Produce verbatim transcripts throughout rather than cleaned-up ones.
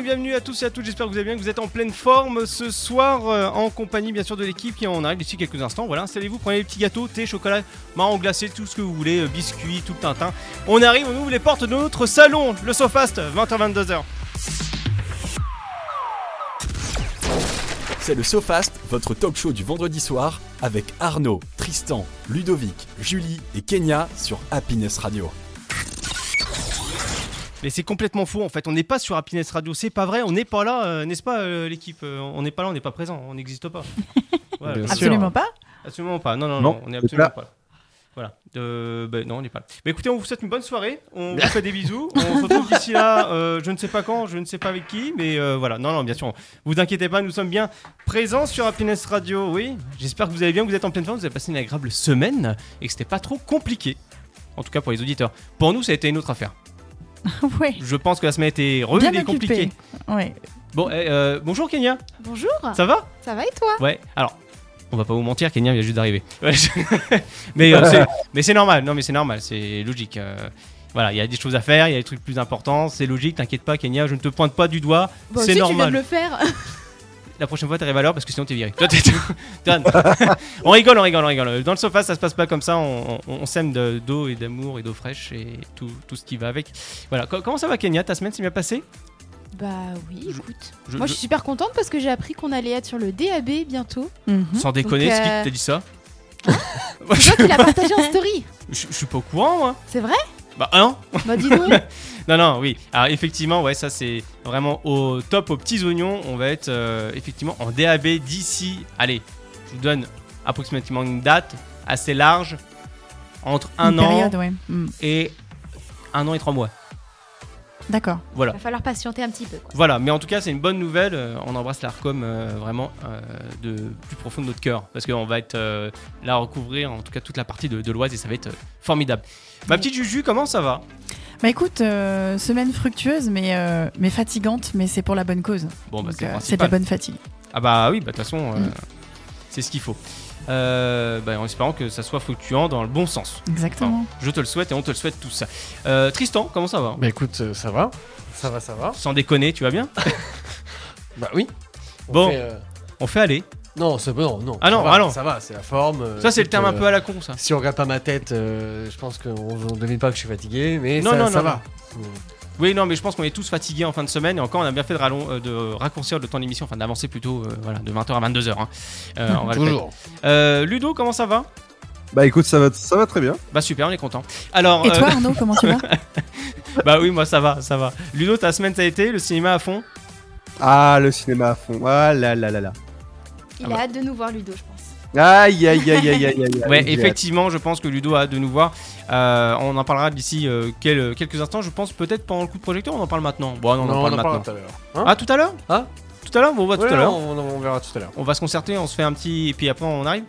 et bienvenue à tous et à toutes, j'espère que vous allez bien, que vous êtes en pleine forme ce soir, euh, en compagnie bien sûr de l'équipe qui en arrive d'ici quelques instants. Voilà, installez-vous, prenez les petits gâteaux, thé, chocolat, marron glacé, tout ce que vous voulez, euh, biscuits, tout le tintin. On arrive, on ouvre les portes de notre salon, le SoFast, vingt heures vingt-deux heures. C'est le SoFast, votre talk show du vendredi soir, avec Arnaud, Tristan, Ludovic, Julie et Kenya sur Happiness Radio. Mais c'est complètement faux en fait, on n'est pas sur Happiness Radio, c'est pas vrai, on n'est pas là, euh, n'est-ce pas euh, l'équipe euh, on n'est pas là, on n'est pas présent, on n'existe pas. Ouais, Bien absolument sûr. Pas Absolument pas, non, non, non, non on n'est absolument pas là. Voilà, euh, ben non, on n'est pas là. Mais écoutez, on vous souhaite une bonne soirée, on vous fait des bisous, on se retrouve d'ici là, euh, je ne sais pas quand, je ne sais pas avec qui, mais euh, voilà, non, non, bien sûr, vous inquiétez pas, nous sommes bien présents sur Happiness Radio, oui. J'espère que vous allez bien, que vous êtes en pleine forme, vous avez passé une agréable semaine et que c'était pas trop compliqué, en tout cas pour les auditeurs. Pour nous, ça a été une autre affaire. Ouais. Je pense que la semaine était rude et compliquée. Ouais. Bon, euh, bonjour Kenya. Bonjour. Ça va ? Ça va et toi ? Ouais. Alors, on va pas vous mentir, Kenya vient juste d'arriver. Ouais, je... mais, euh, c'est... mais c'est normal. Non, mais c'est normal, c'est logique. Euh, voilà, il y a des choses à faire, il y a des trucs plus importants. C'est logique. T'inquiète pas, Kenya. Je ne te pointe pas du doigt. Bon, c'est si normal. Tu viens de le faire. La prochaine fois, t'arrives à l'heure parce que sinon t'es viré. Toi, t'es... on rigole, on rigole, on rigole. Dans le SoFast, ça se passe pas comme ça. On, on, on sème de, d'eau et d'amour et d'eau fraîche et tout, tout ce qui va avec. Voilà. Comment ça va, Kenya ? Ta semaine s'est bien passée ? Bah oui, écoute. Je, Moi, je... je suis super contente parce que j'ai appris qu'on allait être sur le D A B bientôt. Mm-hmm. Sans déconner, Donc, c'est euh... qui t'a dit ça ? Hein ? C'est toi qui l'as partagé en story. Je, je suis pas au courant, moi. C'est vrai ? Bah non. Bah dis donc. Non, non, oui. Alors effectivement, ouais, ça c'est vraiment au top, aux petits oignons. On va être euh, effectivement en D A B d'ici. Allez, je vous donne approximativement une date assez large, entre un une an période, ouais. mm. et un an et trois mois. D'accord. Voilà. Il va falloir patienter un petit peu, quoi. Voilà, mais en tout cas, c'est une bonne nouvelle. Euh, on embrasse l'Arcom euh, vraiment euh, de plus profond de notre cœur. Parce qu'on va être euh, là à recouvrir en tout cas toute la partie de, de l'Oise et ça va être euh, formidable. Ma petite Juju, comment ça va ? Bah écoute, euh, semaine fructueuse mais, euh, mais fatigante, mais c'est pour la bonne cause. Bon, bah, Donc, c'est, euh, c'est de la bonne fatigue. Ah bah oui, bah de toute façon, euh, mm. c'est ce qu'il faut. Euh, bah, en espérant que ça soit fluctuant dans le bon sens. Exactement. Enfin, je te le souhaite et on te le souhaite tout ça. Euh, Tristan, comment ça va ? Bah écoute, euh, ça va, ça va, ça va. Sans déconner, tu vas bien ? Bah oui. On bon, fait, euh... on fait aller. Non, c'est bon, non. Ah non, ça va, ah non. Ça va, c'est la forme. Euh, ça, c'est le terme euh, un peu à la con, ça. Si on regarde pas ma tête, euh, je pense qu'on ne devine pas que je suis fatigué, mais non, ça, non, ça non, va. Non. Oui, non, mais je pense qu'on est tous fatigués en fin de semaine et encore, on a bien fait de, rallon, euh, de raccourcir le temps d'émission, enfin d'avancer plutôt euh, voilà, de vingt heures à vingt-deux heures. Hein. Euh, on va Toujours. Euh, Ludo, comment ça va ? Bah écoute, ça va, ça va très bien. Bah super, on est content. Alors, et toi, euh... Arnaud, comment tu vas ? Bah oui, moi ça va, ça va. Ludo, ta semaine ça a été, le cinéma à fond ? Ah, le cinéma à fond. Ah là là là là. Il ah a bah. hâte de nous voir, Ludo, je pense. Aïe aïe aïe aïe aïe aïe. Ouais, effectivement, je pense que Ludo a hâte de nous voir. Euh, on en parlera d'ici euh, quel, quelques instants. Je pense peut-être pendant le coup de projecteur. On en parle maintenant. Bon, non, on non, en parle on en maintenant. parle tout à l'heure. Hein ah, tout à l'heure Hein Tout à l'heure Bon, on va ouais, tout à l'heure. On, on verra tout à l'heure. On va se concerter, on se fait un petit. Et puis après, on arrive.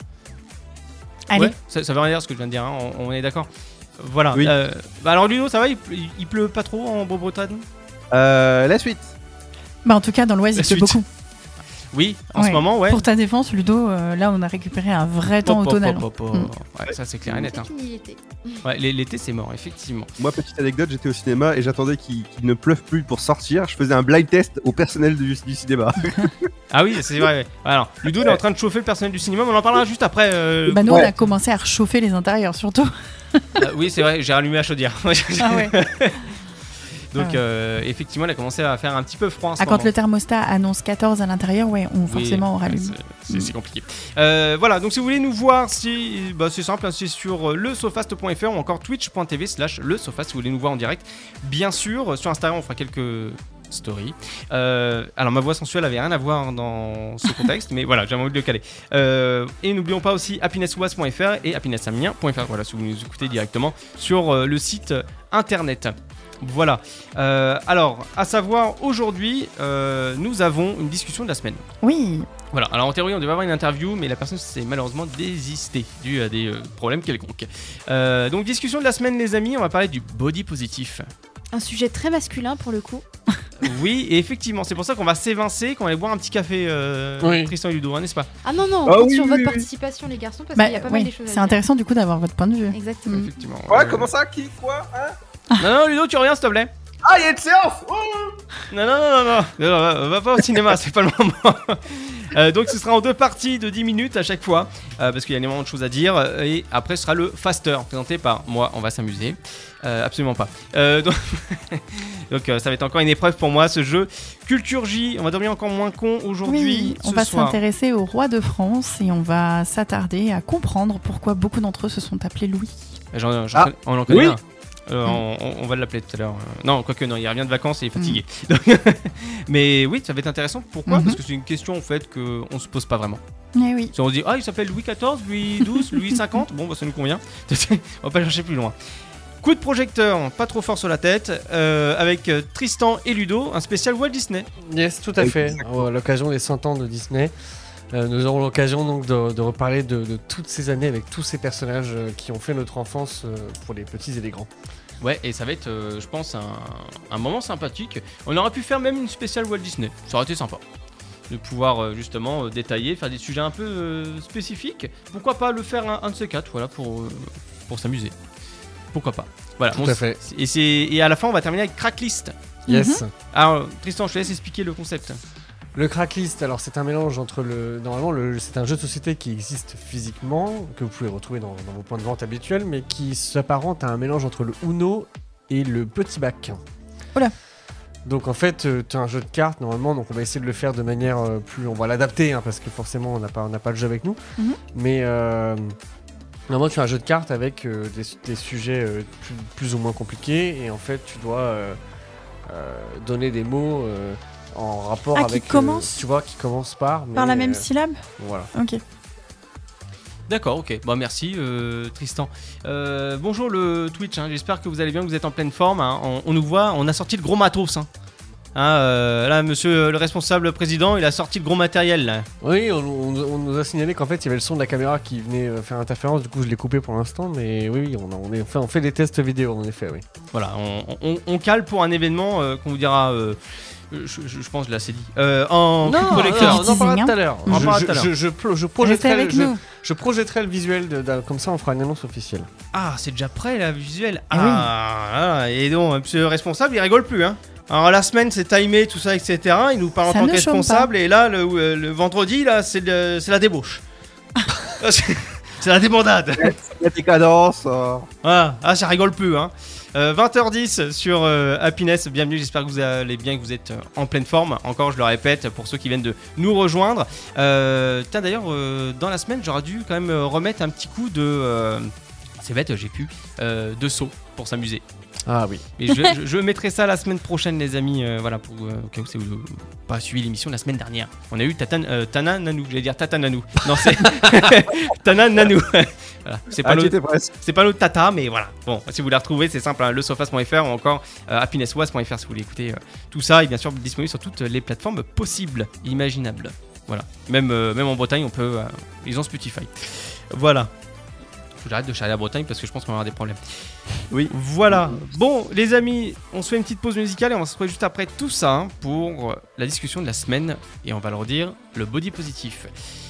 Allez. Ouais, ça, ça veut rien dire ce que je viens de dire. Hein. On, on est d'accord. Voilà. Oui. Euh, bah alors, Ludo, ça va il, il, il pleut pas trop en Bretagne ? Euh, la suite. Bah en tout cas, dans l'Oise, il pleut beaucoup. Oui, en ouais. ce moment, ouais. Pour ta défense, Ludo, euh, là, on a récupéré un vrai temps pop, automnal. Pop, pop, pop. Mm. Ouais, ça, c'est clair et net. Hein. L'été. Ouais, l'été, c'est mort, effectivement. Moi, petite anecdote, j'étais au cinéma et j'attendais qu'il, qu'il ne pleuve plus pour sortir. Je faisais un blind test au personnel du, du cinéma. Ah oui, c'est vrai. Ouais. Alors, Ludo il est en train de chauffer le personnel du cinéma, mais on en parlera juste après. Euh... Bah nous, ouais. on a commencé à réchauffer les intérieurs, surtout. euh, oui, c'est vrai, j'ai rallumé la chaudière. Ah ouais. Donc, ah ouais. euh, effectivement, il a commencé à faire un petit peu froid en ce ah, moment. quand le thermostat annonce quatorze à l'intérieur, ouais, on, forcément, oui, on rallume. C'est, c'est, c'est compliqué. Euh, voilà, donc si vous voulez nous voir, si, bah, c'est simple, hein, c'est sur le sofast point f r ou encore twitch point t v slash le sofast si vous voulez nous voir en direct. Bien sûr, sur Instagram, on fera quelques story. Euh, alors ma voix sensuelle avait rien à voir dans ce contexte, mais voilà, j'avais envie de le caler. Euh, et n'oublions pas aussi happiness oise point f r et happiness amiens point f r. Voilà, si vous nous écoutez directement sur euh, le site internet. Voilà. Euh, alors, à savoir, aujourd'hui, euh, nous avons une discussion de la semaine. Oui. Voilà. Alors, en théorie, on devait avoir une interview, mais la personne s'est malheureusement désistée dû à des euh, problèmes quelconques. Euh, donc, discussion de la semaine, les amis, on va parler du body positif. Un sujet très masculin pour le coup. Oui, et effectivement, c'est pour ça qu'on va s'évincer, qu'on va aller boire un petit café, euh, oui. Tristan et Ludo, hein, n'est-ce pas ? Ah non, non, on ah compte oui, sur oui, votre oui. participation, les garçons, parce bah, qu'il y a pas oui, mal de choses à c'est dire. intéressant du coup d'avoir votre point de vue. Exactement. Effectivement. Quoi euh... Comment ça Qui Quoi hein Non, non, Ludo, tu reviens, s'il te plaît. Ah, il y a une séance. Oh Non, non, non, non, non, non, non, va, va pas au cinéma, c'est pas le moment. Euh, donc ce sera en deux parties de dix minutes à chaque fois, euh, parce qu'il y a énormément de choses à dire. Et après ce sera le Faster, présenté par moi, on va s'amuser. Euh, absolument pas. Euh, donc donc euh, ça va être encore une épreuve pour moi, ce jeu. Culture J, on va devenir encore moins con aujourd'hui. Oui, on ce va soir. s'intéresser au roi de France et on va s'attarder à comprendre pourquoi beaucoup d'entre eux se sont appelés Louis. J'en- j'en Ah, connais- on en connaît oui. un. Euh, on, on- on va l'appeler tout à l'heure. Euh, Non, quoique non, il revient de vacances et il est fatigué. Donc, mais oui, ça va être intéressant. Pourquoi Mhm. Parce que c'est une question en fait qu'on se pose pas vraiment. Eh oui. Si on se dit, ah, il s'appelle Louis quatorze, Louis douze, Louis cinquante, bon, bah, ça nous convient. On va pas chercher plus loin. Coup de projecteur, pas trop fort sur la tête, euh, avec euh, Tristan et Ludo, un spécial Walt Disney. Yes, tout à fait. À l'occasion des cent ans de Disney, euh, nous aurons l'occasion donc de, de reparler de, de toutes ces années avec tous ces personnages euh, qui ont fait notre enfance euh, pour les petits et les grands. Ouais, et ça va être, euh, je pense, un, un moment sympathique. On aurait pu faire même une spéciale Walt Disney, ça aurait été sympa. De pouvoir euh, justement euh, détailler, faire des sujets un peu euh, spécifiques. Pourquoi pas le faire un, un de ces quatre, voilà, pour, euh, pour s'amuser. Pourquoi pas. Voilà. Tout on à s- fait. Et, c'est, et à la fin, on va terminer avec Cracklist. Yes. Alors, Tristan, je te laisse expliquer le concept. Le Cracklist, alors c'est un mélange entre le. Normalement, le, c'est un jeu de société qui existe physiquement, que vous pouvez retrouver dans, dans vos points de vente habituels, mais qui s'apparente à un mélange entre le Uno et le Petit Bac. Oula. Donc en fait, euh, tu as un jeu de cartes normalement, donc on va essayer de le faire de manière euh, plus. On va l'adapter, hein, parce que forcément, on n'a pas, on n'a pas le jeu avec nous. Mhm. Mais. Euh, Normalement, tu as un jeu de cartes avec euh, des, des sujets euh, plus, plus ou moins compliqués, et en fait, tu dois euh, euh, donner des mots euh, en rapport Ah, qui avec. euh, commencent tu vois, qui commencent par. Par la mais, même euh, syllabe. Voilà. Ok. D'accord, ok. Bon, merci euh, Tristan. Euh, bonjour le Twitch, hein. J'espère que vous allez bien, que vous êtes en pleine forme. Hein. On, on nous voit, on a sorti le gros matos. Hein. Hein, euh, là, monsieur le responsable président, il a sorti le gros matériel. Là. Oui, on, on- on nous a signalé qu'en fait, il y avait le son de la caméra qui venait euh, faire interférence, du coup, je l'ai coupé pour l'instant, mais oui, oui, on, a- on, est, enfin, on fait des tests vidéo, en effet, oui. Voilà, on, on- on cale pour un événement euh, qu'on vous dira. euh, je, je- je pense, je l'ai assez dit. Euh, en Non, coup de non, projecteur. on en parlera Teasing, tout à l'heure. On en Je, parlera je, tout à l'heure. je, je, pro- je Restez projetterai, avec je, nous. je projetterai le visuel, de, de- comme ça, on fera une annonce officielle. Ah, c'est déjà prêt la visuelle. Eh Ah, ah, et donc, monsieur le responsable, il rigole plus. Hein. Alors la semaine c'est timé, tout ça, et cetera. Il nous parle en Ça tant ne que chôme responsable, et là, le, euh, le vendredi, là, c'est, le- c'est la débauche. c'est c'est la débandade. Il y a des cadences. euh. Ah, ah, ça rigole plus. Hein. Euh, vingt heures dix sur euh, Happiness, bienvenue, j'espère que vous allez bien, que vous êtes euh, en pleine forme. Encore, je le répète, pour ceux qui viennent de nous rejoindre. Euh, tiens, d'ailleurs, euh, dans la semaine, j'aurais dû quand même euh, remettre un petit coup de... euh, c'est bête, j'ai pu. euh, de saut pour s'amuser. Ah oui. Et je, je, je mettrai ça la semaine prochaine, les amis. euh, voilà, pour euh, au cas où c'est euh, pas suivi l'émission la semaine dernière. On a eu Tatan, euh, Tana Nanou, j'allais dire Tata Nanou. Non, c'est Tana Nanou. Voilà, c'est pas Ah, tu notre, étais presque. c'est pas notre Tata, mais voilà. Bon, si vous la retrouvez, c'est simple, hein, le sofast point f r ou encore euh, happinesswas point f r si vous voulez écouter euh, tout ça. Et bien sûr, disponible sur toutes les plateformes possibles, imaginables. Voilà. Même, euh, même en Bretagne, on peut. euh, ils ont Spotify. Voilà. Faut que j'arrête de charler la Bretagne parce que je pense qu'on va avoir des problèmes. Oui. Voilà. Bon, les amis, on se fait une petite pause musicale et on va se retrouver juste après tout ça hein, pour euh, la discussion de la semaine. Et on va le redire, le body positif.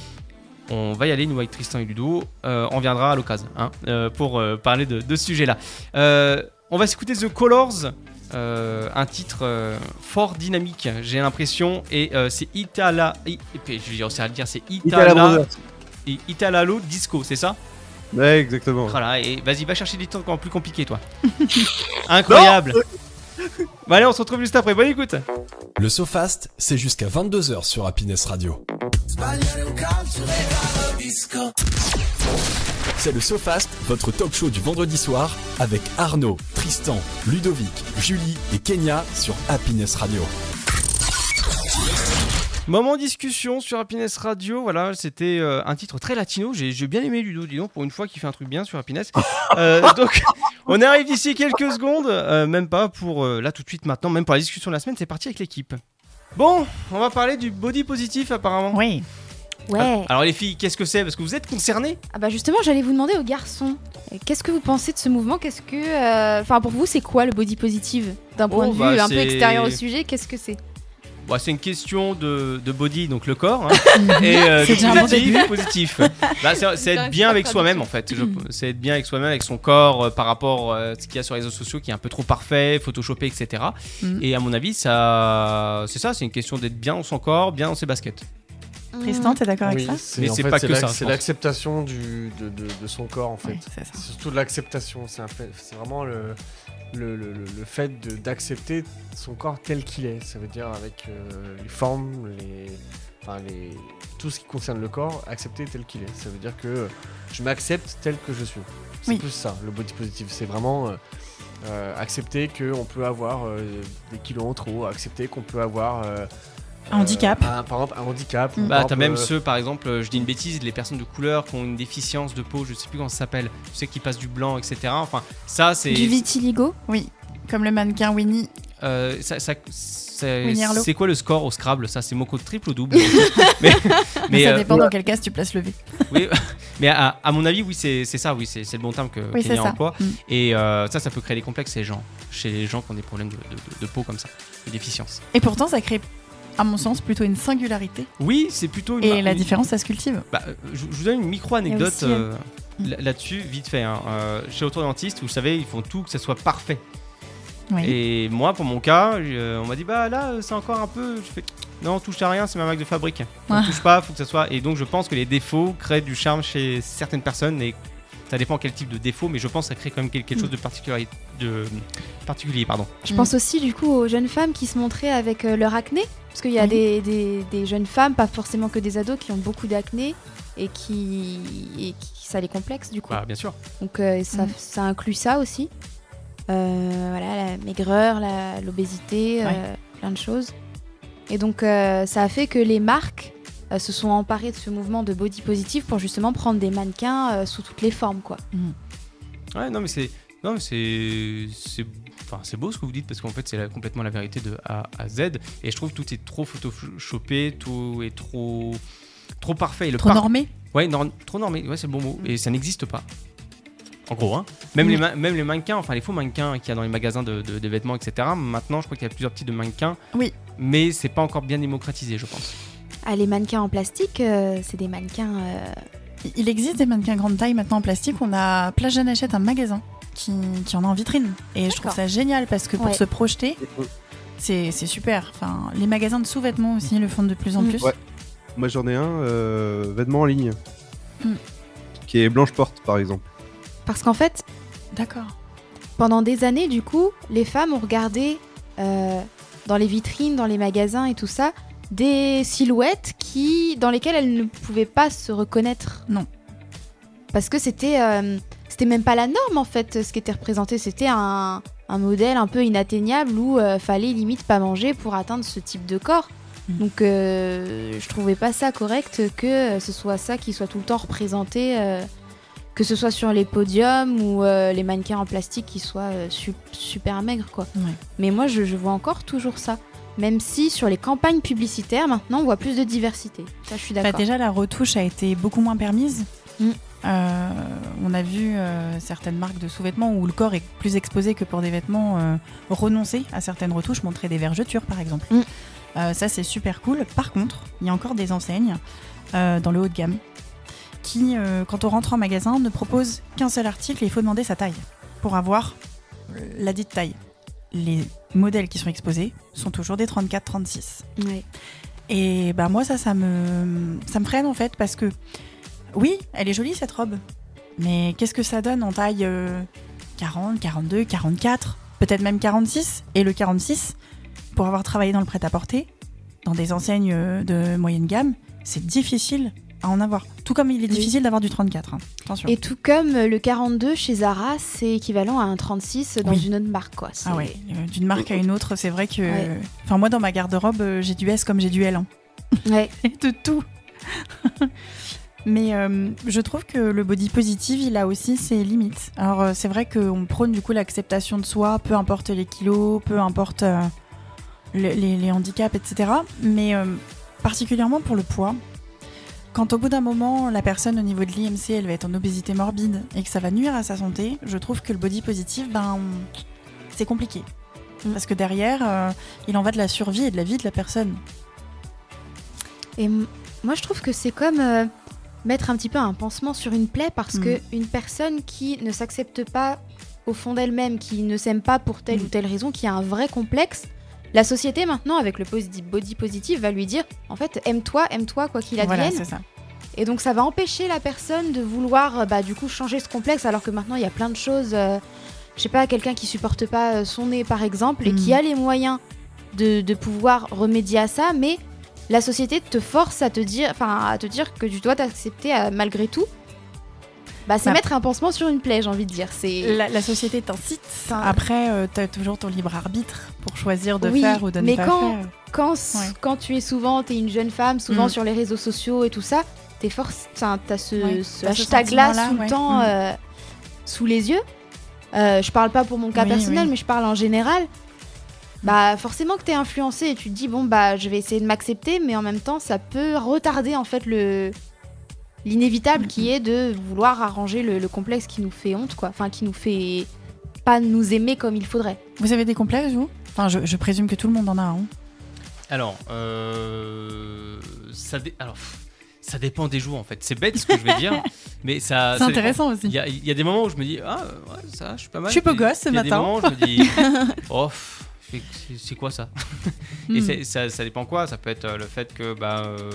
On va y aller, nous, avec Tristan et Ludo. Euh, on viendra à l'occasion hein, euh, pour euh, parler de, de ce sujet-là. Euh, on va s'écouter The Colors, euh, un titre euh, fort dynamique, j'ai l'impression. Et euh, c'est Itala. I- Je vais réussir à le dire, c'est Itala Itala. Brothers. I- Italalo Disco, c'est ça? Ouais, exactement. Voilà, et vas-y, va chercher des trucs encore plus compliqués, toi. Incroyable. Bon, allez, on se retrouve juste après. Bonne écoute. Le SoFast, c'est jusqu'à vingt-deux heures sur Happiness Radio. C'est le SoFast, votre talk show du vendredi soir, avec Arnaud, Tristan, Ludovic, Julie et Kenya sur Happiness Radio. Moment discussion sur Happiness Radio. Voilà, c'était euh, un titre très latino. J'ai, j'ai bien aimé Ludo, dis donc, pour une fois qu'il fait un truc bien sur Happiness. Euh, donc, on arrive d'ici quelques secondes, euh, même pas pour euh, là tout de suite maintenant, même pour la discussion de la semaine, c'est parti avec l'équipe. Bon, on va parler du body positif apparemment. Oui. Ouais. Alors les filles, qu'est-ce que c'est? Parce que vous êtes concernés. Ah bah justement, j'allais vous demander aux garçons, euh, qu'est-ce que vous pensez de ce mouvement? Qu'est-ce que, euh, enfin pour vous, c'est quoi le body positive d'un point Oh, de vue bah, un peu c'est- extérieur au sujet? Qu'est-ce que c'est? Bon, c'est une question de, de body, donc le corps, hein, et euh, C'est de déjà un bon positif, début. positif. Bah, c'est, c'est être bien avec soi-même en fait. Je- c'est être bien avec soi-même, avec son corps, euh, par rapport à ce qu'il y a sur les réseaux sociaux qui est un peu trop parfait, photoshopé, et cetera. Mm. Et à mon avis, ça, c'est ça, c'est une question d'être bien dans son corps, bien dans ses baskets. Tristan, t'es d'accord Oui, avec ça c'est, Mais en c'est fait, pas c'est que l'ac- ça, je C'est pense. l'acceptation du, de, de, de son corps en fait. Oui, c'est ça. C'est surtout de l'acceptation. C'est, un fait, c'est vraiment le, le, le, le- le fait de, d'accepter son corps tel qu'il est. Ça veut dire avec euh, les formes, les, enfin les, tout ce qui concerne le corps, accepter tel qu'il est. Ça veut dire que je m'accepte tel que je suis. C'est Oui. plus ça, le body positive. C'est vraiment euh, euh, accepter qu'on peut avoir euh, des kilos en trop, accepter qu'on peut avoir euh, Un handicap. un- par exemple, un handicap. Mm. ou Bah, par t'as exemple, même euh, ceux, par exemple, euh, je dis une bêtise, les personnes de couleur qui ont une déficience de peau, je sais plus comment ça s'appelle, tu sais, qui passent du blanc, et cetera. Enfin, ça, c'est. Du vitiligo. Oui, comme le mannequin Winnie. Euh, ça, ça- c'est, Winnie Harlow. c'est quoi le score au Scrabble? Ça, c'est Moko triple ou double? mais Mais ça euh, dépend dans quel cas tu places le V. oui, mais à, à mon avis, oui, c'est, c'est ça, oui, c'est, c'est le bon terme que Oui, c'est Kenya ça. emploie. Mm. Et euh, ça, ça peut créer des complexes chez les gens, chez les gens qui ont des problèmes de, de- de- de peau comme ça, de déficience. Et pourtant, ça crée, à mon sens, plutôt une singularité. Oui, c'est plutôt une. Et la une- différence, ça se cultive. Bah, euh, je, je vous donne une micro-anecdote Il y a aussi, euh, là- là-dessus, vite fait. Hein. Euh, chez l'orthodontiste, vous savez, ils font tout que ça soit parfait. Oui. Et moi, pour mon cas, euh, on m'a dit, bah là, euh, c'est encore un peu. Je fais, non, touche à rien, c'est ma marque de fabrique. On Ah. touche pas, faut que ça soit. Et donc, je pense que les défauts créent du charme chez certaines personnes. Et ça dépend quel type de défaut, mais je pense que ça crée quand même quelque chose de particulier. De particulier pardon. Je Mm. pense aussi du coup aux jeunes femmes qui se montraient avec euh, leur acné. Parce qu'il y a Oui. des, des- des jeunes femmes, pas forcément que des ados, qui ont beaucoup d'acné et qui, et qui ça les complexe du coup. Bah, bien sûr. Donc euh, ça, Mm. ça inclut ça aussi. Euh, voilà, la maigreur, la- l'obésité, euh, Ouais. plein de choses. Et donc euh, ça a fait que les marques euh, se sont emparées de ce mouvement de body positive pour justement prendre des mannequins euh, sous toutes les formes, quoi. Ouais, non, mais c'est. Non, mais c'est. C'est. Enfin, c'est beau ce que vous dites parce qu'en fait, c'est la- complètement la vérité de A à Z. Et je trouve que tout est trop photoshopé, tout est trop. Trop parfait. Et le Trop par- normé. Ouais, nor- trop normé, ouais, c'est le bon mot. Et ça n'existe pas. En gros, hein. Même, Mm. les ma- même les mannequins, enfin les faux mannequins qu'il y a dans les magasins de, de- de vêtements, et cetera. Maintenant, je crois qu'il y a plusieurs types de mannequins. Oui. Mais c'est pas encore bien démocratisé, je pense. Ah, les mannequins en plastique, euh, c'est des mannequins. euh, Il existe des mannequins grande taille maintenant en plastique. On a Plage Jeanne Hachette, un magasin qui, qui en a en vitrine. Et je trouve D'accord. ça génial parce que pour Ouais. se projeter, c'est c'est super. Enfin, les magasins de sous-vêtements aussi le font de plus en Mm. plus. Ouais. Moi j'en ai un, euh, vêtements en ligne, Mm. qui est Blanche Porte par exemple. Parce qu'en fait, D'accord. pendant des années, du coup, les femmes ont regardé euh, dans les vitrines, dans les magasins et tout ça, des silhouettes qui, dans lesquelles elles ne pouvaient pas se reconnaître. Non. Parce que c'était, euh, c'était même pas la norme en fait, ce qui était représenté. C'était un, un modèle un peu inatteignable où euh, fallait limite pas manger pour atteindre ce type de corps. Mm. Donc euh, je trouvais pas ça correct que ce soit ça qui soit tout le temps représenté. euh, que ce soit sur les podiums ou euh, les mannequins en plastique qui soient euh, su- super maigres, quoi. Ouais. Mais moi, je, je vois encore toujours ça. Même si sur les campagnes publicitaires, maintenant, on voit plus de diversité. Ça, je suis Bah, d'accord. déjà, la retouche a été beaucoup moins permise. Mm. Euh, on a vu euh, certaines marques de sous-vêtements où le corps est plus exposé que pour des vêtements euh, renoncer à certaines retouches, montrer des vergetures par exemple. Mm. Euh, ça, c'est super cool. Par contre, il y a encore des enseignes euh, dans le haut de gamme qui, euh, quand on rentre en magasin, ne proposent qu'un seul article et il faut demander sa taille pour avoir la dite taille. Les modèles qui sont exposés sont toujours des trente-quatre trente-six. Ouais. Et bah moi ça, ça me, ça me freine en fait parce que oui, elle est jolie cette robe, mais qu'est-ce que ça donne en taille euh, quarante, quarante-deux, quarante-quatre, peut-être même quarante-six. Et le quarante-six, pour avoir travaillé dans le prêt-à-porter, dans des enseignes euh, de moyenne gamme, c'est difficile à en avoir. Tout comme il est Oui. difficile d'avoir du trente-quatre. Hein. Attention. Et tout comme euh, le quarante-deux chez Zara, c'est équivalent à un trente-six dans Oui. une autre marque, quoi. C'est- Ah ouais, euh, d'une marque à une autre, c'est vrai que... Ouais. Enfin moi dans ma garde-robe, euh, j'ai du S comme j'ai du L. Hein. Ouais. de tout. Mais euh, je trouve que le body positive, il a aussi ses limites. Alors euh, c'est vrai qu'on prône du coup l'acceptation de soi, peu importe les kilos, peu importe euh, le- les, les handicaps, et cetera. Mais euh, particulièrement pour le poids, quand au bout d'un moment, la personne au niveau de l'I M C, elle va être en obésité morbide et que ça va nuire à sa santé, je trouve que le body positive, ben, c'est compliqué. Mm. Parce que derrière, euh, il en va de la survie et de la vie de la personne. Et m- moi, je trouve que c'est comme euh, mettre un petit peu un pansement sur une plaie parce Mm. que une personne qui ne s'accepte pas au fond d'elle-même, qui ne s'aime pas pour telle Mm. ou telle raison, qui a un vrai complexe, la société maintenant, avec le posi- body positive, va lui dire en fait, aime-toi, aime-toi, quoi qu'il advienne. Voilà, c'est ça. Et donc, ça va empêcher la personne de vouloir euh, bah, du coup changer ce complexe, alors que maintenant, il y a plein de choses. Euh, je sais pas, quelqu'un qui supporte pas euh, son nez, par exemple, et Mm. qui a les moyens de, de pouvoir remédier à ça, mais la société te force à te dire, enfin, à te dire que tu dois t'accepter euh, malgré tout. Bah, c'est Bah, mettre un pansement sur une plaie, j'ai envie de dire. C'est La, la société t'incite. Ça- Après, euh, t'as toujours ton libre arbitre pour choisir de Oui, faire ou de ne mais pas quand- faire. quand, Ouais. quand tu es souvent, t'es une jeune femme, souvent Mm. sur les réseaux sociaux et tout ça, t'es force, enfin, t'as ce, Ouais, ce t'as ce hashtag-là sentiment-là, tout le ouais. temps Mm. euh, sous les yeux. Euh, je parle pas pour mon cas Oui, personnel, oui. mais je parle en général. Bah forcément que t'es influencé et tu te dis bon bah je vais essayer de m'accepter, mais en même temps ça peut retarder en fait le l'inévitable Mm. qui est de vouloir arranger le, le complexe qui nous fait honte quoi, enfin qui nous fait pas nous aimer comme il faudrait. Vous avez des complexes, vous? Enfin, je, je présume que tout le monde en a un. Alors, euh, ça, dé- Alors, pff, ça dépend des jours en fait. C'est bête ce que je vais dire, mais ça. C'est ça intéressant dépend. aussi. Il y, a, il y a des moments où je me dis ah ouais ça, je suis pas mal. Je suis beau Puis- gosse ce puis il y a des matin. moments où je me dis oh pff, c'est- c'est quoi ça? Et Hmm. c'est- ça, ça dépend quoi? Ça peut être euh, le fait que bah euh,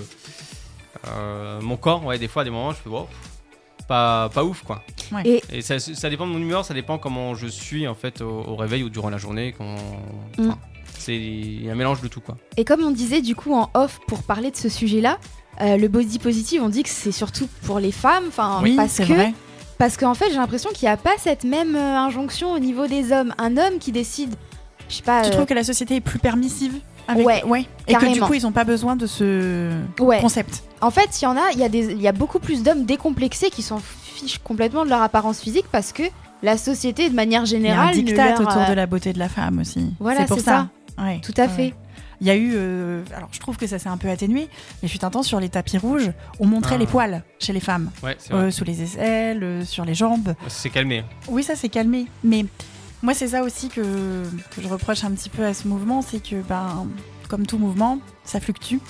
euh, mon corps, ouais, des fois à des moments je fais wow, pff, pas pas ouf quoi. Ouais. Et- Et ça, ça dépend de mon humeur, ça dépend comment je suis en fait au, au réveil ou durant la journée. Quand, Mm. enfin, c'est il y a un mélange de tout quoi. Et comme on disait du coup en off pour parler de ce sujet-là, euh, le body positive, on dit que c'est surtout pour les femmes, enfin Oui, parce c'est que vrai. parce qu'en fait j'ai l'impression qu'il n'y a pas cette même euh, injonction au niveau des hommes. Un homme qui décide, je sais pas, Tu euh, trouves que la société est plus permissive avec... Ouais, Et que du carrément. coup, ils n'ont pas besoin de ce ouais. concept. En fait, il y en a, il y a des, il y a beaucoup plus d'hommes décomplexés qui s'en fichent complètement de leur apparence physique parce que la société de manière Il y a un générale ne diktat leur, autour euh, de la beauté de la femme aussi. Voilà, c'est pour c'est ça. Ouais, Tout à ouais, fait. ouais. Il y a eu, euh, alors je trouve que ça s'est un peu atténué, mais fut un temps sur les tapis rouges, on montrait Ah. les poils chez les femmes, Ouais, c'est vrai. Euh, sous les aisselles, euh, sur les jambes. C'est calmé. Oui, ça s'est calmé, mais moi c'est ça aussi que, que je reproche un petit peu à ce mouvement, c'est que ben, comme tout mouvement, ça fluctue.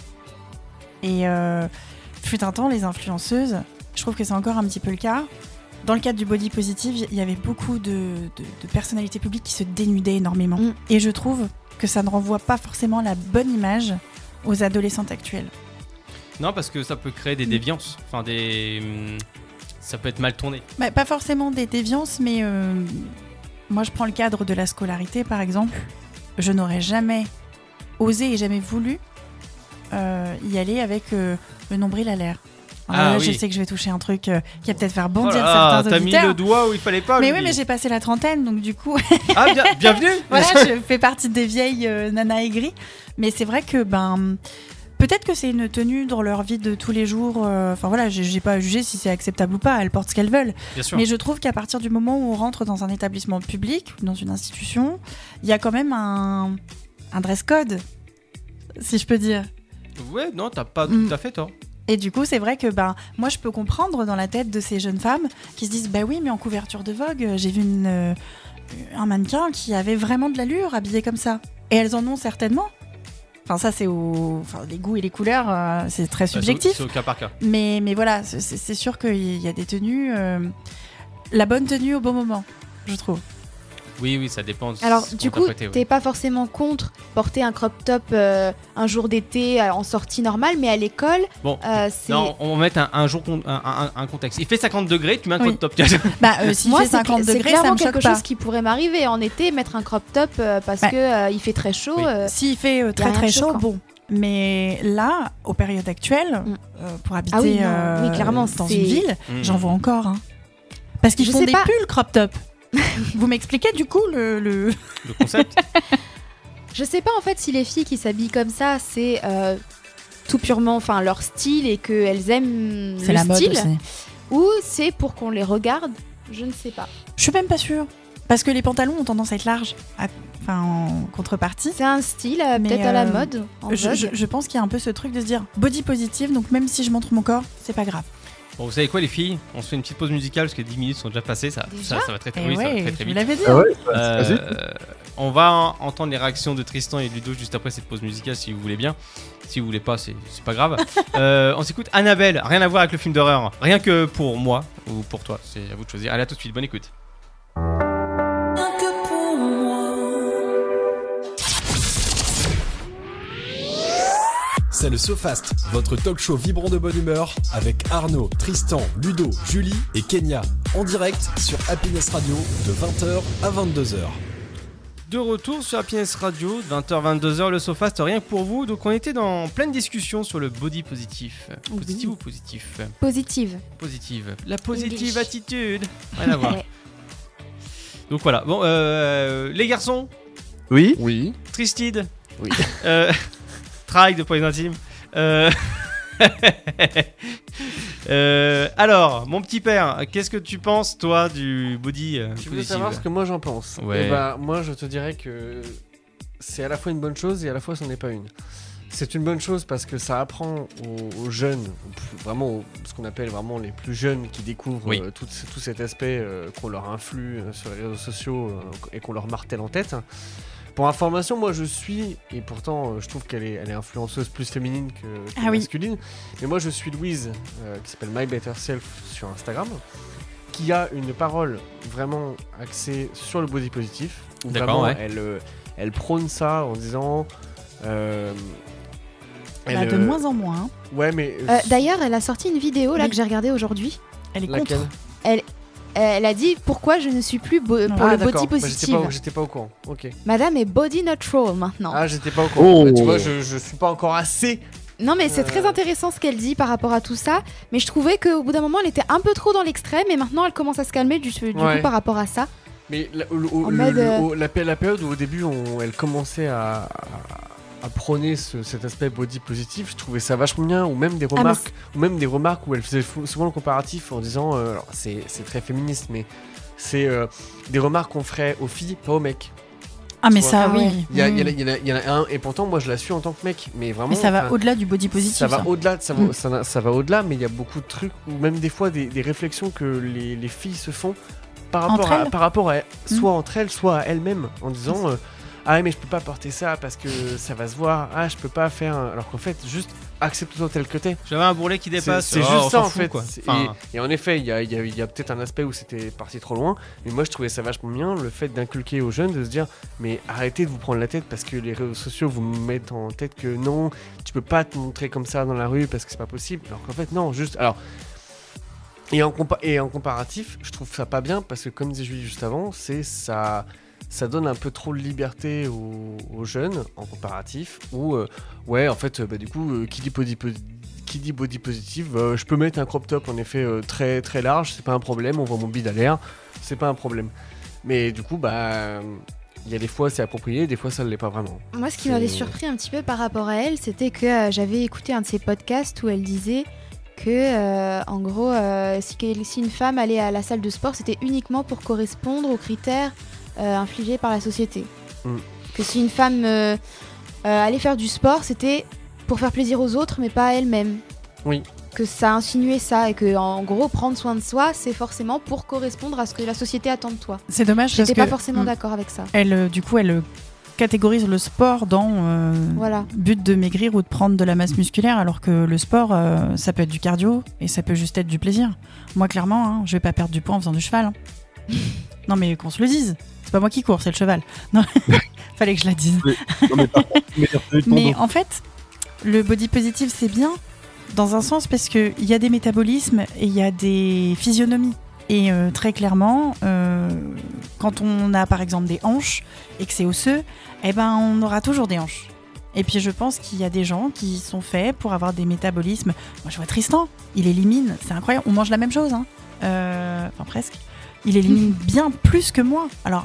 Et euh, fut un temps, les influenceuses, je trouve que c'est encore un petit peu le cas. Dans le cadre du body positive, il y avait beaucoup de, de- de personnalités publiques qui se dénudaient énormément. Mm. Et je trouve que ça ne renvoie pas forcément la bonne image aux adolescentes actuelles. Non, parce que ça peut créer des déviances. Enfin, des. hum, Ça peut être mal tourné. Bah, pas forcément des déviances, mais euh, moi je prends le cadre de la scolarité par exemple. Je n'aurais jamais osé et jamais voulu euh, y aller avec euh, le nombril à l'air. Alors Ah là, oui. je sais que je vais toucher un truc euh, qui va peut-être faire Oh bondir là là, certains t'as mis auditeurs. le doigt où il fallait pas. Mais je oui, dis. mais j'ai passé la trentaine, donc du coup, Ah, bien, bienvenue. voilà, je fais partie des vieilles euh, nanas aigries. Mais c'est vrai que ben peut-être que c'est une tenue dans leur vie de tous les jours. euh, Enfin voilà, j'ai j'ai pas à juger si c'est acceptable ou pas. Elles portent ce qu'elles veulent. Bien sûr. Mais je trouve qu'à partir du moment où on rentre dans un établissement public, ou dans une institution, il y a quand même un, un dress code, si je peux dire. Ouais, non, t'as pas Mm. tout à fait tort. Et du coup, c'est vrai que ben, moi, je peux comprendre dans la tête de ces jeunes femmes qui se disent bah oui, mais en couverture de Vogue, euh, j'ai vu une, euh, un mannequin qui avait vraiment de l'allure habillé comme ça. Et elles en ont certainement. Enfin, ça, c'est au... enfin, les goûts et les couleurs, euh, c'est très Bah, subjectif. C'est au cas par cas. Mais, mais voilà, c'est c'est sûr qu'il y a des tenues. euh, la bonne tenue au bon moment, je trouve. Oui, oui, ça dépend. de Alors ce du qu'on coup, t'a prêté, ouais. t'es pas forcément contre porter un crop top euh, un jour d'été euh, en sortie normale, mais à l'école, Bon. euh, c'est Non, on va mettre un, un jour con- un, un- un contexte. Il fait cinquante degrés, tu mets un Oui. crop top. Bah, euh, s'il moi fait c'est cinquante cl- c'est degrés, ça clairement me quelque choque pas. chose qui pourrait m'arriver en été, mettre un crop top euh, parce Ouais. que euh, il fait très chaud. Oui. euh, S'il fait euh, très rien très de chaud, choquant. bon. Mais là, aux périodes actuelles, Mm. euh, pour habiter Ah oui, non, euh, oui, clairement, dans c'est- une ville, Mm. j'en vois encore. Hein. Parce qu'ils Je font sais des pas. pulls crop top. Vous m'expliquez du coup le... le... Le concept. Je sais pas en fait si les filles qui s'habillent comme ça, c'est euh, tout purement, enfin leur style et qu'elles aiment C'est le la mode style, aussi. ou c'est pour qu'on les regarde. Je ne sais pas. Je suis même pas sûre. Parce que les pantalons ont tendance à être larges. à- Enfin, en contrepartie. C'est un style euh, Mais, peut-être à la euh, mode. En Je, vogue. je- je pense qu'il y a un peu ce truc de se dire body positive, donc même si je montre mon corps, c'est pas grave. Bon, vous savez quoi, les filles? On se fait une petite pause musicale parce que dix minutes sont déjà passées. Ça, Déjà ça, ça va très très, Et oui, ça va ouais, très très je vous vite. l'avais dit. Ah hein. ouais, Euh, vas-y. On va entendre les réactions de Tristan et Ludo juste après cette pause musicale si vous voulez bien. Si vous voulez pas, c'est, c'est pas grave. euh, on s'écoute Annabelle, rien à voir avec le film d'horreur. Rien que pour moi ou pour toi, c'est à vous de choisir. Allez, à tout de suite, bonne écoute. C'est le SoFast, votre talk show vibrant de bonne humeur avec Arnaud, Tristan, Ludo, Julie et Kenya en direct sur Happiness Radio de vingt heures à vingt-deux heures. De retour sur Happiness Radio, vingt heures vingt-deux heures, le SoFast, rien que pour vous. Donc on était dans pleine discussion sur le body positif. Positif Oui. ou positif ? Positive. Positive. La positive English. attitude. Rien à voir. Donc voilà. Bon, euh, les garçons, Oui. Oui. Tristide. Oui. Euh, Trail de Points Intimes. Euh... euh, alors, mon petit père, qu'est-ce que tu penses, toi, du body euh, Tu veux positive ? savoir ce que moi j'en pense? Ouais. Eh ben, moi je te dirais que c'est à la fois une bonne chose et à la fois ce n'est pas une. C'est une bonne chose parce que ça apprend aux, aux jeunes, aux plus- vraiment aux- ce qu'on appelle vraiment les plus jeunes qui découvrent Oui. euh, tout, ce- tout cet aspect euh, qu'on leur influe euh, sur les réseaux sociaux euh, et qu'on leur martèle en tête. Pour information, moi je suis, et pourtant euh, je trouve qu'elle est, elle est influenceuse plus féminine que, que Ah oui. masculine, mais moi je suis Louise, euh, qui s'appelle My Better Self sur Instagram, qui a une parole vraiment axée sur le body positif, où D'accord, vraiment ouais. elle, euh, elle prône ça en disant... euh, Bah, elle, de euh, moins en moins. hein. Ouais, mais... Euh, D'ailleurs, elle a sorti une vidéo là Oui. que j'ai regardée aujourd'hui. Elle est laquelle contre. Elle a dit pourquoi je ne suis plus bo- pour Ah, le d'accord. body Bah, j'étais positive. pas, j'étais pas au courant. Ok. Madame est body neutral maintenant. Ah, j'étais pas au courant. Oh. Bah, tu vois, je, je suis pas encore assez. Non mais c'est Euh. très intéressant ce qu'elle dit par rapport à tout ça, mais je trouvais qu'au bout d'un moment elle était un peu trop dans l'extrême et maintenant elle commence à se calmer du, du Ouais. coup par rapport à ça. Mais la, au- au- En le- mode, le- euh, au- la, pé- la période où au début on- elle commençait à, à, à prôner ce- cet aspect body positif, je trouvais ça vachement bien. Ou même des mais remarques, ou même des remarques où elle faisait fou- souvent le comparatif en disant, euh, alors c'est c'est très féministe, mais c'est euh, des remarques qu'on ferait aux filles, pas aux mecs. Ah, mais vois. ça, Ah oui. ouais. Il y, a- il y, a- Mm. il y en a- il y en a un, et pourtant moi je la suis en tant que mec, mais vraiment. Mais ça va enfin, au-delà du body positif. ça va ça. au-delà, de- ça, va- Mm. ça, va- ça va au-delà, mais il y a beaucoup de trucs, ou même des fois des, des réflexions que les, les filles se font par rapport, Entre à, elles par rapport à soit Mm. entre elles, soit à elles-mêmes, en disant euh, ah ouais, mais je peux pas porter ça parce que ça va se voir, ah je peux pas faire, un- alors qu'en fait juste accepte-toi tel que t'es. J'avais un bourrelet qui C'est dépasse. c'est oh, juste on ça s'en en fout, fait. quoi. C'est- Enfin, et, et en effet, il y a, il y a- il y a peut-être un aspect où c'était parti trop loin, mais moi je trouvais ça vachement bien le fait d'inculquer aux jeunes de se dire mais arrêtez de vous prendre la tête parce que les réseaux sociaux vous mettent en tête que non, tu peux pas te montrer comme ça dans la rue parce que c'est pas possible. Alors qu'en fait, non, juste. Alors. Et en, compa- et en comparatif, je trouve ça pas bien parce que, comme disait Julie juste avant, c'est ça. Ça donne un peu trop de liberté aux, aux jeunes en comparatif où, euh, ouais, en fait, euh, bah, du coup, euh, qui dit body, po- qui dit body positive, euh, je peux mettre un crop top en effet euh, très très large, c'est pas un problème, on voit mon bide à l'air, c'est pas un problème. Mais du coup, bah, il y a des fois c'est approprié, des fois ça ne l'est pas vraiment. Moi ce qui C'est- m'avait surpris un petit peu par rapport à elle, c'était que euh, j'avais écouté un de ses podcasts où elle disait que euh, en gros euh, si, quel- si une femme allait à la salle de sport, c'était uniquement pour correspondre aux critères euh, infligés par la société. Mm. Que si une femme euh, euh, allait faire du sport, c'était pour faire plaisir aux autres mais pas à elle-même. Oui. Que ça insinuait ça et que en gros prendre soin de soi c'est forcément pour correspondre à ce que la société attend de toi. C'est dommage parce J'étais que pas forcément mm, d'accord avec ça. elle, euh, du coup, elle euh, catégorise le sport dans euh, Voilà. but de maigrir ou de prendre de la masse musculaire, alors que le sport, euh, ça peut être du cardio et ça peut juste être du plaisir. Moi, clairement, hein, je vais pas perdre du poids en faisant du cheval. hein. Non, mais qu'on se le dise. C'est pas moi qui cours, c'est le cheval. Non, fallait que je la dise. Non, mais par contre, tu mets le ton Mais dos. en fait, le body positive, c'est bien dans un sens parce qu'il y a des métabolismes et il y a des physionomies. Et euh, très clairement, euh, quand on a par exemple des hanches et que c'est osseux, eh ben, on aura toujours des hanches. Et puis je pense qu'il y a des gens qui sont faits pour avoir des métabolismes. Moi je vois Tristan, il élimine, c'est incroyable, on mange la même chose, hein. Euh, enfin presque. Il élimine bien plus que moi. Alors,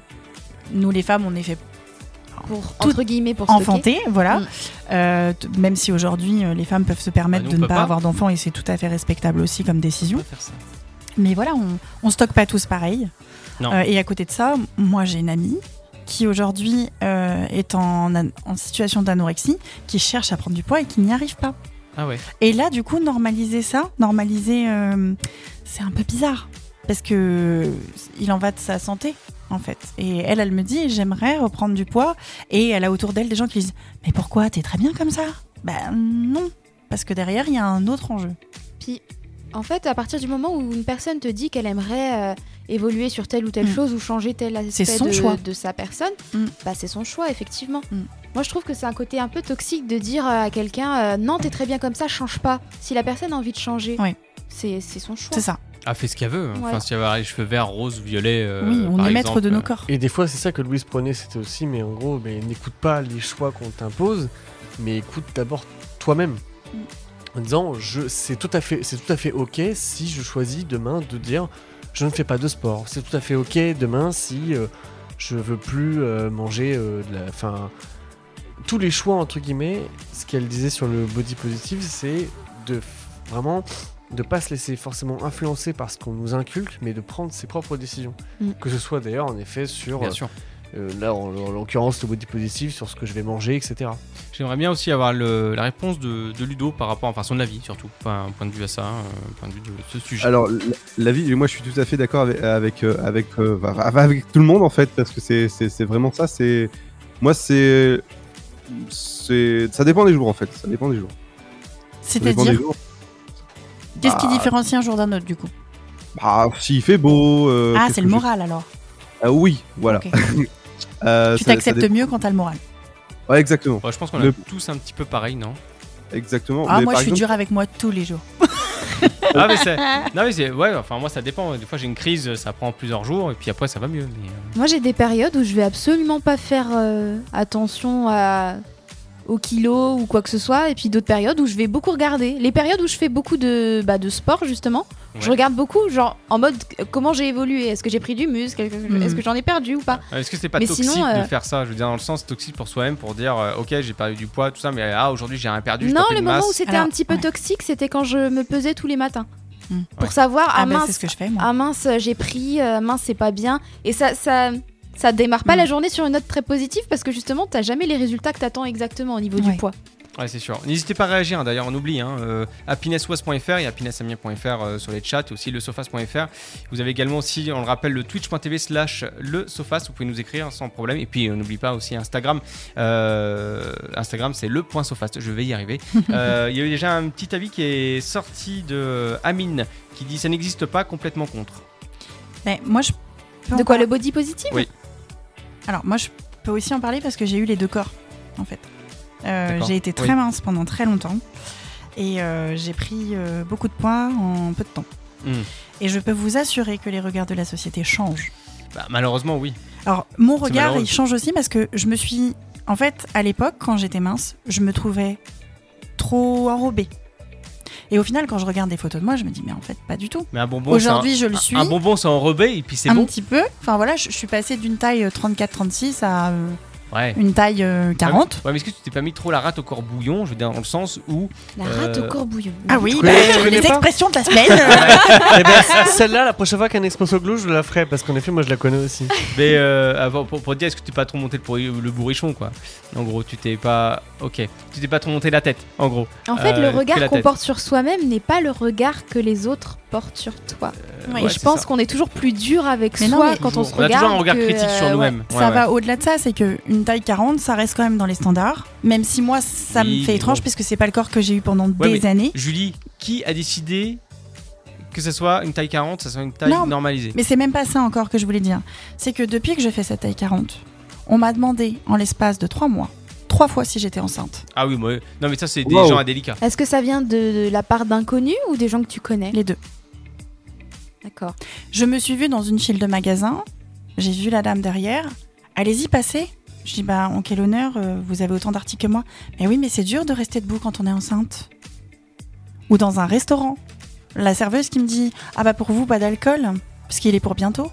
nous les femmes, on est fait Pour Tout entre guillemets pour stocker. enfanter, voilà. Mm. Euh, t- même si aujourd'hui euh, les femmes peuvent se permettre Bah, nous, de on ne peut pas, pas. avoir d'enfants et c'est tout à fait respectable aussi comme on décision. va faire ça. Mais voilà, on, on stocke pas tous pareil. Non. Euh, et à côté de ça, moi j'ai une amie qui aujourd'hui euh, est en, an- en situation d'anorexie, qui cherche à prendre du poids et qui n'y arrive pas. Ah ouais. Et là, du coup, normaliser ça, normaliser, euh, c'est un peu bizarre. parce que il en va de sa santé, en fait. Et elle, elle me dit, j'aimerais reprendre du poids. Et elle a autour d'elle des gens qui disent, mais pourquoi, t'es très bien comme ça? Ben non, parce que derrière, il y a un autre enjeu. Puis, en fait, à partir du moment où une personne te dit qu'elle aimerait euh, évoluer sur telle ou telle Mm. chose ou changer tel aspect C'est son de, choix. de sa personne, Mm. bah c'est son choix, effectivement. Mm. Moi, je trouve que c'est un côté un peu toxique de dire à quelqu'un euh, non, t'es très bien comme ça, change pas. Si la personne a envie de changer, Ouais. c'est, c'est son choix. C'est ça. Ah, fait ce qu'elle veut. hein. Ouais. Enfin, si elle a les cheveux verts, roses, violets. euh, oui, on par est maître exemple, de nos euh, corps. Et des fois, c'est ça que Louise prenait, c'était aussi, mais en gros, mais n'écoute pas les choix qu'on t'impose, mais écoute d'abord toi-même. Mm. En disant, je, c'est tout à fait, c'est tout à fait ok si je choisis demain de dire, je ne fais pas de sport. C'est tout à fait ok demain si euh, je veux plus euh, manger euh, de la, enfin, tous les choix entre guillemets. Ce qu'elle disait sur le body positive, c'est de f- vraiment de pas se laisser forcément influencer par ce qu'on nous inculque, mais de prendre ses propres décisions. Mm. Que ce soit d'ailleurs en effet sur Bien euh, sûr. euh, là en, en l'occurrence le body positive, sur ce que je vais manger, et cetera. J'aimerais bien aussi avoir le- la réponse de, de Ludo par rapport, enfin son avis surtout, pas un point de vue à ça, euh, un point de vue de ce sujet. Alors, la, la vie, moi je suis tout à fait d'accord avec, avec, euh, avec, euh, bah, avec tout le monde en fait, parce que c'est, c'est, c'est vraiment ça. C'est, moi, c'est, c'est. Ça dépend des jours en fait. Ça dépend des jours. Ça dépend des C'est-à-dire, jours. qu'est-ce qui Bah, différencie un jour d'un autre, du coup? Bah, s'il fait beau. euh, Ah, qu'est-ce c'est que le je- moral, alors. Ah oui, voilà. Ok. Euh, Tu ça- ça t'acceptes dépend- mieux quand t'as le moral. Ouais, exactement. Ouais, je pense qu'on Le- a tous un petit peu pareil, non? Exactement. Ah, Mais moi, par je suis exemple- dur avec moi tous les jours. Ah, mais c'est. Non, mais c'est. Ouais, enfin, moi ça dépend. Des fois j'ai une crise, ça prend plusieurs jours, et puis après ça va mieux. Mais, euh, Moi, j'ai des périodes où je vais absolument pas faire euh, attention à... au kilo ou quoi que ce soit, et puis d'autres périodes où je vais beaucoup regarder. Les périodes où je fais beaucoup de, bah, de sport, justement, je Ouais. regarde beaucoup, genre en mode euh, comment j'ai évolué, est-ce que j'ai pris du muscle, est-ce que- Mhm. est-ce que j'en ai perdu ou pas. Est-ce que c'est pas Mais toxique sinon, euh, de faire ça? Je veux dire, dans le sens toxique pour soi-même, pour dire, euh, ok, j'ai perdu du poids, tout ça, mais ah, aujourd'hui j'ai rien perdu, j'ai Non, pas pris le de moment masse. où c'était Alors, un petit peu ouais. toxique, c'était quand je me pesais tous les matins. Mm. Pour Ouais. savoir, ah, Ah, bah, mince, c'est ce que je fais, moi. ah mince, j'ai pris, euh, mince, c'est pas bien. Et ça, ça, ça démarre pas Mm. la journée sur une note très positive parce que justement, t'as jamais les résultats que t'attends exactement au niveau Ouais. du poids. Ouais, c'est sûr. N'hésitez pas à réagir, hein. D'ailleurs, on oublie, hein, euh, happinesswas point f r et happinessamiens point f r euh, sur les chats, et aussi le sofast point f r. Vous avez également aussi, on le rappelle, le twitch point t v slash le sofast, vous pouvez nous écrire sans problème. Et puis, on n'oublie pas aussi Instagram. Euh, Instagram, c'est le point sofast, je vais y arriver. Euh, Il y a eu déjà un petit avis qui est sorti de Amine, qui dit ça n'existe pas, complètement contre. Mais moi, je peux De en quoi, par- le body positive? Oui. Alors, moi, je peux aussi en parler parce que j'ai eu les deux corps, en fait. Euh, D'accord. j'ai été très Oui. mince pendant très longtemps et euh, j'ai pris euh, beaucoup de poids en peu de temps. Hmm. Et je peux vous assurer que les regards de la société changent. Bah, malheureusement, oui. Alors, mon C'est regard, malheureux. il change aussi parce que je me suis... En fait, à l'époque, quand j'étais mince, je me trouvais trop enrobée. Et au final, quand je regarde des photos de moi, je me dis, mais en fait, pas du tout. Mais un bonbon, Aujourd'hui, c'est je un- le suis. Un bonbon, c'est enrobé, et puis c'est Un bon. petit peu. Enfin voilà, je, je suis passée d'une taille trente-quatre trente-six à euh, Ouais. une taille euh, quarante. Ouais, mais est-ce que tu t'es pas mis trop la rate au corps bouillon? Je veux dire, dans le sens où. La Euh, rate au corps bouillon. Ah oui, Tu bah, connais- tu connais les pas expressions de la semaine. Eh ben, c- celle-là, la prochaine fois qu'un expresso glow, je la ferai parce qu'en effet, moi je la connais aussi. Mais euh, avant, pour, pour dire, est-ce que tu t'es pas trop monté le, pourri- le bourrichon, quoi? En gros, tu t'es pas. Ok. Tu t'es pas trop monté la tête, en gros. En fait, Euh, le que regard la qu'on tête. porte sur soi-même n'est pas le regard que les autres portent sur toi. Oui, Et ouais, je c'est pense ça. qu'on est toujours plus dur avec Mais soi non, mais quand on Toujours. se On a regarde. toujours un regard que, critique sur euh, nous-mêmes. ouais. Ouais, Ça ouais. va au-delà de ça, c'est qu'une taille quarante, ça reste quand même dans les standards. Même si moi, ça Oui, me fait mais étrange bon. puisque c'est pas le corps que j'ai eu pendant Ouais, des mais- années. Julie, qui a décidé que ce soit une taille quarante, ça soit une taille Non, normalisée? Mais c'est même pas ça encore que je voulais dire. C'est que depuis que je fais cette taille quarante, on m'a demandé en l'espace de trois mois, trois fois si j'étais enceinte. Ah oui, moi. Non, mais ça, c'est des Wow. gens indélicats. Est-ce que ça vient de, de la part d'inconnus ou des gens que tu connais? Les deux. D'accord. Je me suis vue dans une file de magasin, j'ai vu la dame derrière, allez-y, passez. Je dis, bah, en quel honneur, euh, vous avez autant d'articles que moi. Mais oui, mais c'est dur de rester debout quand on est enceinte. Ou dans un restaurant, la serveuse qui me dit, ah bah pour vous, pas d'alcool, parce qu'il est pour bientôt.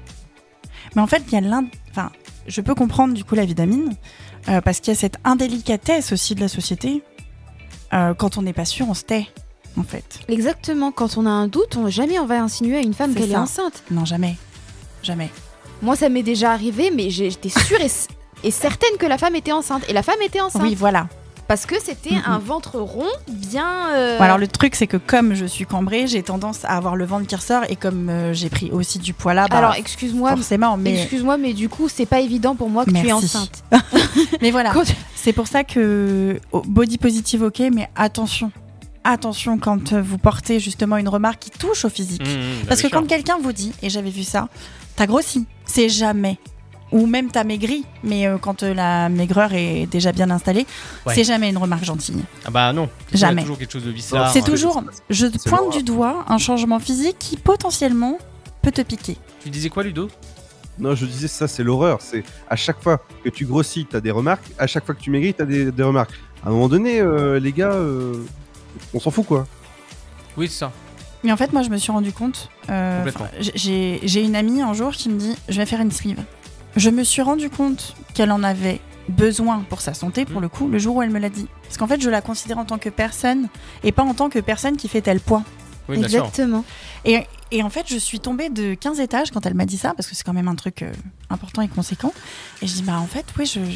Mais en fait, il y a l'un... Enfin, je peux comprendre du coup la vie d'Amine, euh, parce qu'il y a cette indélicatesse aussi de la société. Euh, quand on n'est pas sûr, on se tait, en fait. Exactement. Quand on a un doute, on, jamais on va insinuer à une femme C'est qu'elle est ça. enceinte. Non, jamais. Jamais. Moi, ça m'est déjà arrivé, mais j'ai- j'étais sûre et, et certaine que la femme était enceinte. Et la femme était enceinte. Oui, voilà. Parce que c'était Mm-mm. un ventre rond, bien. euh, Bon, alors le truc c'est que comme je suis cambrée, j'ai tendance à avoir le ventre qui ressort et comme euh, j'ai pris aussi du poids là, bah, Alors, excuse-moi, forcément. Mais excuse-moi, mais du coup, c'est pas évident pour moi que tu es Merci. enceinte. mais voilà, Quand tu- c'est pour ça que oh, body positive ok, mais attention, attention quand euh, vous portez justement une remarque qui touche au physique. Mmh, mmh, Parce que bien quand quelqu'un vous dit, et j'avais vu ça, t'as grossi, c'est jamais. Ou même t'as maigri, mais euh, quand euh, la maigreur est déjà bien installée, Ouais. c'est jamais une remarque gentille. sûr. Ah bah non, il y a Jamais. toujours quelque chose de bizarre. c'est ouais. toujours, je c'est pointe l'horreur. du doigt un changement physique qui potentiellement peut te piquer. Tu disais quoi, Ludo? Non, je disais ça, c'est l'horreur. C'est à chaque fois que tu grossis, t'as des remarques. À chaque fois que tu maigris, t'as des, des remarques. À un moment donné, euh, les gars, euh, on s'en fout quoi. Oui, c'est ça. Mais en fait, moi, je me suis rendu compte. euh, Complètement. enfin, j'ai j'ai une amie un jour qui me dit, je vais faire une sleeve. Je me suis rendu compte qu'elle en avait besoin pour sa santé, pour Mm. le coup, le jour où elle me l'a dit. Parce qu'en fait, je la considère en tant que personne et pas en tant que personne qui fait tel poids. Oui, bien sûr. Exactement. Et, et en fait, je suis tombée de quinze étages quand elle m'a dit ça, parce que c'est quand même un truc euh, important et conséquent. Et je dis, bah en fait, oui, je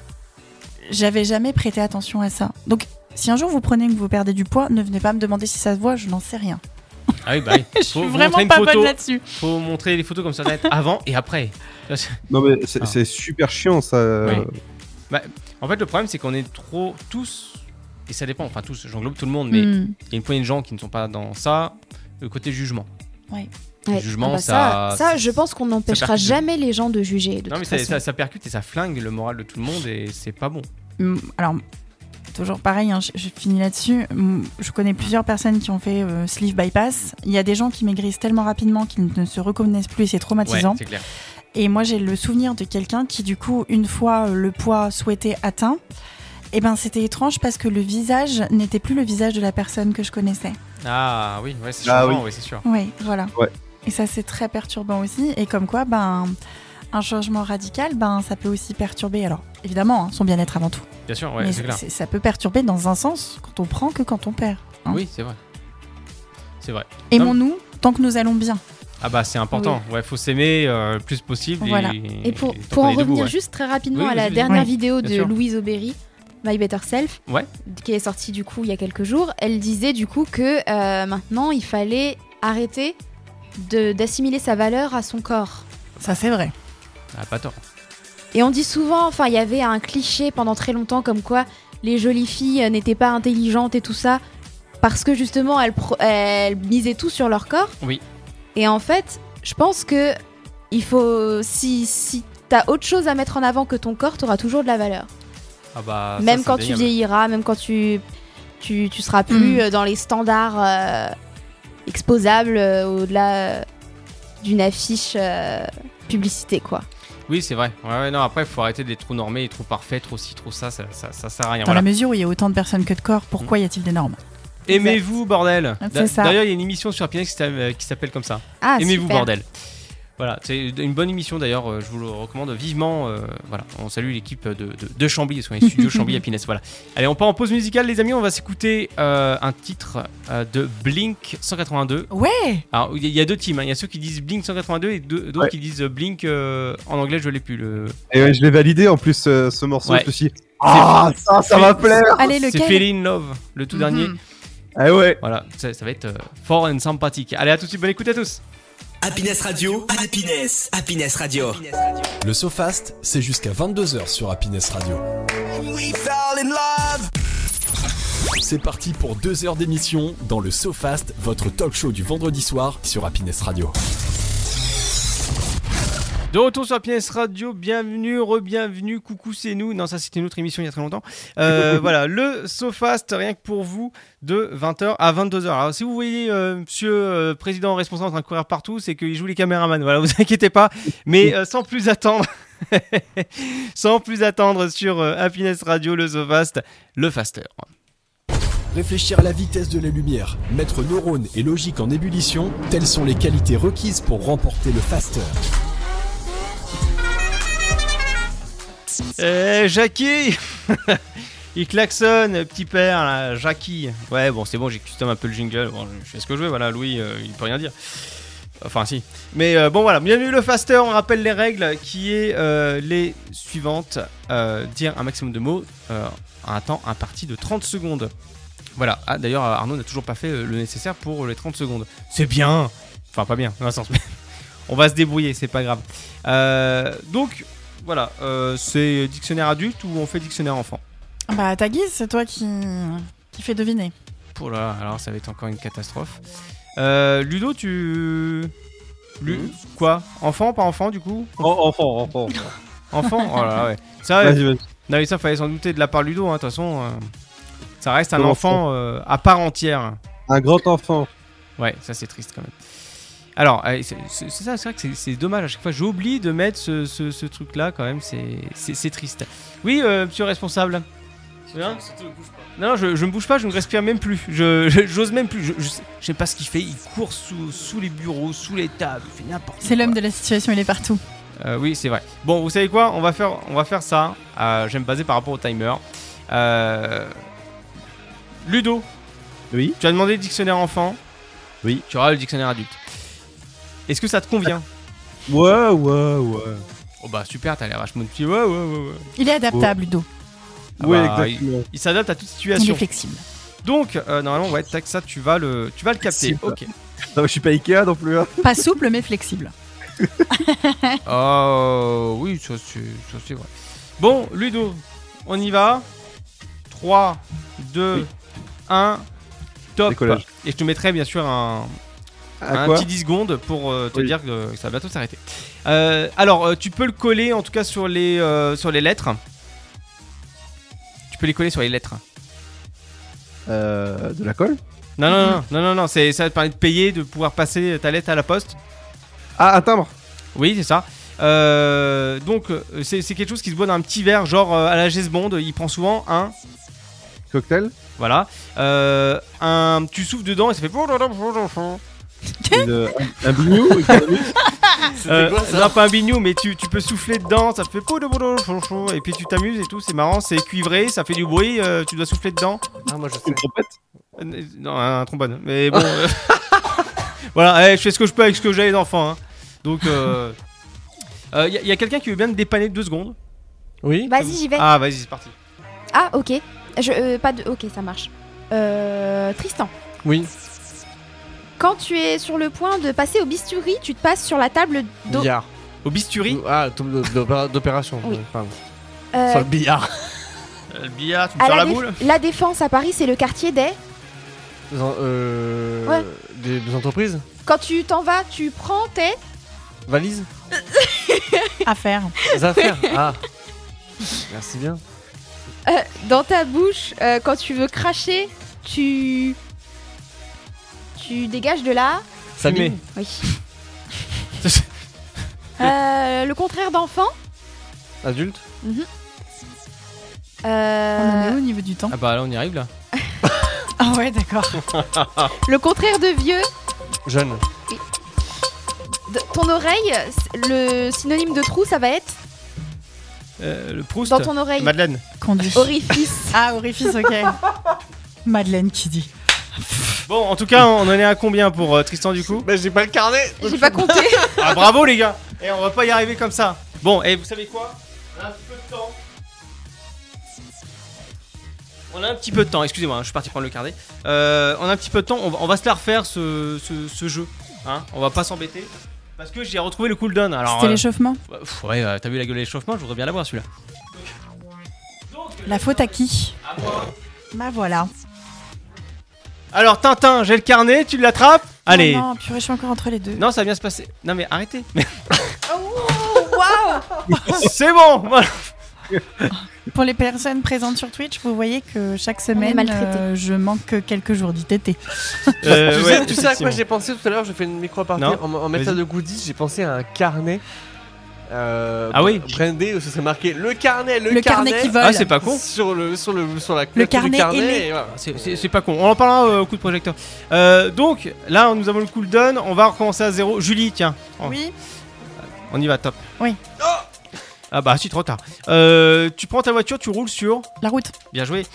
j'avais jamais prêté attention à ça. Donc, si un jour vous prenez que vous perdez du poids, ne venez pas me demander si ça se voit, je n'en sais rien. Ah oui, bah oui. Je Faut suis vous vraiment montrer une pas photo. bonne là-dessus. Faut montrer les photos comme ça, net, avant et après. Non mais c'est Ah. c'est super chiant ça. Oui. En fait, le problème, c'est qu'on est trop tous, et ça dépend, enfin tous, j'englobe tout le monde, mais il Hmm. y a une poignée de gens qui ne sont pas dans ça, le côté jugement. Ouais. Le Ouais. jugement, Ah bah ça- ça, ça, je pense qu'on n'empêchera percute. jamais les gens de juger. De Non, mais toute ça, façon. ça, ça percute et ça flingue le moral de tout le monde et c'est pas bon. Hmm, Alors, toujours pareil, hein, je, je finis là-dessus. Hmm, Je connais plusieurs personnes qui ont fait euh, sleeve bypass. Il y a des gens qui maigrissent tellement rapidement qu'ils ne se reconnaissent plus et c'est Ouais, traumatisant. c'est clair. Et moi, j'ai le souvenir de quelqu'un qui, du coup, une fois euh, le poids souhaité atteint, eh ben, c'était étrange parce que le visage n'était plus le visage de la personne que je connaissais. Ah oui, ouais, c'est Ah changeant, oui. oui, c'est sûr. Oui, voilà. Ouais. Et ça, c'est très perturbant aussi. Et comme quoi, ben, un changement radical, ben, ça peut aussi perturber, alors évidemment, hein, son bien-être avant tout. Bien sûr, ouais, mais c'est clair. c'est- ça peut perturber dans un sens quand on prend que quand on perd. hein. Oui, c'est vrai. C'est vrai. Aimons-nous tant que nous allons bien. Ah bah c'est important. Ouais, faut s'aimer euh, le plus possible. Voilà. Et pour, tant pour qu'on en est debout, revenir ouais. juste très rapidement Oui, à la vas-y, vas-y. dernière Oui, vidéo bien de sûr. Louise Aubéry, My Better Self, Ouais. qui est sortie du coup il y a quelques jours, elle disait du coup que euh, maintenant il fallait arrêter de- d'assimiler sa valeur à son corps. Ça, c'est vrai. Ah, pas tort. Et on dit souvent, enfin il y avait un cliché pendant très longtemps comme quoi les jolies filles euh, n'étaient pas intelligentes et tout ça, parce que justement elles, pro- elles misaient tout sur leur corps. Oui. Et en fait, je pense que il faut, si, si t'as autre chose à mettre en avant que ton corps, t'auras toujours de la valeur. Ah bah, ça, même c'est quand tu indéniable. vieilliras, même quand tu, tu, tu seras plus Mm. euh, dans les standards euh, exposables euh, au-delà euh, d'une affiche euh, publicité, quoi. Oui, c'est vrai. Ouais, ouais, non, après, il faut arrêter d'être trop normé, trop parfait, trop ci, trop ça, ça, ça, ça sert à rien. Dans Voilà. la mesure où il y a autant de personnes que de corps, pourquoi y a-t-il des normes? Aimez-vous, bordel. C'est D'a- ça. D'ailleurs, il y a une émission sur Happiness qui s'a- qui s'appelle comme ça. Ah, Aimez-vous, super. bordel. Voilà, c'est une bonne émission d'ailleurs, euh, je vous le recommande vivement. euh, voilà, on salue l'équipe de, de, de Chambly, parce qu'on est studio Chambly Happiness. Voilà. Allez, on part en pause musicale, les amis. On va s'écouter euh, un titre euh, de Blink cent quatre-vingt-deux. Ouais. Alors, il y, a- il y a deux teams. hein. Il y a ceux qui disent Blink cent quatre-vingt-deux et deux- d'autres Ouais. qui disent euh, Blink euh, en anglais. Je l'ai plus. Le... Et ouais, je l'ai validé en plus euh, ce morceau. Ouais. Je me suis dit, ah ça, ça va plaire. Allez, C'est lequel? Feel in Love, le tout dernier. Mhm. Ah ouais. Voilà, ça, ça va être euh, fort and sympathique. Allez, à tout de suite. Bonne écoute à tous. Happiness Radio, Happiness, Happiness Radio. Le SoFast, c'est jusqu'à vingt-deux heures sur Happiness Radio. We fell in love. C'est parti pour deux heures d'émission dans le SoFast, votre talk show du vendredi soir sur Happiness Radio. De retour sur Happiness Radio, bienvenue, re-bienvenue, coucou c'est nous. Non, ça c'était une autre émission il y a très longtemps. Euh, voilà, le SoFast, rien que pour vous, de vingt heures à vingt-deux heures. Alors si vous voyez euh, monsieur euh, président responsable en train de courir partout, c'est qu'il joue les caméramans, voilà, vous inquiétez pas. Mais euh, sans plus attendre, sans plus attendre sur euh, Happiness Radio, le SoFast, le Faster. Réfléchir à la vitesse de la lumière, mettre neurones et logique en ébullition, telles sont les qualités requises pour remporter le Faster. Eh, Jackie Il klaxonne, petit père, là, Jackie. Ouais, bon, c'est bon, j'ai custom un peu le jingle. Bon, je fais ce que je veux, voilà, Louis, euh, il peut rien dire. Enfin, si. Mais euh, bon, voilà. Bienvenue le Faster. On rappelle les règles qui est euh, les suivantes. Euh, dire un maximum de mots euh, à un temps imparti de trente secondes. Voilà. Ah, d'ailleurs, Arnaud n'a toujours pas fait le nécessaire pour les trente secondes. C'est bien. Enfin, pas bien, dans un sens. On va se débrouiller, c'est pas grave. Euh, donc, voilà. Euh, c'est dictionnaire adulte ou on fait dictionnaire enfant? Bah, à ta guise, c'est toi qui, qui fais deviner. Oh là, alors ça va être encore une catastrophe. Euh, Ludo, tu... Lu... Mmh. Quoi? Enfant, pas enfant, du coup? En- enfant, enfant. Enfant? Oh là là, ouais. Ça, Vas-y, vas-y. non, mais ça, fallait s'en douter de la part de Ludo, hein, de toute façon. euh, Ça reste un Comment enfant euh, à part entière. Un grand enfant. Ouais, ça c'est triste quand même. Alors, euh, c'est c'est- c'est ça, c'est vrai que c'est- c'est dommage. À chaque fois, j'oublie de mettre ce, ce, ce truc-là quand même. C'est c'est- c'est triste. Oui, euh, monsieur le responsable. Bien. Non, non, je, je me bouge pas, je ne respire même plus. Je, je- j'ose même plus. Je, je, sais, je sais pas ce qu'il fait. Il court sous, sous les bureaux, sous les tables. Il fait n'importe quoi. C'est l'homme de la situation, il est partout. Euh, oui, c'est vrai. Bon, vous savez quoi? On va faire, on va faire ça. Euh, je vais me baser par rapport au timer. Euh... Ludo, Oui. tu as demandé le dictionnaire enfant. Oui. Tu auras le dictionnaire adulte. Est-ce que ça te convient? Ouais, ouais, ouais. Oh bah super, t'as l'air vachement de pied. Ouais, ouais, ouais, ouais. Il est adaptable, Ludo. Ah ouais, bah, exactement. Il s'adapte à toute Il est situation. flexible. Donc, euh, normalement, ouais, tac, ça, tu vas le, tu vas le capter. Super. Ok. Non, je suis pas Ikea non plus. Hein. Pas souple, mais flexible. Oh, oui, ça c'est, ça c'est vrai. Bon, Ludo, on y va. trois, deux, Oui. un, top. Décollage. Et je te mettrai bien sûr un, À un quoi petit dix secondes pour euh, te Oui. dire que ça va bientôt s'arrêter. Euh, alors, euh, tu peux le coller en tout cas sur les, euh, sur les lettres. Tu peux les coller sur les lettres. euh, De la colle. Non, non, non, non, non, non, c'est, ça va te permettre de payer, de pouvoir passer ta lettre à la poste. Ah, un timbre. Oui, c'est ça. Euh, donc, euh, c'est, c'est quelque chose qui se boit dans un petit verre, genre euh, à la James Bond. Il prend souvent un. Cocktail. Voilà. Euh, un, tu souffles dedans et ça fait. Une- un, un bignou. une cannabis. Euh, quoi, ça non, pas un bignou, mais tu, tu peux souffler dedans, ça fait. Et puis tu t'amuses et tout, c'est marrant, c'est cuivré, ça fait du bruit, euh, tu dois souffler dedans. Ah, moi je sais. Une trompette. Euh, non, un trombone. Mais bon. euh, voilà, eh, je fais ce que je peux avec ce que j'ai d'enfant. Hein. Donc, il euh, euh, y, a- y a quelqu'un qui veut bien me dépanner deux secondes. Oui. Vas-y, j'y vais. Ah, vas-y, c'est parti. Ah, ok. Je, euh, pas de. Ok, ça marche. Euh, Tristan, Oui. quand tu es sur le point de passer au bistouri, tu te passes sur la table d'eau. Billard. Au bistouri, Ah, t- d'opéra- d'opération. Oui. ouais, pardon. Euh, Sur le billard. euh, le billard, tu me à sors la, la déf- boule. la Défense à Paris, c'est le quartier des. Des en- euh, Ouais. des, des entreprises. Quand tu t'en vas, tu prends tes. Valises. À faire. Des affaires. Ah. Merci bien. Euh, dans ta bouche, euh, quand tu veux cracher, tu. Tu dégages de là. Fumé. Oui. Euh, le contraire d'enfant. Adulte. On en est Euh, où au niveau du temps? Ah bah là, on y arrive là. Ah ouais, d'accord. le contraire de vieux. Jeune. De- ton oreille, c- le synonyme de trou, ça va être Euh, le Proust. dans ton oreille. Madeleine. Conduit. Orifice. Ah, orifice, ok. Madeleine qui dit. Bon, en tout cas, on en est à combien pour euh, Tristan du coup? Bah j'ai pas le carnet. J'ai pas compté. Ah bravo les gars. Et on va pas y arriver comme ça. Bon, et vous savez quoi? On a un petit peu de temps. On a un petit peu de temps, excusez-moi, hein, je suis parti prendre le carnet. Euh, on a un petit peu de temps, on va, on va se la refaire ce, ce, ce jeu. Hein, on va pas s'embêter. Parce que j'ai retrouvé le cooldown. Alors, C'était euh, l'échauffement. pff, ouais, euh, t'as vu la gueule de l'échauffement, je voudrais bien l'avoir celui-là. Donc, La faute à qui? à moi. Bah voilà. Alors Tintin, j'ai le carnet, tu l'attrapes? Allez. Oh non, purée, je suis encore entre les deux. Non, ça va bien se passer. Non mais arrêtez. Oh, waouh. C'est bon. Voilà. Pour les personnes présentes sur Twitch, vous voyez que chaque est semaine, maltraités. euh, je manque quelques jours d'I T T. Euh, tu, ouais, sais, tu sais à quoi effectivement. j'ai pensé tout à l'heure? Je fais une micro aparté. Non. En, en matière Vas-y. de goodies, j'ai pensé à un carnet. Euh, Ah oui. Brandé où ce serait marqué le carnet, le, Le carnet qui vole. Ah, c'est pas con. Sur le sur le sur la Le clôture carnet du carnet. ailé. Et voilà. C'est- C'est c'est pas con. On en parlera euh, au coup de projecteur. Euh, donc là, nous avons le cooldown. On va recommencer à zéro. Julie, tiens. Oh, Oui. On y va, top. Oui. Ah bah si, trop tard. Euh, tu prends ta voiture, tu roules sur. La route. Bien joué.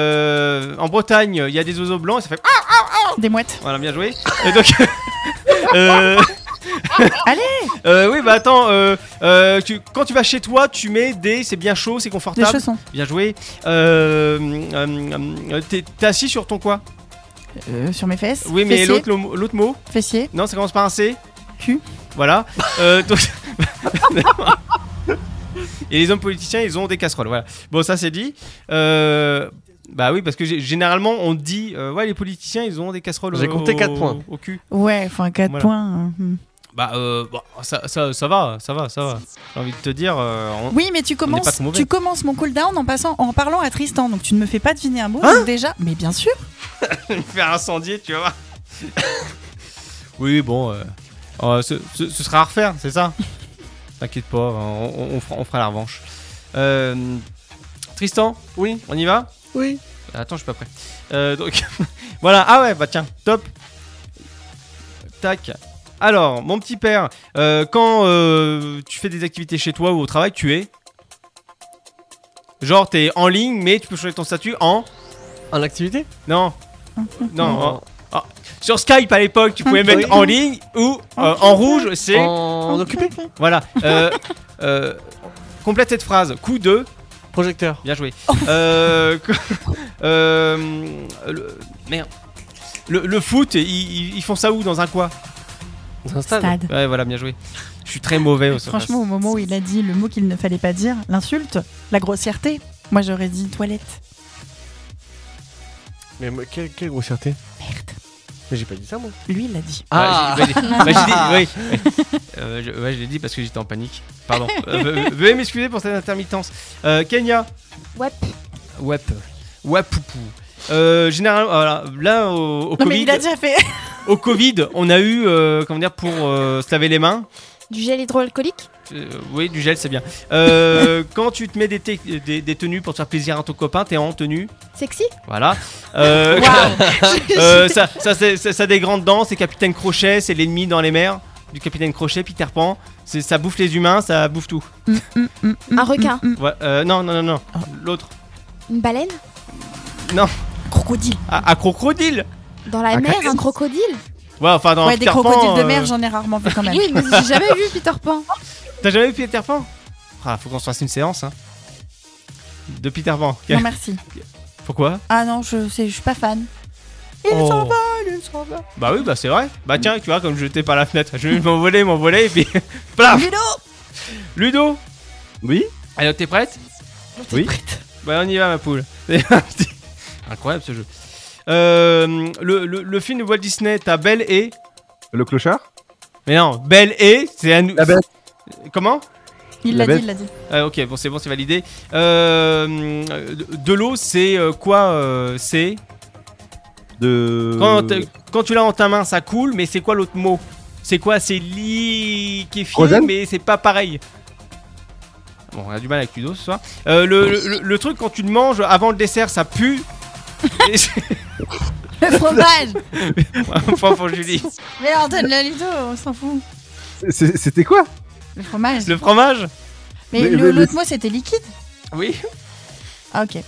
Euh, en Bretagne, il y a des oiseaux blancs et ça fait. Ah Des mouettes. voilà, bien joué. Et donc. Euh... Allez. euh, Oui, bah attends. Euh, euh, tu, quand tu vas chez toi, tu mets des. C'est bien chaud, c'est Des confortable. chaussons. Bien joué. Euh, euh, euh, t'es, t'es assis sur ton quoi? Euh, sur mes fesses. Oui, mais Fessier. l'autre, l'autre l'autre mot? Fessier. Non, ça commence par un C. Cul. Voilà. Euh, donc... Et les hommes politiciens, ils ont des casseroles. Voilà. Bon, ça c'est dit. Euh... Bah oui, parce que g- généralement on dit, euh, ouais, les politiciens, ils ont des casseroles. J'ai au- compté quatre au- points. Au cul. Ouais, enfin quatre Voilà. points. euh, hmm. Bah, euh, bon, ça, ça, ça va, ça va, ça va. J'ai envie de te dire. Euh, on... Oui, mais tu pas commences, trop mauvais. tu commences mon cooldown en passant, en parlant à Tristan, donc tu ne me fais pas deviner un mot. Hein donc déjà, mais bien sûr. me faire incendier, tu vas voir. Oui, bon, euh, euh, ce, ce- ce sera à refaire, c'est ça. T'inquiète pas, on, on- on fera, on fera la revanche. Euh, Tristan, Oui. on y va? Oui. Attends, je suis pas prêt. Euh, donc, voilà. Ah ouais, bah tiens, top. Tac. Alors, mon petit père, euh, quand euh, tu fais des activités chez toi ou au travail, tu es. Genre, t'es en ligne, mais tu peux changer ton statut en. En activité? Non. Non. En- en- en- Sur Skype à l'époque, tu pouvais Oui. mettre en ligne ou euh, en rouge, c'est. En occupé? Voilà. Euh, euh, complète cette phrase. Coup de. Projecteur. Bien joué. Euh, que- euh, le, merde. Le, le foot, ils, ils- ils font ça où? Dans un quoi? Dans un stade. Stade. Ouais, voilà, bien joué. Je suis très mauvais au surface. Franchement, au moment où il a dit le mot qu'il ne fallait pas dire, l'insulte, la grossièreté, moi j'aurais dit toilette. Mais moi, quelle, quelle grossièreté? Merde. Mais j'ai pas dit ça, moi. Lui, il l'a dit. Ah. Ouais, j'ai, bah, j'ai- bah, j'ai dit, oui. Euh, je, ouais, je l'ai dit parce que j'étais en panique. Pardon. Euh, ve- veuillez m'excuser pour cette intermittence. Euh, Kenya. Ouais. Wep. Wapoupou. Euh, généralement, voilà, là au, au Non, Covid, mais il a déjà fait. au Covid, on a eu, euh, comment dire, pour euh, se laver les mains. Du gel hydroalcoolique. Euh, oui, du gel, c'est bien. Euh, quand tu te mets des, te- des, des tenues pour te faire plaisir à ton copain, t'es en tenue. Sexy. Voilà. Euh, euh, ça, ça, c'est, ça, ça a des grandes dents, c'est Capitaine Crochet, c'est l'ennemi dans les mers du Capitaine Crochet, Peter Pan. C'est, ça bouffe les humains, ça bouffe tout. Mm, mm, mm, Un mm, requin. mm, mm. Ouais, euh, non, non, non, non. Oh. L'autre. Une baleine. Crocodile. À, à crocodile. Dans la Un mer, crocodile. un crocodile. Ouais, enfin dans Ouais, des Peter Pan, crocodiles de euh, mer, j'en ai rarement vu quand même. Oui, mais j'ai jamais vu Peter Pan. T'as jamais vu Peter Pan? Ah, faut qu'on se fasse une séance, hein. De Peter Pan. Non, merci. Pourquoi? Ah non, je, sais, je suis pas fan. Il Oh. s'en va, il s'en va. Bah oui, bah c'est vrai. Bah tiens, tu vois, comme je jetais par la fenêtre, je vais m'envoler, m'envoler, et puis. Plaf. Ludo. Ludo. Oui. Alors, t'es prête? Oui. Bah on y va, ma poule. C'est parti. Incroyable ce jeu. Euh, le, le, le film de Walt Disney, t'as Belle et. Le clochard. Mais non, Belle et. C'est un. La bête. Comment? Il La l'a dit, bête. il l'a dit. Ah, ok, bon, c'est bon, c'est validé. Euh, de, de l'eau, c'est euh, quoi euh, C'est. De. Quand, t'as- quand tu l'as en ta main, ça coule, mais c'est quoi l'autre mot? C'est quoi? C'est liquéfié, Frozen. mais c'est pas pareil. Bon, on a du mal avec Ludo ce soir. Euh, le, le, le- le truc, quand tu le manges avant le dessert, ça pue. Et c'est- Le fromage. Un point pour Julie. Mais donne le Ludo, on s'en fout. C'est- C'était quoi? Le fromage. Le fromage? Mais Mais- le- mais- l'autre mot c'était liquide. Oui. Ah ok.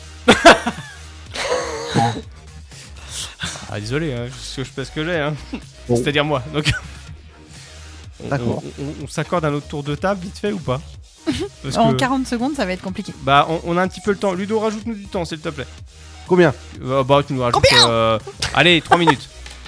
Ah, désolé, hein, je, je fais ce que j'ai. Hein. Bon. C'est-à-dire moi. Donc. on- D'accord. On, on- on s'accorde un autre tour de table, vite fait ou pas? Parce En que- quarante secondes ça va être compliqué. Bah, on, on a un petit peu le temps. Ludo, rajoute-nous du temps, s'il te plaît. Combien? Euh, bah, tu nous rajoutes. euh, allez, trois minutes.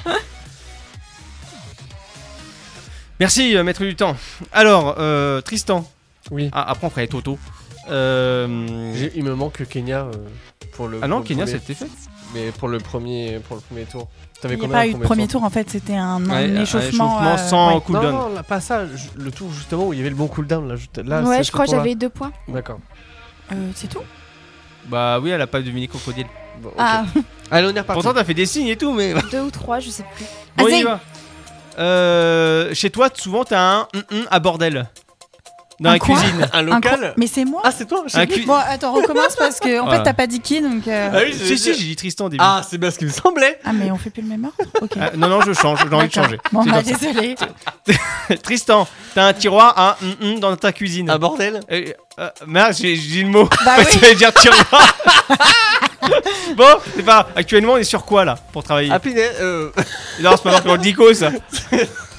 Merci, euh, maître du temps. Alors, euh, Tristan. Oui. Ah, après, on ferait Toto. Euh... J'ai- Il me manque Kenya euh, pour le. Ah non, pour le Kenya, premier- c'était fait. Mais pour le premier, pour le premier tour. T'avais Il n'y a combien pas au eu de premier tour en fait, c'était un, un Ouais, un échauffement. échauffement euh, sans ouais. cooldown. Non, non, là, pas ça. ju- Le tour justement où il y avait le bon cooldown. Là, je- là Ouais, c'est je ce crois que tour-là. j'avais deux points. D'accord. Euh, c'est tout. Bah oui, elle a pas deviné crocodile. Bon, ok. Ah, Allez, on est reparti. Pourtant, t'as fait des signes et tout, mais. Deux ou trois, je sais plus. Bon, on y Vas-y. va. Euh, chez toi, souvent, t'as un hum, hum à bordel. Dans Un la quoi cuisine. Un un local. cro- Mais c'est moi. Ah, c'est toi. Un j'ai- cu- Bon, attends, recommence parce que en Voilà. fait t'as pas dit qui donc. euh, Ah oui, je Si, vais si, dire. j'ai dit Tristan au début. Ah, c'est bien ce qui me semblait. Ah mais on fait plus le même ordre. Ok. Ah, non, non, je change, j'ai envie de D'accord. changer. Bon C'est bah comme ça. désolé. Tristan, t'as un tiroir à hum, hum dans ta cuisine. Un bordel. Euh, euh, merde, j'ai j'ai dit le mot. Bah Tu oui. vas dire tiroir. Bon, c'est pas grave. Actuellement, on est sur quoi là pour travailler Ah, Pinet, euh. Non, c'est pas grave, on le dit quoi ça.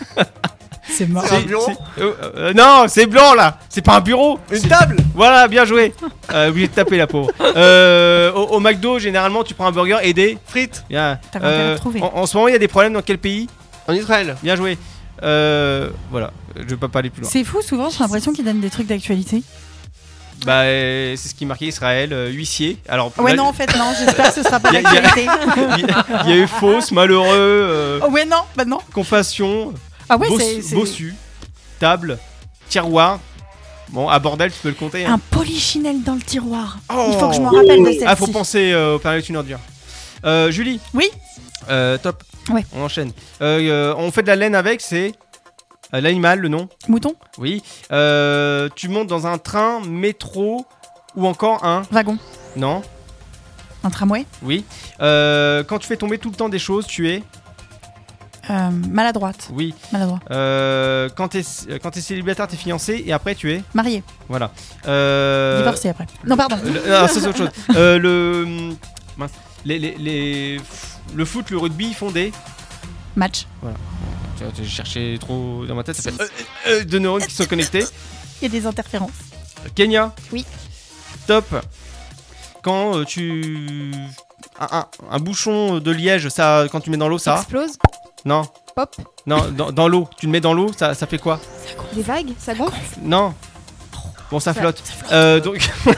C'est mort. C'est un bureau c'est- euh, euh, Non, c'est blanc là. C'est pas un bureau. Une C'est- table. Voilà, bien joué. Euh, obligé de taper la pauvre. Euh, au, au McDo, généralement, tu prends un burger et des. Frites. Bien. T'as pas intérêt de trouver. en, en ce moment, il y a des problèmes dans quel pays? En Israël. Bien joué. Euh, voilà, je vais pas pas aller plus loin. C'est fou, souvent j'ai l'impression qu'ils donnent des trucs d'actualité. Bah, euh, c'est ce qui marquait Israël, euh, huissier. Alors, Ouais, là, non, en fait, non, j'espère que ce sera pas Y a- y a- d'actualité. il y a eu fausse, malheureux, euh, Oh, ouais, non, bah non. compassion, Ah, ouais, boss- c'est. c'est- bossu, table, tiroir. Bon, à bordel, tu peux le compter. Un Hein. polichinelle dans le tiroir. Oh. Il faut que je m'en rappelle de celle-ci. Ah, faut penser euh, au Père Noël est une ordure. Euh, Julie. Oui. Euh, top. Ouais. On enchaîne. Euh, euh, on fait de la laine avec, c'est euh, l'animal, le nom. Mouton, Oui. Euh, tu montes dans un train, métro ou encore un. wagon, Non. un tramway, Oui. Euh, quand tu fais tomber tout le temps des choses, tu es. euh, maladroite, Oui. maladroit, Euh, quand t'es quand t'es célibataire, t'es fiancé et après tu es. marié, Voilà. Euh, divorcé après. Non, pardon. le- non, ça c'est autre chose. Euh, le mince. Les, les, les- le foot, le rugby, ils font des. Match. Tu vois, J'ai cherché trop dans ma tête. Ça fait euh, euh, euh, deux neurones qui sont connectés. Il y a des interférences. Kenya. Oui. Top. Quand euh, tu un, un, un bouchon de liège, ça, quand tu mets dans l'eau, ça. Explose. Non. Pop. Non, dans, dans l'eau. Tu le mets dans l'eau, ça, ça fait quoi? Des vagues. Ça gonfle. Non. Bon, ça Ça- flotte. Euh, donc,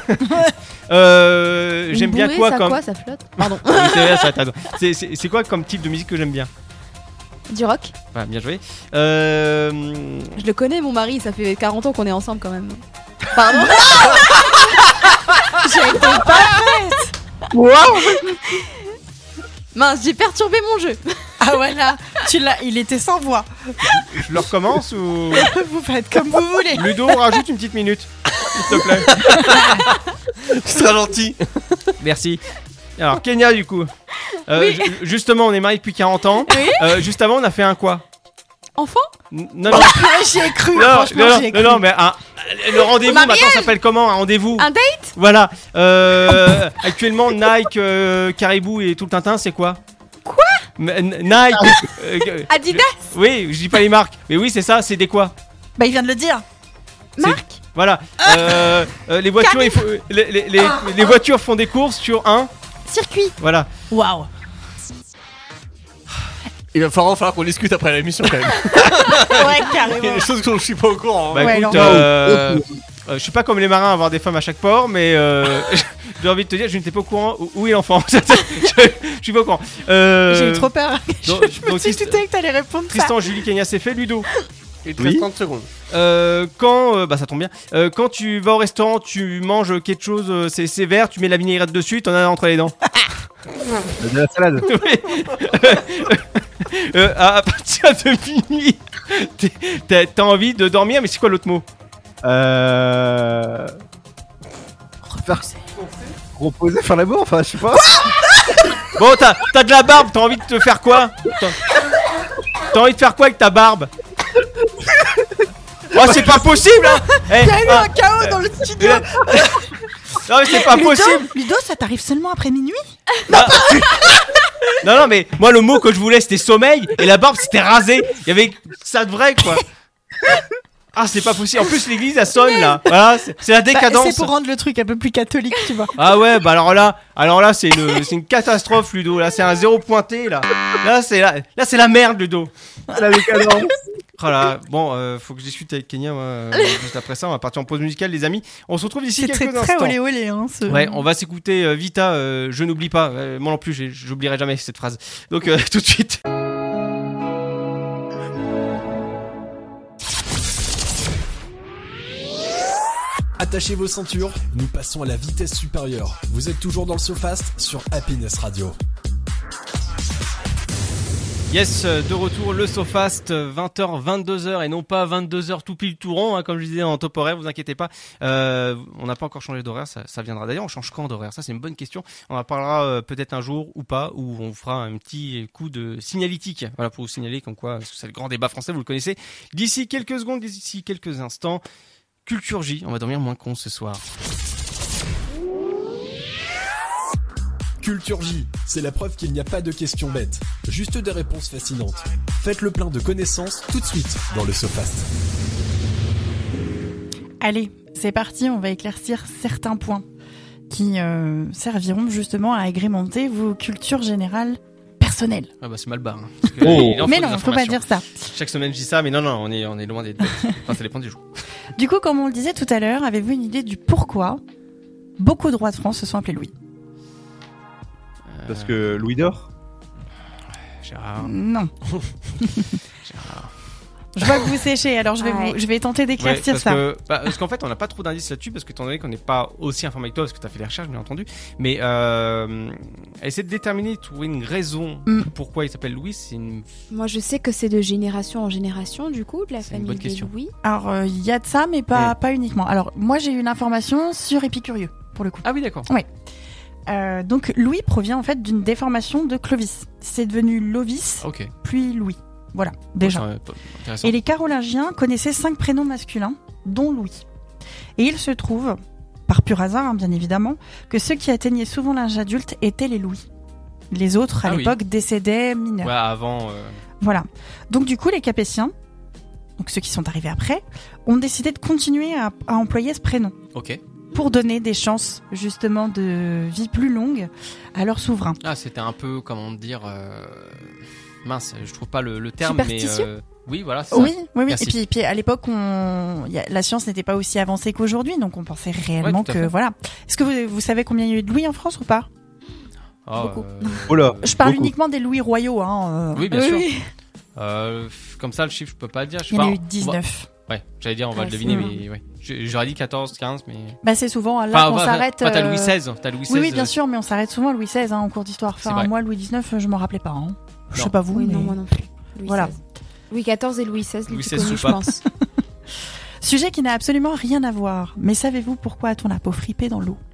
euh, Une j'aime bien bourrée, quoi ça comme. quoi, ça flotte. Pardon. Oui, c'est vrai, ça, t'as- c'est- c'est c'est quoi comme type de musique que j'aime bien? Du rock. Voilà, bien joué. Euh, Je le connais, mon mari. Ça fait quarante ans qu'on est ensemble quand même. Pardon. J'ai été pas prête. Mince, j'ai perturbé mon jeu. Ah, voilà. Tu l'as. Il était sans voix. je le recommence ou. Vous faites comme vous voulez. Ludo, rajoute une petite minute, s'il te plaît. C'est très gentil. Merci. Alors, Kenya, du coup. Euh, Oui. ju- justement, on est mariés depuis quarante ans. Oui. Euh, juste avant, on a fait un quoi? Enfant. N- Non, non, Purée, j'y ai cru. non, Franchement, non, j'y ai non, cru. non, mais un- le rendez-vous Mariage. maintenant s'appelle comment? Un rendez-vous. Un date. Voilà. Euh, actuellement, Nike, euh, Caribou et tout le Tintin, c'est quoi? Quoi? M- Nike. euh, Adidas. oui, je dis pas les marques, mais oui, c'est ça. C'est des quoi? Bah, il vient de le dire. Marc. Voilà. Euh, euh, les voitures, il faut, les, les, les, les voitures font des courses sur un. Circuit. Voilà. Waouh. Il va falloir, falloir qu'on discute après l'émission quand même. Ouais, Il y a carrément. des choses que je suis pas au courant. Bah hein. Ouais, écoute, alors- euh, euh, je suis pas comme les marins à avoir des femmes à chaque port, mais euh, j'ai envie de te dire, je n'étais pas au courant où, où est l'enfant. je, je suis pas au courant. Euh, J'ai eu trop peur. je donc- je me donc suis Trist- douté que t'allais répondre ça. Tristan, Julie, Kenya, c'est fait. Ludo. Il te reste Oui. trente secondes. Euh, quand, euh, bah ça tombe bien. Euh, quand tu vas au restaurant, tu manges quelque chose, euh, c'est c'est vert, tu mets la vinaigrette dessus, t'en as entre les dents. De la salade. Oui. Euh, à, à partir de minuit, t'es- t'as t'as envie de dormir, mais c'est quoi l'autre mot? Euh. Faire reposer, faire l'amour, enfin, je sais pas. Bon, t'as t'as de la barbe, t'as envie de te faire quoi? T'as t'as envie de faire quoi avec ta barbe? Oh, c'est pas possible, hein! Eh, Il y a eu ah, un chaos dans le studio. euh, non, mais c'est pas Ludo, possible! Ludo, ça t'arrive seulement après minuit? Non, non, mais moi, le mot que je voulais, c'était sommeil, et la barbe, c'était rasé. Il y avait ça de vrai, quoi. Ah, c'est pas possible. En plus, l'église, elle sonne, là. Voilà, c'est c'est la Bah, décadence. c'est pour rendre le truc un peu plus catholique, tu vois. Ah ouais, bah alors là, alors là, c'est une, c'est une catastrophe, Ludo. Là, c'est un zéro pointé, là. Là, c'est la, là, c'est la merde, Ludo. La décadence. Oh là, bon, euh, faut que je discute avec Kenya, moi, euh, juste après ça. On va partir en pause musicale, les amis. On se retrouve d'ici C'est quelques très très instants. olé olé, hein. Ce... Ouais, on va s'écouter euh, Vita, euh, je n'oublie pas. Euh, moi non plus, j'ai- j'oublierai jamais cette phrase. Donc, euh, tout de suite. Attachez vos ceintures, nous passons à la vitesse supérieure. Vous êtes toujours dans le SoFast sur Happiness Radio. Yes, euh, de retour, le SoFast, vingt heures, vingt-deux heures et non pas vingt-deux heures tout pile tout rond, hein, comme je disais en top horaire, vous inquiétez pas. Euh, on n'a pas encore changé d'horaire, ça, ça viendra. D'ailleurs, on change quand d'horaire? Ça, c'est une bonne question. On en parlera euh, peut-être un jour ou pas, où on fera un petit coup de signalétique. Voilà, pour vous signaler comme quoi, c'est le grand débat français, vous le connaissez. D'ici quelques secondes, d'ici quelques instants, Culture J, on va dormir moins con ce soir. Culture J, c'est la preuve qu'il n'y a pas de questions bêtes, juste des réponses fascinantes. Faites le plein de connaissances tout de suite dans le SoFast. Allez, c'est parti, on va éclaircir certains points qui euh, serviront justement à agrémenter vos cultures générales personnelles. Ah bah c'est mal barre. Hein, parce que Oh. il en faut Mais des non, faut pas informations. dire ça. Chaque semaine je dis ça, mais non, non, on est, on est loin d'être bête. Enfin, ça dépend du jour. Du coup, comme on le disait tout à l'heure, avez-vous une idée du pourquoi beaucoup de rois de France se sont appelés Louis? Parce que Louis d'Or. Gérard. Non. Gérard. Je vois que vous séchez, alors je vais, Ouais. vous, je vais tenter Ouais, d'éclaircir parce ça. que- bah, parce qu'en fait, on n'a pas trop d'indices là-dessus, parce que étant donné qu'on n'est pas aussi informé que toi, parce que tu as fait des recherches, bien entendu. Mais euh, essayer de déterminer, trouver une raison Mm. pourquoi il s'appelle Louis, c'est une. Moi, je sais que c'est de génération en génération, du coup, de la C'est une famille bonne des question. Louis. Alors, euh, il y a de ça, mais pas, Mm. pas uniquement. Alors, moi, j'ai eu une information sur Épicurieux, pour le coup. Ah oui, d'accord. Euh, donc, Louis provient en fait d'une déformation de Clovis. C'est devenu Lovis, Ok. puis Louis. Voilà, déjà. Ouais, c'est, euh, intéressant. Et les Carolingiens connaissaient cinq prénoms masculins, dont Louis. Et il se trouve, par pur hasard, hein, bien évidemment, que ceux qui atteignaient souvent l'âge adulte étaient les Louis. Les autres, à Ah oui. l'époque, décédaient mineurs. Ouais, avant. euh, Voilà. Donc du coup, les Capétiens, donc ceux qui sont arrivés après, ont décidé de continuer à, à employer ce prénom Ok. pour donner des chances, justement, de vie plus longue à leurs souverains. Ah, c'était un peu, comment dire. euh, Mince, je trouve pas le, le terme, mais. Superstitieux euh, Oui, voilà. c'est Oui, ça. oui, oui. Merci. Et puis, puis à l'époque, on... il y a- la science n'était pas aussi avancée qu'aujourd'hui, donc on pensait réellement Ouais, tout à que fait. voilà. Est-ce que vous, vous savez combien il y a eu de Louis en France ou pas? Ah, Beaucoup. euh, Oh là. Je parle Beaucoup. uniquement des Louis royaux, hein. euh, Oui, bien sûr. Oui. Euh, comme ça, le chiffre, je peux pas le dire. Je sais Il y en a pas, eu on va- dix-neuf. Ouais, j'allais dire, on va Ouais, le deviner, c'est- mais ouais. J- J'aurais dit quatorze, quinze, mais. Bah c'est souvent là Enfin, qu'on enfin, s'arrête. enfin, t'as euh, Louis seize, t'as Louis seize. Oui, oui, bien euh, sûr, mais on s'arrête souvent à Louis seize hein, en cours d'histoire. C'est Enfin, vrai. moi, Louis dix-neuf, je m'en rappelais pas. Hein. Je Non. sais pas vous, Oui, mais... non, moi non plus. Louis Voilà. seize. Louis quatorze et Louis seize, les Louis plus seize connus, je soupape. pense. Sujet qui n'a absolument rien à voir. Mais savez-vous pourquoi a-t-on la peau fripée dans l'eau?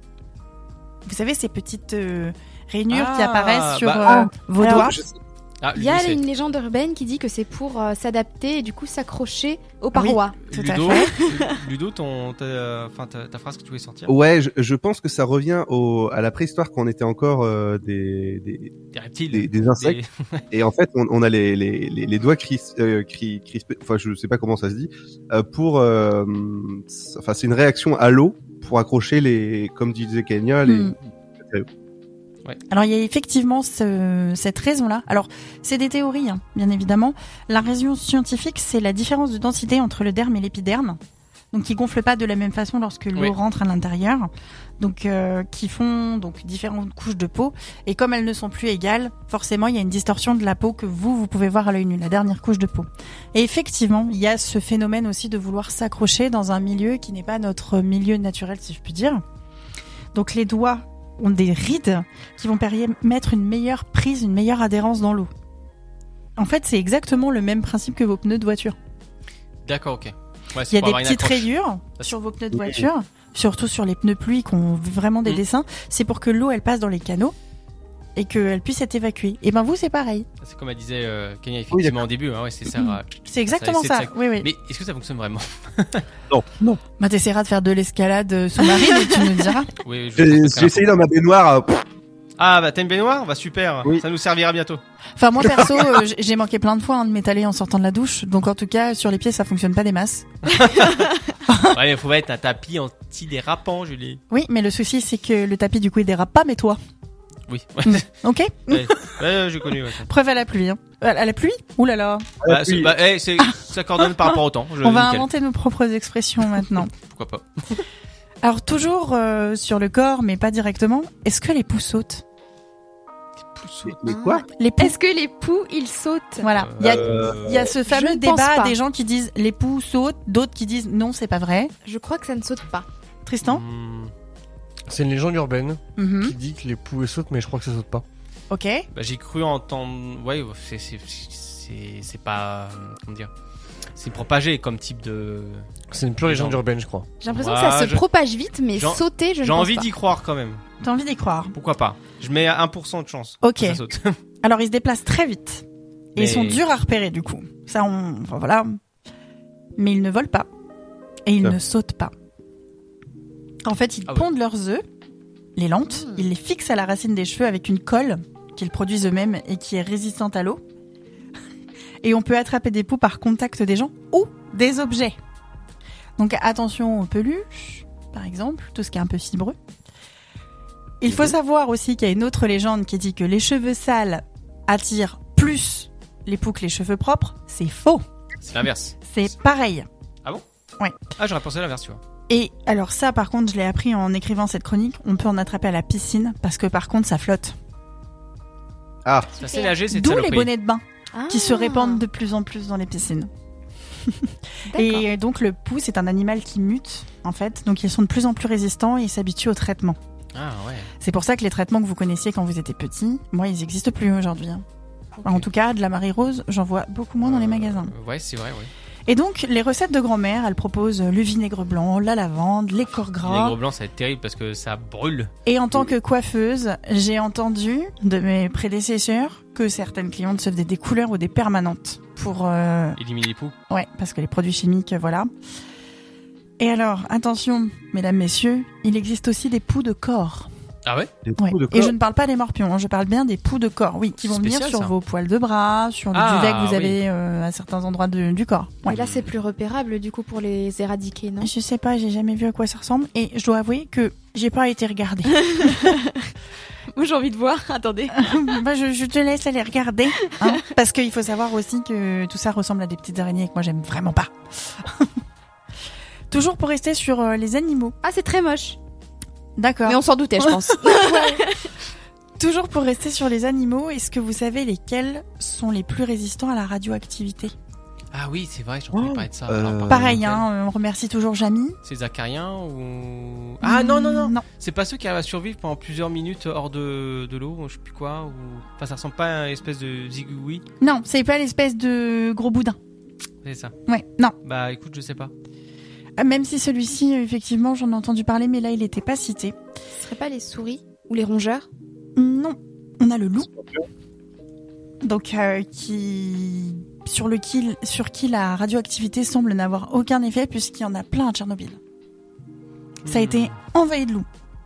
Vous savez ces petites euh, rainures qui Ah, apparaissent sur bah, euh, vos alors, doigts? Je sais- Ah, Il y a Louis seize. une légende urbaine qui dit que c'est pour euh, s'adapter et du coup s'accrocher aux Ah oui. parois. Tout à Ludo, fait. Ludo, ton, ta, enfin, ta, ta phrase que tu voulais sortir. Ouais, je, je pense que ça revient au, à la préhistoire quand on était encore euh, des, des, Des reptiles. des, des insectes. Et en fait, on, on a les, les, les, les doigts cris, euh, cris, crispés, enfin je sais pas comment ça se dit, euh, pour, euh, c'est- enfin c'est une réaction à l'eau pour accrocher les, comme disait Kenya, les. Hmm. Alors il y a effectivement ce- cette raison-là. Alors c'est des théories, hein, bien évidemment. La raison scientifique, c'est la différence de densité entre le derme et l'épiderme, donc qui gonflent pas de la même façon lorsque l'eau Oui. rentre à l'intérieur, donc euh, qui font donc différentes couches de peau. Et comme elles ne sont plus égales, forcément il y a une distorsion de la peau que vous vous pouvez voir à l'œil nu, la dernière couche de peau. Et effectivement, il y a ce phénomène aussi de vouloir s'accrocher dans un milieu qui n'est pas notre milieu naturel, si je puis dire. Donc les doigts ont des rides qui vont permettre une meilleure prise, une meilleure adhérence dans l'eau. En fait, c'est exactement le même principe que vos pneus de voiture. D'accord, ok. Ouais, c'est Il y a pour des avoir une petites accroche. rayures sur vos pneus de voiture, surtout sur les pneus pluie qui ont vraiment des Mm. dessins. C'est pour que l'eau, elle passe dans les canaux et qu'elle puisse être évacuée. Et ben vous, c'est pareil. C'est comme elle disait euh, Kenya effectivement au début. Hein, ouais, c'est ça. Mm. C'est exactement essaie ça. de Oui, oui. Mais est-ce que ça fonctionne vraiment? Non, non. Bah, t'essaieras de faire de l'escalade euh, sous-marine et tu nous diras. Oui, je J'ai pense que j'ai c'est essayé dans ma baignoire. euh, pff, Ah bah t'as une baignoire? Bah super. Oui. Ça nous servira bientôt. Enfin, moi, perso, euh, j- j'ai manqué plein de fois hein, de m'étaler en sortant de la douche. Donc, en tout cas, sur les pieds, ça fonctionne pas des masses. Ouais, il faut mettre un tapis anti-dérapant, Julie. Oui, mais le souci, c'est que le tapis, du coup, il dérape pas, mais toi. Oui. Ok? ouais, ouais, j'ai connu. Ouais. Preuve à la pluie. Hein. À à la pluie? Ouh là là. Bah, c'est- bah, eh, c'est- ça coordonne par rapport au temps. Je- On va nickel. inventer nos propres expressions maintenant. Pourquoi pas? Alors, toujours euh, sur le corps, mais pas directement, est-ce que les poux sautent? Mais, mais quoi? Les poux. Est-ce que les poux, ils sautent? Voilà. Il y a, Euh, il y a ce fameux je ne pense débat pas. des gens qui disent les poux sautent, d'autres qui disent non, c'est pas vrai. Je crois que ça ne saute pas. Tristan? Hmm, C'est une légende urbaine Mhm. qui dit que les poux sautent, mais je crois que ça saute pas. Ok. bah, j'ai cru entendre. Ouais, c'est c'est c'est c'est pas euh, comment dire. C'est propagé comme type de. C'est une pure Les légende gens- urbaine, je crois. J'ai l'impression Ouais, que ça se je- propage vite, mais J'en- sauter, je ne J'ai pense envie pas. d'y croire quand même. T'as envie d'y croire? Pourquoi pas? Je mets un pour cent de chance. Ok. que ça saute. Alors, ils se déplacent très vite. Et Mais- ils sont durs à repérer, du coup. Ça, on... Enfin, voilà. Mais ils ne volent pas. Et ils Ça. ne sautent pas. En fait, ils Ah ouais. pondent leurs œufs les lentes, Mmh. ils les fixent à la racine des cheveux avec une colle qu'ils produisent eux-mêmes et qui est résistante à l'eau. Et on peut attraper des poux par contact des gens ou des objets. Donc attention aux peluches, par exemple, tout ce qui est un peu fibreux. Il faut savoir aussi qu'il y a une autre légende qui dit que les cheveux sales attirent plus les poux que les cheveux propres. C'est faux. C'est l'inverse. C'est pareil. Ah bon? Ouais. Ah, j'aurais pensé à l'inverse, tu vois. Et alors ça, par contre, je l'ai appris en écrivant cette chronique. On peut en attraper à la piscine parce que par contre, ça flotte. Ah, C'est assez nager, c'est D'où les saloperie. bonnets de bain Ah. qui se répandent de plus en plus dans les piscines. D'accord. Et donc le pou, c'est un animal qui mute, en fait. Donc ils sont de plus en plus résistants et ils s'habituent au traitement. Ah ouais. C'est pour ça que les traitements que vous connaissiez quand vous étiez petit, moi, ils n'existent plus aujourd'hui. hein. Ok. En tout cas, de la Marie Rose, j'en vois beaucoup moins dans les Euh, magasins. Ouais, c'est vrai, ouais. Et donc, les recettes de grand-mère, elles proposent le vinaigre blanc, la lavande, les corps Le gras. vinaigre blanc, ça va être terrible parce que ça brûle. Et en tant que coiffeuse, j'ai entendu de mes prédécesseurs que certaines clientes se faisaient des couleurs ou des permanentes pour... euh, Éliminer les poux. Ouais, parce que les produits chimiques, voilà. Et alors, attention, mesdames, messieurs, il existe aussi des poux de corps. Ah ouais? des Ouais. poux de Et corps. je ne parle pas des morpions, hein, je parle bien des poux de corps, oui, qui vont venir Spécial, sur ça. vos poils de bras, sur le Ah, duvet que vous oui. avez euh, à certains endroits de- du corps. Ouais. Mais là, c'est plus repérable du coup pour les éradiquer, non? Je sais pas, j'ai jamais vu à quoi ça ressemble et je dois avouer que j'ai pas été regarder. Moi, j'ai envie de voir. Attendez. bah, je, je te laisse aller regarder, hein, parce qu'il faut savoir aussi que tout ça ressemble à des petites araignées et que moi j'aime vraiment pas. Toujours pour rester sur euh, les animaux, Ah, c'est très moche. d'accord. Mais on s'en doutait, je pense. Toujours pour rester sur les animaux, est-ce que vous savez lesquels sont les plus résistants à la radioactivité? Ah oui, c'est vrai, j'ai entendu Oh, parler de ça. euh, Alors, par Pareil, contre, hein, on remercie toujours Jamie. C'est les acariens ou... Ah non, non, non. Non. C'est pas ceux qui arrivent à survivre pendant plusieurs minutes hors de, de l'eau, je sais plus quoi. Ou... Enfin, ça ressemble pas à une espèce de zigouille. Non, c'est pas l'espèce de gros boudin. C'est ça. Ouais, non. Bah écoute, je sais pas. Ah, même si celui-ci, euh, effectivement, j'en ai entendu parler, mais là, il n'était pas cité. Ce serait pas les souris ou les rongeurs? Non, on a le loup. Donc, euh, qui... Sur, le qui... sur qui la radioactivité semble n'avoir aucun effet, puisqu'il y en a plein à Tchernobyl. Ça a Hmm. été envahi de loups.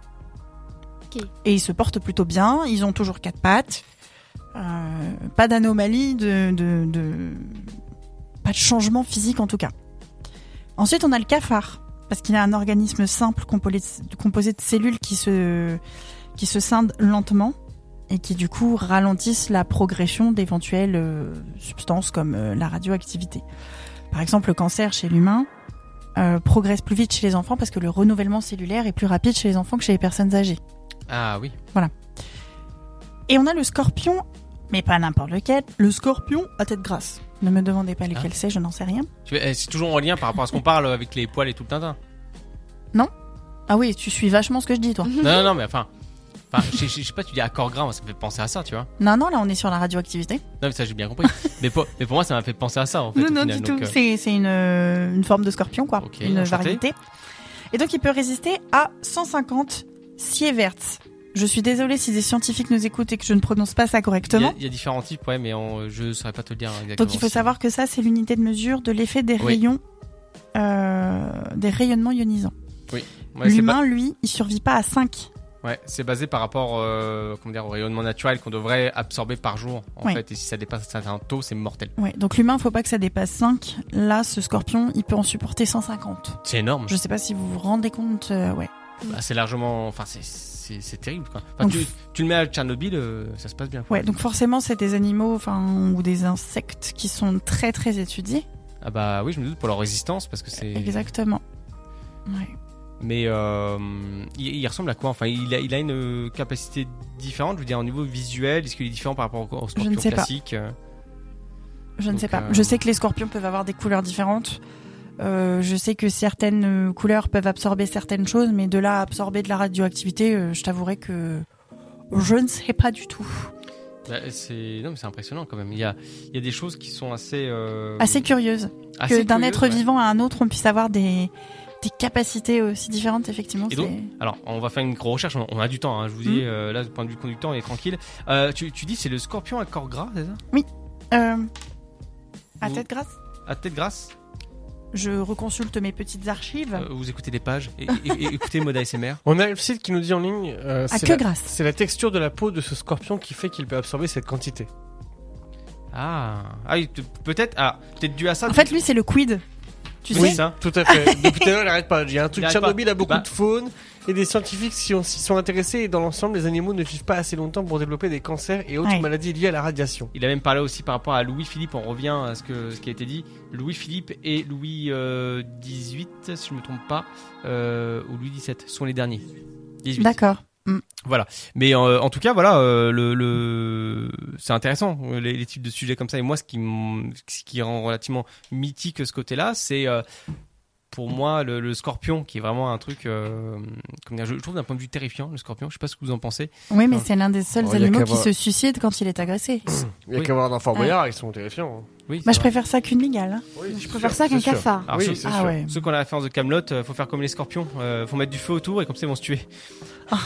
Ok. Et ils se portent plutôt bien, ils ont toujours quatre pattes. Euh, pas d'anomalie, de, de, de... pas de changement physique en tout cas. Ensuite, on a le cafard, parce qu'il a un organisme simple composé de, composé de cellules qui se, qui se scindent lentement et qui du coup ralentissent la progression d'éventuelles euh, substances comme euh, la radioactivité. Par exemple, le cancer chez l'humain euh, progresse plus vite chez les enfants parce que le renouvellement cellulaire est plus rapide chez les enfants que chez les personnes âgées. Ah oui. Et on a le scorpion, mais pas n'importe lequel, le scorpion à tête grasse. Ne me demandez pas lequel c'est, je n'en sais rien. Tu- eh, C'est toujours en lien par rapport à ce qu'on parle avec les poils et tout le tintin. Ah oui, tu suis vachement ce que je dis, toi. Non, non, non, mais enfin. Enfin, je, je- je sais pas, tu dis accord gras, moi, ça me fait penser à ça, tu vois. Non, non, là on est sur la radioactivité. Non, mais ça, j'ai bien compris. mais, pour, mais pour moi, ça m'a fait penser à ça, en fait. non, au non, final, du donc, tout. euh, C'est, c'est une, euh, une forme de scorpion, quoi. Ok, une enchanté. variété. Et donc il peut résister à cent cinquante sieverts. Je suis désolée si des scientifiques nous écoutent et que je ne prononce pas ça Il y, correctement. a, il y a différents types, ouais, mais on- je saurais pas te le dire exactement. Donc il faut si- savoir que ça, c'est l'unité de mesure de l'effet des Oui. rayons, euh, des rayonnements ionisants. Ouais, c'est L'humain, lui, il survit pas à cinq. ba- ouais, c'est basé par rapport euh, comment dire, au rayonnement naturel qu'on devrait absorber par jour, en Oui. fait. Et si ça dépasse un certain taux, c'est mortel. Ouais, donc l'humain, faut pas que ça dépasse cinq. Là, ce scorpion, il peut en supporter cent cinquante. C'est énorme. Je sais pas si vous vous rendez compte, euh, ouais. Bah, c'est largement. Enfin, c'est- c'est c'est terrible, quoi. Enfin, Donc, tu, tu le mets à Tchernobyl, euh, ça se passe bien. quoi. Ouais, donc forcément, c'est des animaux, enfin, ou des insectes qui sont très très étudiés. Ah bah oui, je me doute pour leur résistance, parce que c'est. Exactement. Ouais. Mais euh, il, il ressemble à quoi? Enfin, il a, il a une euh, capacité différente, je veux dire, au niveau visuel. Est-ce qu'il est différent par rapport au, au scorpion ne sais pas. classique euh Je ne Donc, sais pas. euh, Je sais que les scorpions peuvent avoir des couleurs différentes. Euh, je sais que certaines euh, couleurs peuvent absorber certaines choses, mais de là à absorber de la radioactivité, euh, je t'avouerai que je ne sais pas du tout. Bah, c'est non, mais c'est impressionnant quand même. Il y a, il y a des choses qui sont assez. Euh, Assez curieuse. assez que d'un curieuses, être ouais. vivant à un autre, on puisse avoir des, des capacités aussi différentes, effectivement. Et donc, c'est- Alors, on va faire une micro recherche. On on a du temps. Hein, je vous dis, Mhm. euh, là, du point de vue conducteur, on est tranquille. Euh, tu, tu dis, c'est le scorpion à corps gras, c'est ça? Euh, à Vous- tête grasse À tête grasse? je reconsulte mes petites archives. Euh, vous écoutez des pages et, et- et écoutez le mode A S M R. On a le site qui nous dit en ligne. euh, À c'est que la- grâce. C'est la texture de la peau de ce scorpion qui fait qu'il peut absorber cette quantité. Ah, ah oui, te- peut-être ah, peut-être dû à ça. En fait, lui, c'est le quid. Tu oui, sais ça. Tout à fait. Depuis tout à l'heure, il arrête pas. Il y a un truc. Il arrête Tchernobyl pas. a beaucoup Bah. de faune et des scientifiques s'y ont- s'y sont intéressés. Et dans l'ensemble, les animaux ne vivent pas assez longtemps pour développer des cancers et autres Ouais. maladies liées à la radiation. Il a même parlé aussi par rapport à Louis-Philippe, on revient à ce, que, ce qui a été dit. Louis-Philippe et Louis euh, dix-huit, si je ne me trompe pas, euh, ou Louis dix-sept, sont les derniers. dix-huit. D'accord. Voilà. Mais euh, en tout cas, voilà, euh, le, le... c'est intéressant, euh, les, les types de sujets comme ça. Et moi, ce qui, m- ce qui rend relativement mythique ce côté-là, c'est euh, pour moi le, le scorpion, qui est vraiment un truc, euh, comment dire, je, je trouve d'un point de vue terrifiant, le scorpion. Je sais pas ce que vous en pensez. Oui, mais Ouais. c'est l'un des seuls Oh, il y a animaux qu'à qui voir. se suicide quand il est agressé. Il y a Oui. qu'à voir dans Fort Boyard, ils sont terrifiants. hein. Oui. Moi, c'est je vrai. préfère ça qu'une migale. hein. Oui, Je c'est préfère sûr, ça qu'un c'est sûr. cafard. Alors, Oui, ceux, c'est Ah sûr. ouais. ceux qui ont la référence de Camelot, euh, faut faire comme les scorpions, euh, faut mettre du feu autour et comme ça ils vont se tuer. Ah.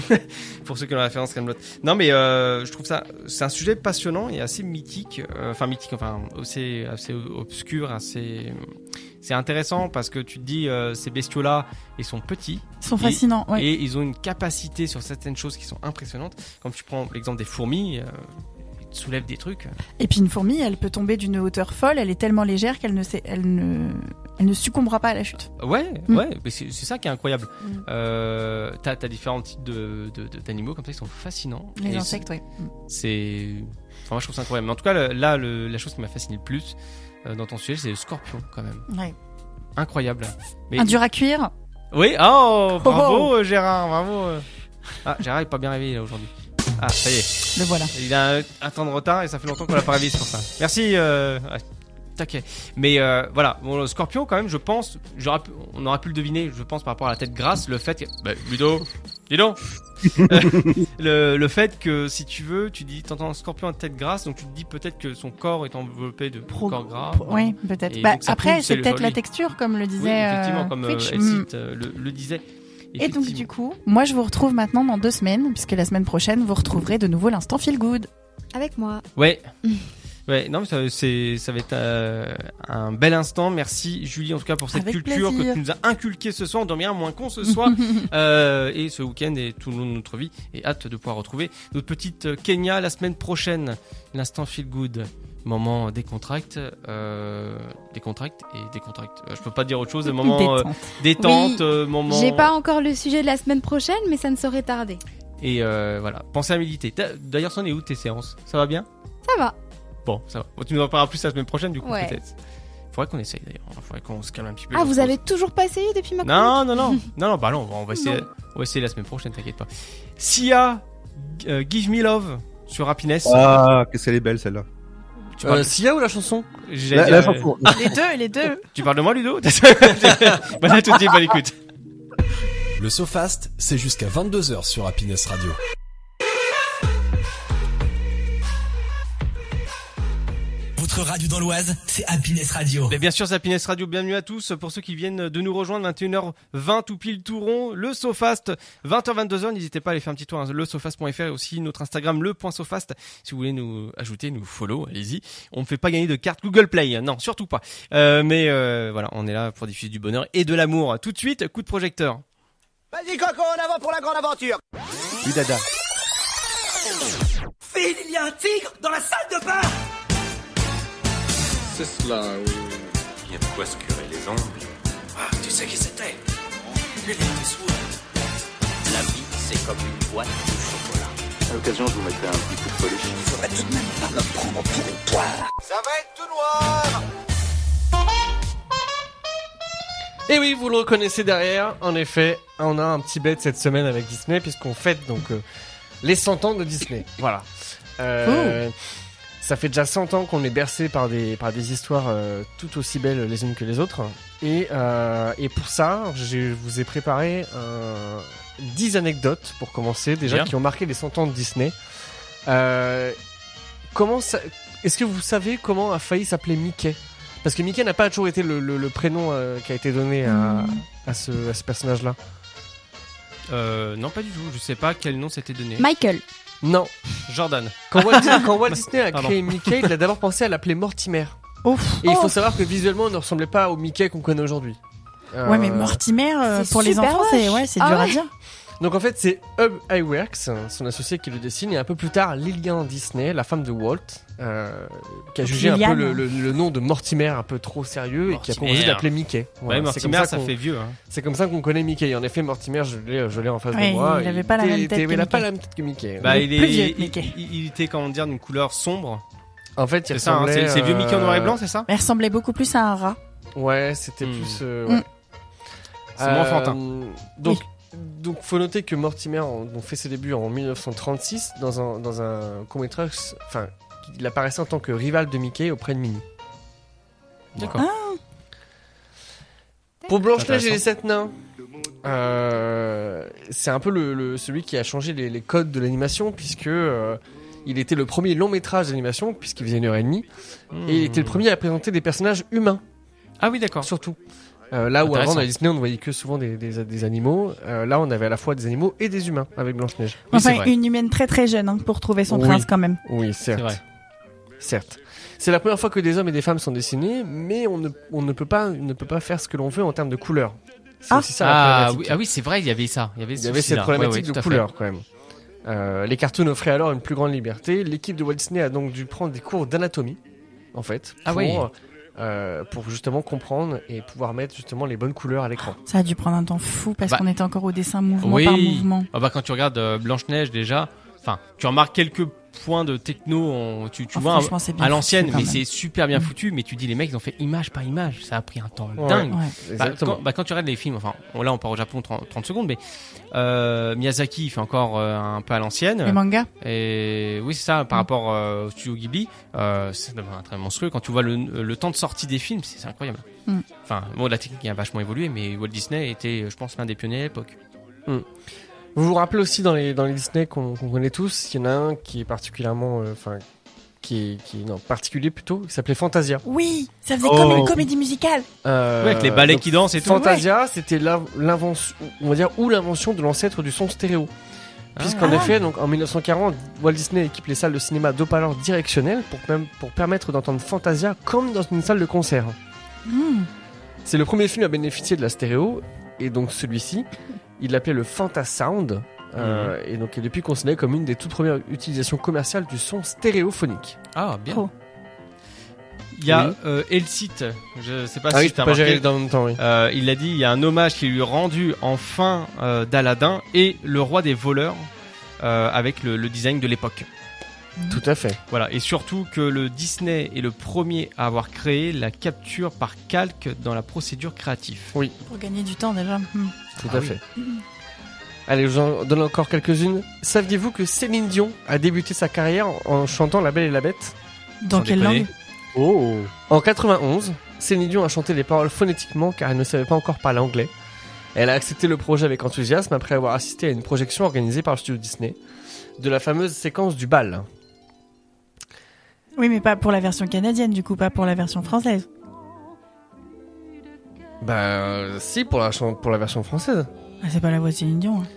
Pour ceux qui ont la référence Camelot. Non mais euh, je trouve ça, c'est un sujet passionnant et assez mythique, euh, enfin mythique, enfin assez, assez obscur, assez, c'est intéressant parce que tu te dis euh, ces bestiaux là, ils sont petits. Ils sont Et- fascinants. Ouais. Et ils ont une capacité sur certaines choses qui sont impressionnantes. Comme tu prends l'exemple des fourmis, euh, ils te soulèvent des trucs. Et puis une fourmi, elle peut tomber d'une hauteur folle. Elle est tellement légère qu'elle ne, sait- elle ne, elle ne succombera pas à la chute. Ouais, Mm. ouais, mais c'est c'est ça qui est incroyable. Mm. Euh, t'as, t'as différents types de, de- de- d'animaux comme ça, ils sont fascinants. Les Et insectes, oui. c'est, enfin moi je trouve ça incroyable. Mais en tout cas, le- là, le- la chose qui m'a fasciné le plus euh, dans ton sujet, c'est le scorpion quand même. Ouais. Incroyable. Mais Un dur à cuire. oui, oh, bravo Oh. euh, Gérard, bravo. euh. Ah, Gérard il est pas bien réveillé là aujourd'hui. Ah, ça y est. Le voilà. Il a un, un temps de retard et ça fait longtemps qu'on l'a pas réveillé, c'est pour ça. Merci. Euh... ouais, taquet. Mais euh, voilà, bon, le scorpion quand même, je pense, j'aurais pu- on aurait pu le deviner, je pense par rapport à la tête grasse, le fait que, bah, Ludo, dis donc, Euh, le, le fait que si tu veux, tu dis, t'entends un scorpion à tête grasse, donc tu te dis peut-être que son corps est enveloppé de Pro- corps gras. Pro- Oui, peut-être. Et Bah, donc, ça après, prouve, c'est c'est le peut-être la joli. texture, comme le Oui, disait effectivement, euh, comme euh, Twitch. Elsit euh, le, le disait. Et donc, Effectivement. du coup, moi, je vous retrouve maintenant dans deux semaines, puisque la semaine prochaine, vous retrouverez de nouveau l'instant Feel Good. Avec moi. Ouais. Ouais, non, mais ça, c'est, ça va être euh, un bel instant. Merci Julie en tout cas pour cette Avec culture plaisir. que tu nous as inculquée ce soir. On dormira moins con ce soir euh, et ce week-end et tout le long de notre vie. Et hâte de pouvoir retrouver notre petite euh, Kenya la semaine prochaine. L'instant feel good, moment décontracte, euh, décontracte et décontracte. Euh, je peux pas dire autre chose. Moment euh, Détente. détente, Oui, euh, moment. J'ai pas encore le sujet de la semaine prochaine, mais ça ne saurait tarder. Et euh, voilà, pensez à méditer. T'as- D'ailleurs, c'en est où tes séances? Ça va bien? Ça va. Bon, ça va. Bon, tu nous en parleras plus la semaine prochaine, du coup, Ouais. peut-être. Faudrait qu'on essaye d'ailleurs. Faudrait qu'on se calme un petit peu. Ah, on vous se avez pose. toujours pas essayé depuis ma chronique? Non, non, non. non, non, bah non, on va essayer, Non. on va essayer la semaine prochaine, t'inquiète pas. Sia, euh, Give Me Love sur Happiness. Ah, qu'est-ce qu'elle est belle celle-là. Tu parles, Euh, Sia ou la chanson j'allais La, dire, la euh, chanson. Les deux, les deux. Tu parles de moi, Ludo? Bonne à toutes et bonne écoute. Le SoFast, c'est jusqu'à vingt-deux heures sur Happiness Radio. Votre radio dans l'Oise, c'est Happiness Radio. Mais bien sûr, c'est Happiness Radio, bienvenue à tous. Pour ceux qui viennent de nous rejoindre, vingt et une heures vingt tout pile tout rond, le SoFast, vingt heures vingt-deux heures, n'hésitez pas à aller faire un petit tour, hein, le sofast point f r et aussi notre Instagram, le point sofast. Si vous voulez nous ajouter, nous follow, allez-y. On ne fait pas gagner de carte Google Play, non, surtout pas. Euh, mais euh, voilà, on est là pour diffuser du bonheur et de l'amour. Tout de suite, coup de projecteur. Vas-y Coco, en avant pour la grande aventure. Oui, dada. Phil, il y a un tigre dans la salle de bain. C'est cela, oui. Il y a de quoi se curer les ongles. Ah, tu sais qui c'était? Il était sourd. La vie, c'est comme une boîte de chocolat. À l'occasion, je vous mettrai un petit coup de polish. Il faudrait tout de même pas me prendre pour une poire. Ça va être tout noir. Et oui, vous le reconnaissez derrière. En effet, on a un petit bête cette semaine avec Disney puisqu'on fête donc euh, les cent ans de Disney. Voilà. Euh, ça fait déjà cent ans qu'on est bercé par des par des histoires euh, tout aussi belles les unes que les autres. Et euh, et pour ça, je vous ai préparé euh, dix anecdotes pour commencer déjà Bien. qui ont marqué les cent ans de Disney. Euh, comment ça Est-ce que vous savez comment a failli s'appeler Mickey? Parce que Mickey n'a pas toujours été le, le, le prénom euh, qui a été donné à, Mm. à ce, à ce personnage-là. Euh, non, pas du tout. Je sais pas quel nom s'était donné. Michael. Non. Jordan. Quand Walt, Dis- quand Walt Disney a Pardon. créé Mickey, il a d'abord pensé à l'appeler Mortimer. Ouf. Et il faut Oh. savoir que visuellement, il ne ressemblait pas au Mickey qu'on connaît aujourd'hui. Euh, Ouais, mais Mortimer, euh, c'est pour les super enfants, c'est moche. ouais, c'est Ah dur à ouais. dire. Donc en fait, c'est Hub Iwerks, son associé qui le dessine, et un peu plus tard, Lillian Disney, la femme de Walt, euh, qui a Donc jugé Liliane. un peu le, le- le nom de Mortimer un peu trop sérieux et qui a Mortimer. proposé d'appeler Mickey. Voilà, Ouais, c'est comme Mortimer, ça, qu'on- fait vieux. Hein. C'est comme ça qu'on connaît Mickey. Et en effet, Mortimer, je l'ai, je l'ai en face Ouais, de moi. il avait pas la même était- tête Il que a pas Mickey. la même tête que Mickey. Bah, Il il, est plus est, vieux que il, Mickey. il- il était, comment dire, d'une couleur sombre. En fait, il C'est ça, hein, ressemblait, c'est c'est vieux Mickey en noir et euh, blanc, c'est ça Mais il ressemblait beaucoup plus à un rat. Ouais, c'était Hmm. plus. euh, Hmm. ouais. C'est moins enfantin. Donc, donc, faut noter que Mortimer on, on fait ses débuts en mille neuf cent trente-six dans un, dans un court-métrage. Enfin, il apparaissait en tant que rival de Mickey auprès de Minnie. D'accord. Pour Blanche-Neige et Intéressant. les Sept Nains, euh, c'est un peu le, le- celui qui a changé les, les codes de l'animation, puisque euh, il était le premier long métrage d'animation, puisqu'il faisait une heure et demie, et il était le premier à présenter des personnages humains, Ah oui, d'accord. surtout. Euh, là où Intéressant. avant, dans Disney, on ne voyait que souvent des, des, des animaux, euh, là on avait à la fois des animaux et des humains avec Blanche-Neige. Oui, c'est Enfin, vrai. une humaine très très jeune hein, pour trouver son Oui. prince quand même. Oui, C'est certes. vrai. Certes. C'est la première fois que des hommes et des femmes sont dessinés, mais on ne, on ne, peut, pas, ne peut pas faire ce que l'on veut en termes de couleurs. C'est Ah. aussi ça la Ah problématique. oui, ah oui, c'est vrai, il y avait ça. Il y avait, Il ce y avait cette souci-là. problématique Ouais, ouais, tout de à fait. couleurs quand même. Euh, les cartoons offraient alors une plus grande liberté. L'équipe de Walt Disney a donc dû prendre des cours d'anatomie, en fait, Ah pour, oui. euh, pour justement comprendre et pouvoir mettre justement les bonnes couleurs à l'écran. Ça a dû prendre un temps fou parce Bah. qu'on était encore au dessin mouvement Oui. par mouvement. Ah bah quand tu regardes euh, Blanche-Neige déjà, enfin, tu remarques quelques points de techno, en- tu, tu Oh, vois, franchement, c'est bien à l'ancienne, foutu, quand mais même. c'est super bien Mm. foutu, mais tu dis les mecs ils ont fait image par image, ça a pris un temps Ouais. dingue. Ouais. Bah, Exactement. quand, bah, quand tu regardes les films, enfin on- là on part au Japon trente, trente secondes, mais euh, Miyazaki il fait encore euh, un peu à l'ancienne. Les mangas. Et oui, c'est ça, par Mm. rapport euh, au studio Ghibli, euh, c'est un très monstrueux. Quand tu vois le, le temps de sortie des films, c'est c'est incroyable. Mm. Enfin, bon, la technique a vachement évolué, mais Walt Disney était, je pense, l'un des pionniers à l'époque. Vous vous rappelez aussi dans les, dans les Disney qu'on qu'on connaît tous, il y en a un qui est particulièrement, euh, enfin, qui est, qui est- non, particulier plutôt, qui s'appelait Fantasia. Oui, ça faisait Oh. comme une comédie musicale. Euh, Ouais, avec les ballets donc, qui dansent et tout. Fantasia, c'était la- l'invention, on va dire, ou l'invention de l'ancêtre du son stéréo. Puisqu'en Ah. effet, donc en mille neuf cent quarante, Walt Disney équipe les salles de cinéma d'haut-parleurs directionnels pour, même, pour permettre d'entendre Fantasia comme dans une salle de concert. Hmm. C'est le premier film à bénéficier de la stéréo, et donc celui-ci, il l'appelait le Fantasound, euh, et donc est depuis considéré comme une des toutes premières utilisations commerciales du son stéréophonique. Ah, bien. Oh. Il y a Oui. euh, Elsit, je sais pas Ah si oui, je tu as peux pas gérer remarqué. dans le même temps, oui. Euh, il a dit, il y a un hommage qui lui est rendu en fin euh, d'Aladin et le roi des voleurs euh, avec le, le design de l'époque. Tout à fait. Voilà, et surtout que le Disney est le premier à avoir créé la capture par calque dans la procédure créative. Oui, Pour gagner du temps déjà. Hmm. tout Ah à oui. fait. Allez, je vous en donne encore quelques-unes. Saviez-vous que Céline Dion a débuté sa carrière en chantant La Belle et la Bête ? Dans Sans quelle déconner. langue Oh. En quatre-vingt-onze, Céline Dion a chanté les paroles phonétiquement car elle ne savait pas encore parler anglais. Elle a accepté le projet avec enthousiasme après avoir assisté à une projection organisée par le studio Disney de la fameuse séquence du bal. Oui, mais pas pour la version canadienne, du coup, pas pour la version française. Bah euh, si, pour la, chan- pour la version française. Ah, c'est pas la voix de Céline Dion. hein.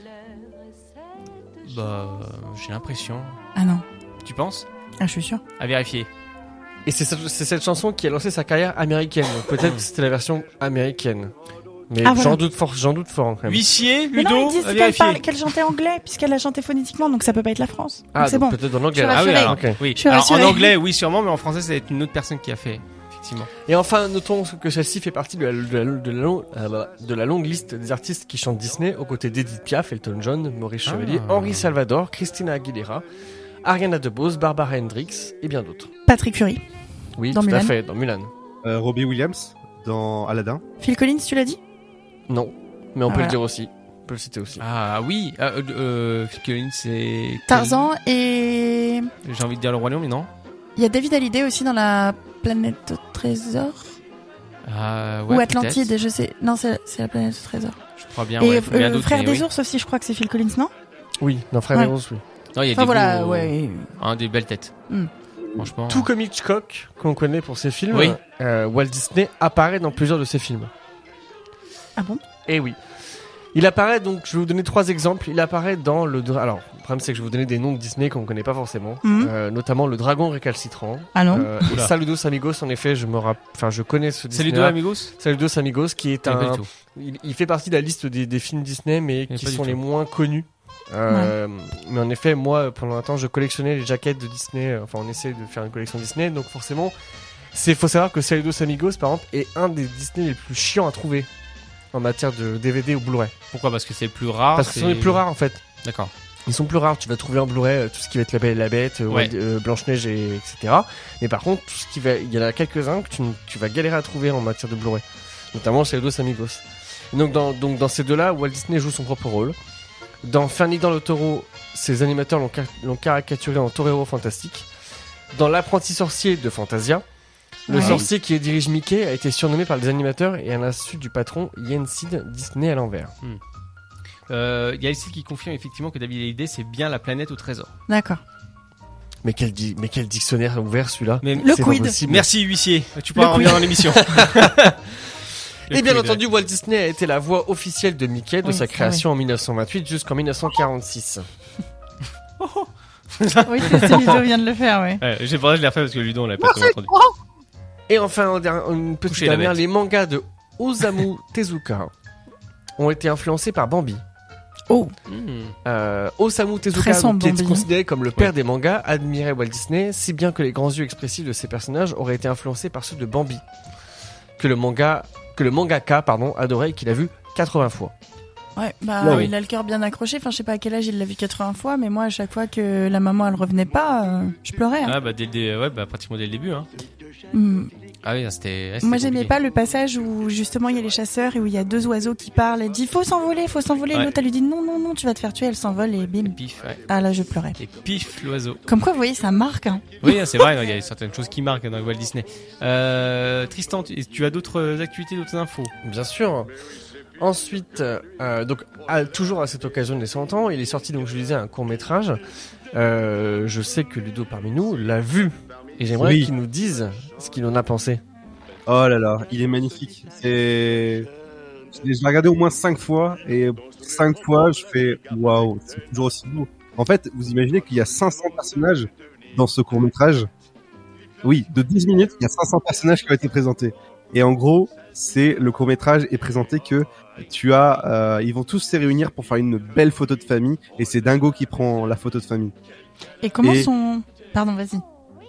Bah, euh, j'ai l'impression. Ah non. Tu penses? Ah, je suis sûr. À vérifier. Et c'est cette, c'est cette chanson qui a lancé sa carrière américaine. Donc peut-être que c'était la version américaine. Mais Ah, voilà. j'en doute fort, j'en doute fort hein, quand même. Huissier, Mais non, Ludo, ils disent à qu'elle, vérifier. parle- qu'elle chantait anglais, puisqu'elle a chanté phonétiquement, donc ça peut pas être la France. Donc Ah, c'est donc bon. peut-être en anglais. Je suis alors. Ah oui, rassurée. alors, Ok. oui. Je suis Alors, en rassurée. anglais, oui, sûrement, mais en français, c'est une autre personne qui a fait, effectivement. Et enfin, notons que celle-ci fait partie de la, de la- de la long- euh, de la longue liste des artistes qui chantent Disney aux côtés d'Edith Piaf, Elton John, Maurice Ah. Chevalier, Henri Salvador, Christina Aguilera, Ariana DeBose, Barbara Hendricks et bien d'autres. Patrick Fury. Oui, Dans tout à Mulan. fait, dans Mulan. Euh, Robbie Williams dans Aladdin. Phil Collins, tu l'as dit Non, mais on Ah, peut voilà. le dire aussi. On peut le citer aussi. Ah oui, ah, euh, euh, Phil Collins, c'est... Tarzan et. J'ai envie de dire le Roi Lion, mais non. Il y a David Hallyday aussi dans la planète au trésor. Ah, ouais, Ou Atlantide, peut-être. je sais. Non, c'est, c'est la planète au trésor. Je crois bien, et ouais. euh, Il y a d'autres, Frère mais des oui. ours aussi, je crois que c'est Phil Collins, non Oui, dans Frère Ouais. des Roses, oui. Non, il y a Enfin des voilà, beaux- ouais. Hein, des belles têtes. Hmm. Franchement. Tout comme Hitchcock, qu'on connaît pour ses films, Oui. euh, Walt Disney apparaît dans plusieurs de ses films. Ah bon Eh oui. Il apparaît donc, je vais vous donner trois exemples. Il apparaît dans le. dra- Alors, problème, c'est que je vais vous donner des noms de Disney qu'on ne connaît pas forcément, Mhm. euh, notamment le dragon récalcitrant. Ah non Euh, et Oula. Saludos Amigos, en effet, je me rapp... enfin, je connais ce C'est les Disney. deux amigos. Saludos Amigos, qui est Eh, pas un, du tout. il, il fait partie de la liste des, des films Disney, mais Eh, qui pas du sont tout. les moins connus. Euh, Mais en effet, moi, pendant un temps, je collectionnais les jaquettes de Disney. euh, Enfin, on essaie de faire une collection Disney, donc forcément, c'est faut savoir que Saludos Amigos, par exemple, est un des Disney les plus chiants à trouver en matière de D V D ou Blu-ray. Pourquoi? Parce que c'est le plus rare. Parce que ce c'est- sont les plus rares en fait. D'accord. Ils sont plus rares. Tu vas trouver en Blu-ray euh, tout ce qui va être La Belle et la Bête, euh, Ouais. Wild- euh, Blanche-Neige, et, etc. Mais par contre, tout ce qui va, il y en a quelques-uns que tu, n- tu vas galérer à trouver en matière de Blu-ray, notamment Saludos Amigos. Donc dans, donc dans ces deux-là, Walt Disney joue son propre rôle. Dans Ferdinand le Taureau, ses animateurs l'ont, ca- l'ont caricaturé en torero fantastique. Dans L'Apprenti sorcier de Fantasia, le Ouais. sorcier qui dirige Mickey a été surnommé par les animateurs et à l'insu du patron Yen Sid Disney à l'envers. Euh, Il y a ici qui confirme effectivement que David Hallyday c'est bien la planète au trésor. D'accord. Mais quel, di- mais quel dictionnaire ouvert celui-là. Mais Le C'est quid. pas possible. merci huissier, tu pourras Le revenir quid. dans l'émission. Et bien entendu, Walt Disney a été la voix officielle de Mickey de Oui, sa ça, création en mille neuf cent vingt-huit jusqu'en mille neuf cent quarante-six. Oui, c'est Ludo vient de le faire, ouais. Ouais, j'ai pas je l'ai refait parce que Ludon on l'avait pas trop entendu. Et enfin, en der- une petite Couchez la dernière, bête. les mangas de Osamu Tezuka ont été influencés par Bambi. Oh, Hmm. Euh, Osamu Tezuka, Très sans donc, qui est Bambi. considéré comme le père des mangas, admirait Walt Disney, si bien que les grands yeux expressifs de ses personnages auraient été influencés par ceux de Bambi, que le manga, que le mangaka, pardon, adorait et qu'il a vu quatre-vingts fois. ouais, bah Ouais, oui. il a le cœur bien accroché. Enfin, je sais pas à quel âge il l'a vu quatre-vingts fois, mais moi, à chaque fois que la maman elle revenait pas, euh, je pleurais. hein. Ah bah dès le dé- ouais bah pratiquement dès le début hein. Hmm. Ah oui, c'était. ouais, c'était Moi, j'aimais compliqué. pas le passage où justement il y a les chasseurs et où il y a deux oiseaux qui parlent et dit faut s'envoler, faut s'envoler. Ouais. L'autre elle lui dit non, non, non, tu vas te faire tuer. Elle s'envole et bim. Et pif, ouais. Ah là, je pleurais. Et pif l'oiseau. Comme quoi, vous voyez, ça marque. Hein. Oui, c'est vrai, il y a certaines choses qui marquent dans Walt Disney. Euh, Tristan, tu, tu as d'autres activités, d'autres infos? Bien sûr. Ensuite, euh, donc à- toujours à cette occasion des cent ans, il est sorti, donc je disais, un court métrage. Euh, je sais que Ludo parmi nous l'a vu et j'aimerais Oui. qu'il nous dise ce qu'il en a pensé. Oh là là, il est magnifique. C'est, je l'ai je l'ai regardé au moins cinq fois et cinq fois je fais waouh, c'est toujours aussi beau. En fait, vous imaginez qu'il y a cinq cents personnages dans ce court métrage. Oui, de dix minutes, il y a cinq cents personnages qui ont été présentés. Et en gros, c'est le court métrage est présenté que tu as, euh, ils vont tous se réunir pour faire une belle photo de famille et c'est Dingo qui prend la photo de famille. Et comment Et- sont. Pardon, vas-y.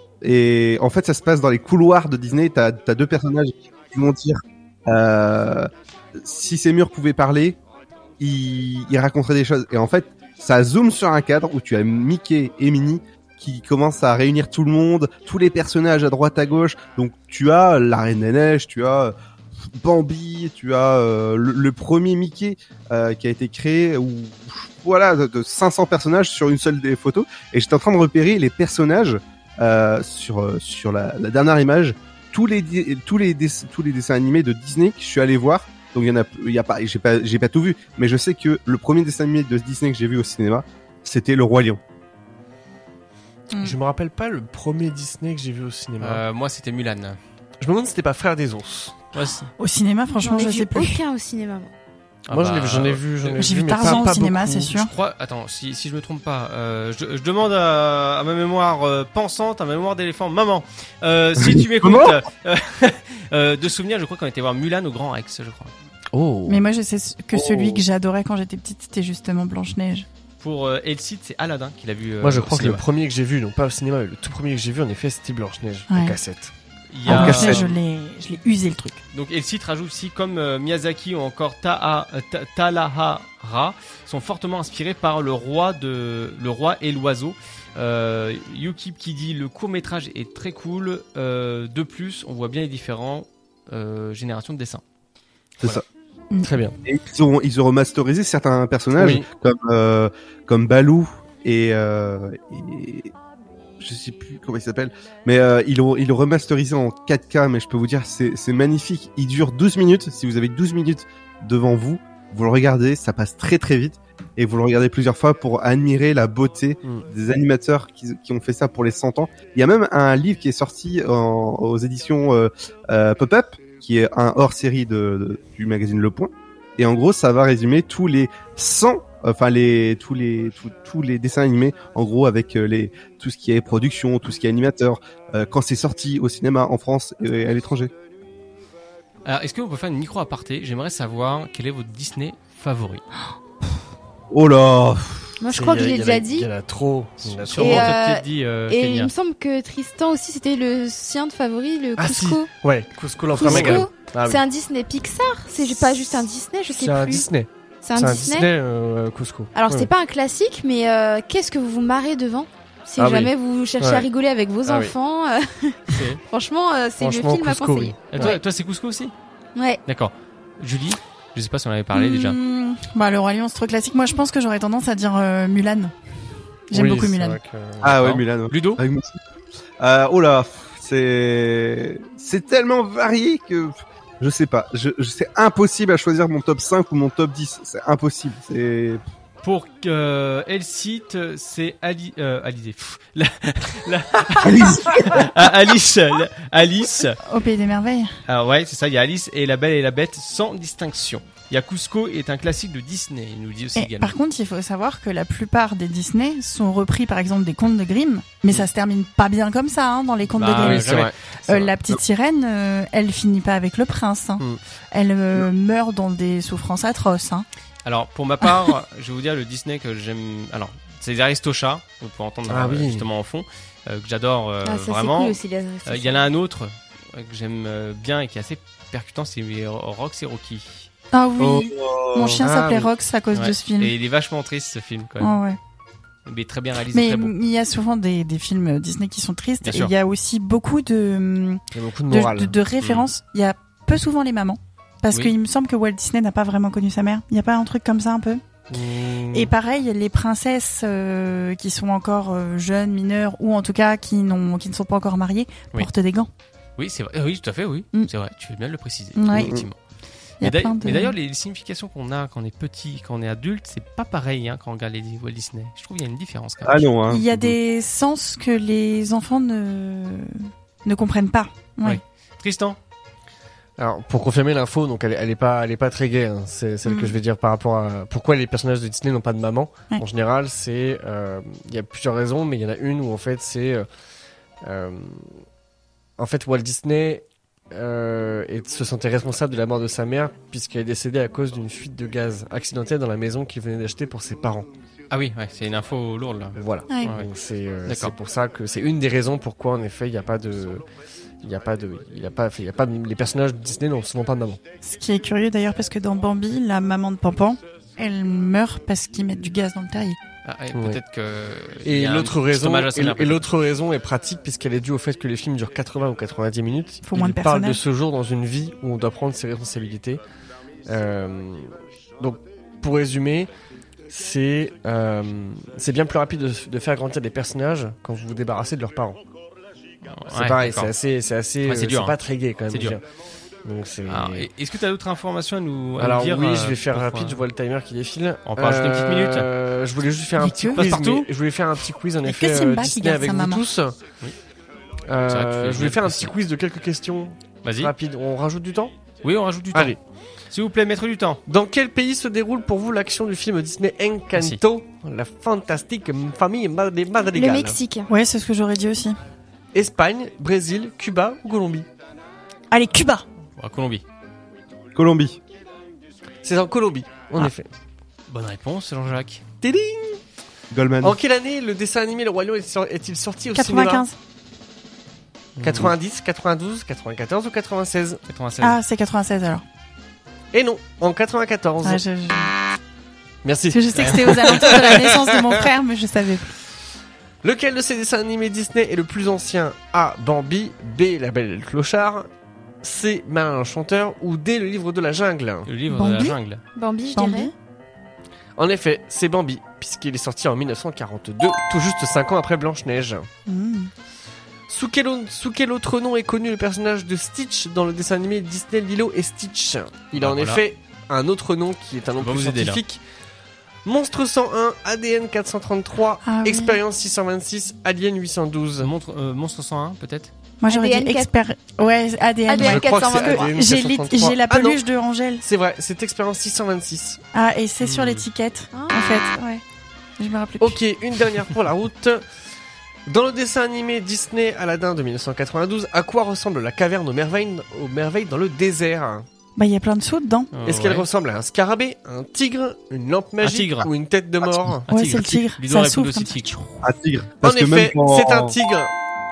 Et en fait, ça se passe dans les couloirs de Disney. T'as as deux personnages qui vont dire euh, si ces murs pouvaient parler, ils, ils raconteraient des choses. Et en fait, ça zoome sur un cadre où tu as Mickey et Minnie qui commencent à réunir tout le monde, tous les personnages à droite à gauche. Donc tu as la Reine des Neiges, tu as Bambi, tu as euh, le, le premier Mickey euh, qui a été créé où voilà de, de cinq cents personnages sur une seule des photos. Et j'étais en train de repérer les personnages. Euh, sur euh, sur la, la dernière image, tous les di- tous les dess- tous les dessins animés de Disney que je suis allé voir. Donc il y en a il y a pas j'ai pas j'ai pas tout vu, mais je sais que le premier dessin animé de Disney que j'ai vu au cinéma, c'était Le Roi Lion. Mm. Je me rappelle pas le premier Disney que j'ai vu au cinéma. Euh, moi, c'était Mulan. Je me demande si c'était pas Frères des ours. Ouais, c'est- Au cinéma, franchement, J'en ai je vu sais plus. aucun au cinéma. moi. Ah Moi bah, j'en ai, j'en ai vu, j'en ai J'ai vu, vu mais pas- Tarzan au pas cinéma, beaucoup. c'est sûr. Je crois, attends, si, si je me trompe pas, euh, je, je demande à, à ma mémoire euh, pensante, à ma mémoire d'éléphant, maman, euh, si tu m'écoutes, Comment euh, euh, de souvenir, je crois qu'on était voir Mulan au Grand Rex, je crois. Oh. Mais moi, je sais que Oh. celui que j'adorais quand j'étais petite, c'était justement Blanche-Neige. Pour euh, Elsie, c'est Aladdin qu'il a vu. euh, Moi je au crois que le cinéma. premier que j'ai vu, non pas au cinéma, mais le tout premier que j'ai vu en effet c'était Blanche-Neige Ouais. en cassette. Il y En a, Blanche-Neige, cassette. je l'ai, je l'ai usé le truc. donc Elsie rajoute aussi comme euh, Miyazaki ou encore Taha, euh, Ta- Talahara sont fortement inspirés par le roi de le roi et l'oiseau. Euh, Yukip qui dit le court métrage est très cool. Euh, de plus, on voit bien les différents euh, générations de dessins. C'est Voilà. ça. Très bien. Et ils ont ils ont remasterisé certains personnages Oui. comme euh, comme Baloo et, euh, et je sais plus comment il s'appelle, mais euh, ils l'ont ils l'ont remasterisé en quatre K, mais je peux vous dire c'est c'est magnifique. Il dure douze minutes. Si vous avez douze minutes devant vous, vous le regardez, ça passe très très vite et vous le regardez plusieurs fois pour admirer la beauté Mm. des animateurs qui, qui ont fait ça pour les cent ans. Il y a même un livre qui est sorti en, aux éditions euh, euh, Pop-Up, qui est un hors-série de, de- du magazine Le Point. Et en gros, ça va résumer tous les cent enfin les tous les tous, tous les dessins animés, en gros avec euh, les tout ce qui est production, tout ce qui est animateur, euh, quand c'est sorti au cinéma en France et à l'étranger. Alors, est-ce qu'on peut faire une micro aparté? J'aimerais savoir quel est votre Disney favori. Oh là. Moi, je crois que je l'ai déjà dit. Il y en a trop. Il y en a trop. Sûrement, Et, t'as euh, peut-être dit euh, Et Kenya. il me semble que Tristan aussi, c'était le sien de favori, le Ah si. Cusco. Ouais, Cusco l'Enflammègue. Cusco, Ah oui. c'est un Disney Pixar. C'est pas juste un Disney, je sais C'est un plus. Disney. C'est un C'est un Disney. Disney euh, Cusco. Alors, Ouais, c'est ouais. pas un classique, mais euh, qu'est-ce que vous vous marrez devant? Si Ah oui. jamais vous cherchez Ouais. à rigoler avec vos Ah oui. enfants, euh, C'est- franchement, euh, c'est le Franchement, film à Cusco, conseiller. oui. Et toi, Ouais. toi, c'est Cusco aussi? Ouais. D'accord. Julie, je sais pas si on avait parlé déjà. Mmh, Bah, le Roi Lion, c'est trop classique. Moi, je pense que j'aurais tendance à dire euh, Mulan. J'aime Oui, beaucoup c'est Mulan. vrai que- Ah ouais, D'accord. Mulan. ouais. Ludo? Avec moi aussi. Euh, oh là, c'est c'est tellement varié que je sais pas. Je, je c'est impossible à choisir mon top cinq ou mon top dix. C'est impossible. C'est Pour euh, Elsite, c'est Ali, euh, Alizé. Pff, la, la- Alice. Ah, Alice, la- Alice. Au Pays des Merveilles. Alors ouais, c'est ça. Il y a Alice et la Belle et la Bête sans distinction. Il y a Cusco est un classique de Disney. Il nous dit aussi Et également. par contre, il faut savoir que la plupart des Disney sont repris, par exemple, des contes de Grimm, mais ça se termine pas bien comme ça hein, dans les contes Bah de Grimm. oui, c'est vrai. C'est Euh, vrai. la petite sirène, euh, elle finit pas avec le prince. hein. Mm. Elle euh, meurt dans des souffrances atroces. hein. Alors pour ma part, je vais vous dire le Disney que j'aime. Alors c'est les Aristochats. Vous pouvez entendre Ah euh, oui. justement en fond, euh, que j'adore euh, Ah, ça, c'est vraiment. cool aussi, les Euh, Il y en a un autre euh, que j'aime euh, bien et qui est assez percutant, c'est Rox et Rocky. Ah oui, Oh. mon chien Ah s'appelait oui. Rox à cause Ouais. de ce film. Et il est vachement triste ce film quand même. Ah ouais. Mais très bien réalisé, Mais très beau. il y a souvent des, des films Disney qui sont tristes. Bien Et sûr. il y a aussi beaucoup de, Il y a beaucoup de de, morale. de- de références. Il y a peu souvent les mamans. Parce Oui. qu'il me semble que Walt Disney n'a pas vraiment connu sa mère. Il n'y a pas un truc comme ça un peu Mmh. Et pareil, les princesses euh, qui sont encore euh, jeunes, mineures, ou en tout cas qui, n'ont, qui ne sont pas encore mariées, Oui. portent des gants. Oui, c'est vrai. Euh, Oui, tout à fait, oui. Mm. C'est vrai. Tu fais bien de le préciser. Ouais. Effectivement. Il y a Mais d'ailleurs- plein de- mais d'ailleurs, les significations qu'on a quand on est petit, quand on est adulte, c'est pas pareil hein, quand on regarde les Walt Disney. Je trouve qu'il y a une différence quand même. Ah non. Hein. Il y a des sens que les enfants ne, ne comprennent pas. Ouais. Oui. Tristan. Alors, pour confirmer l'info, donc elle, est- elle est pas, elle est pas très gaie. Hein. C'est celle Mm. que je vais dire par rapport à pourquoi les personnages de Disney n'ont pas de maman. Ouais. En général, c'est, euh, il y a plusieurs raisons, mais il y en a une où en fait c'est, euh, euh, en fait Walt Disney euh, et se sentait responsable de la mort de sa mère puisqu'elle est décédée à cause d'une fuite de gaz accidentelle dans la maison qu'il venait d'acheter pour ses parents. Ah oui, ouais, c'est une info lourde là. Voilà. Ouais. Ouais. Donc c'est, euh, D'accord. c'est pour ça que c'est une des raisons pourquoi en effet il n'y a pas de, il y a pas de, il y a pas, il y a pas les personnages de Disney n'ont souvent pas de maman. Ce qui est curieux d'ailleurs parce que dans Bambi, la maman de Pampan, elle meurt parce qu'ils mettent du gaz dans le terrier. Ah, et Ouais. peut-être que. il Et y a un l'autre petit raison, hommage à sa et, mère, et l'autre raison est pratique puisqu'elle est due au fait que les films durent quatre-vingts ou quatre-vingt-dix minutes. Faut Il moins de parle de personnage. ce jour dans une vie où on doit prendre ses responsabilités. Euh, donc, pour résumer, c'est euh, c'est bien plus rapide de, de faire grandir des personnages quand vous vous débarrassez de leurs parents. C'est Ouais, pareil, d'accord. c'est assez, c'est assez, Ouais, c'est euh, dur, pas hein. très gai quand même. C'est je veux dur. dire. Donc c'est. Alors, et- est-ce que tu as d'autres informations à nous, à Alors nous dire oui, euh, je vais faire pour, rapide. euh, Je vois le timer qui défile. On peut rajouter une petite minute. Euh, Je voulais juste faire un Dis petit que. quiz. Passe-partout. mais Je voulais faire un petit quiz en Y a effet que euh, Simba qui Disney garde avec sa vous maman. tous. Oui. Euh, C'est vrai que tu fais je voulais bien faire un précis. petit quiz de quelques questions Vas-y. rapides. On rajoute du temps. Oui, on rajoute du temps. Allez. S'il vous plaît, mettre du temps. Dans quel pays se déroule pour vous l'action du film Disney Encanto, la fantastique famille ma- des Le madrigals? Mexique. Ouais, c'est ce que j'aurais dit aussi. Espagne, Brésil, Cuba ou Colombie? Allez, Cuba. À Colombie. Colombie. C'est en Colombie, en Ah. effet. Bonne réponse, Jean-Jacques. Téding. Goldman. En quelle année le dessin animé Le Roi Lion est sor- est-il sorti au quatre-vingt-quinze. cinéma? quatre-vingt-dix, quatre-vingt-douze, quatre-vingt-quatorze ou quatre-vingt-seize? quatre-vingt-seize. Ah, c'est quatre-vingt-seize alors. Et non, en quatre-vingt-quatorze. Ouais, je, je- Merci. parce que je sais que c'était aux alentours de la naissance de mon frère, mais je savais plus. Lequel de ces dessins animés Disney est le plus ancien? A. Bambi, B. La Belle et le Clochard, C. Merlin l'Enchanteur ou D. Le Livre de la Jungle? Le livre de la Bambi jungle. Bambi, je Bambi. dirais. En effet, c'est Bambi, puisqu'il est sorti en mille neuf cent quarante-deux, tout juste cinq ans après Blanche-Neige. Mmh. Sous quel, au- sous quel autre nom est connu le personnage de Stitch dans le dessin animé Disney Lilo et Stitch? Il a Ah, en voilà. effet un autre nom qui est un nom On va plus vous aider, là. scientifique. Monstre cent un, A D N quatre cent trente-trois, Ah oui. Expérience six cent vingt-six, Alien huit cent douze. Montre, euh, Monstre cent un, peut-être. Moi j'aurais A D N dit expert. Ouais, A D N. A D N ouais. Je crois que c'est quatre cent vingt-trois. A D N J'ai quatre cent lit- trente-trois. j'ai la Ah non, peluche de Angèle. c'est vrai, c'est Expérience six cent vingt-six. Ah, et c'est sur Hmm. l'étiquette, Ah. en fait. Ouais. Je me rappelais plus. Ok, une dernière pour la route. Dans le dessin animé Disney Aladdin de dix-neuf cent quatre-vingt-douze, à quoi ressemble la caverne aux merveilles, aux merveilles dans le désert? Bah, il y a plein de sauts dedans. Euh, Est-ce qu'elle ouais. ressemble à un scarabée, un tigre, une lampe magique tigre. ou une tête de mort? Un Ouais, tigre. c'est le tigre. Ludo Ça répond souffle aussi comme ça. tigre. Un tigre. En Parce que même effet, dans- c'est un tigre.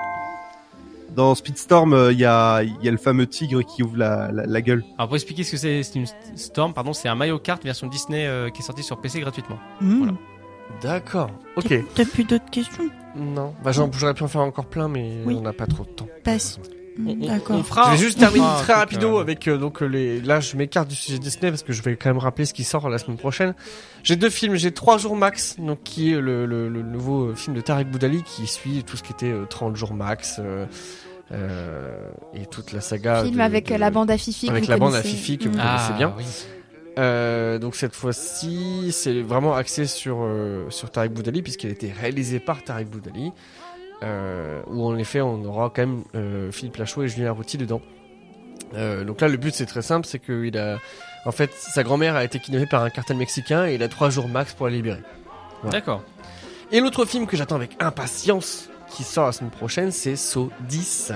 Dans Speedstorm, euh, il y, a, il y a le fameux tigre qui ouvre la, la, la gueule. Alors pour expliquer ce que c'est, c'est une Storm, pardon, c'est un Mario Kart version Disney euh, qui est sorti sur P C gratuitement. Mmh. Voilà. D'accord, ok. T'as plus d'autres questions? Non, bah, j'en- j'aurais pu en faire encore plein, mais Oui. on n'a pas trop de temps. Passe. On, on- D'accord. on fera. Je vais juste terminer on fera un très truc, rapido euh, avec euh, donc euh, les. Là, je m'écarte du sujet Disney parce que je vais quand même rappeler ce qui sort la semaine prochaine. J'ai deux films. J'ai trois jours max, donc qui est le, le, le nouveau euh, film de Tarek Boudali qui suit tout ce qui était euh, trente jours max euh, euh, et toute la saga. Film de- avec de- la bande à Fifi. que avec vous la bande à connaissez. Fifi que vous Mm. Ah, connaissez bien. oui. Euh, donc cette fois-ci, c'est vraiment axé sur euh, sur Tarek Boudali puisqu'il a été réalisé par Tarek Boudali. Euh, où en effet on aura quand même euh, Philippe Lachaud et Julien Arrouti dedans. Euh, donc là le but c'est très simple, c'est que il a, en fait sa grand-mère a été kidnappée par un cartel mexicain et il a trois jours max pour la libérer. Voilà. D'accord. Et l'autre film que j'attends avec impatience qui sort la semaine prochaine c'est Saw dix.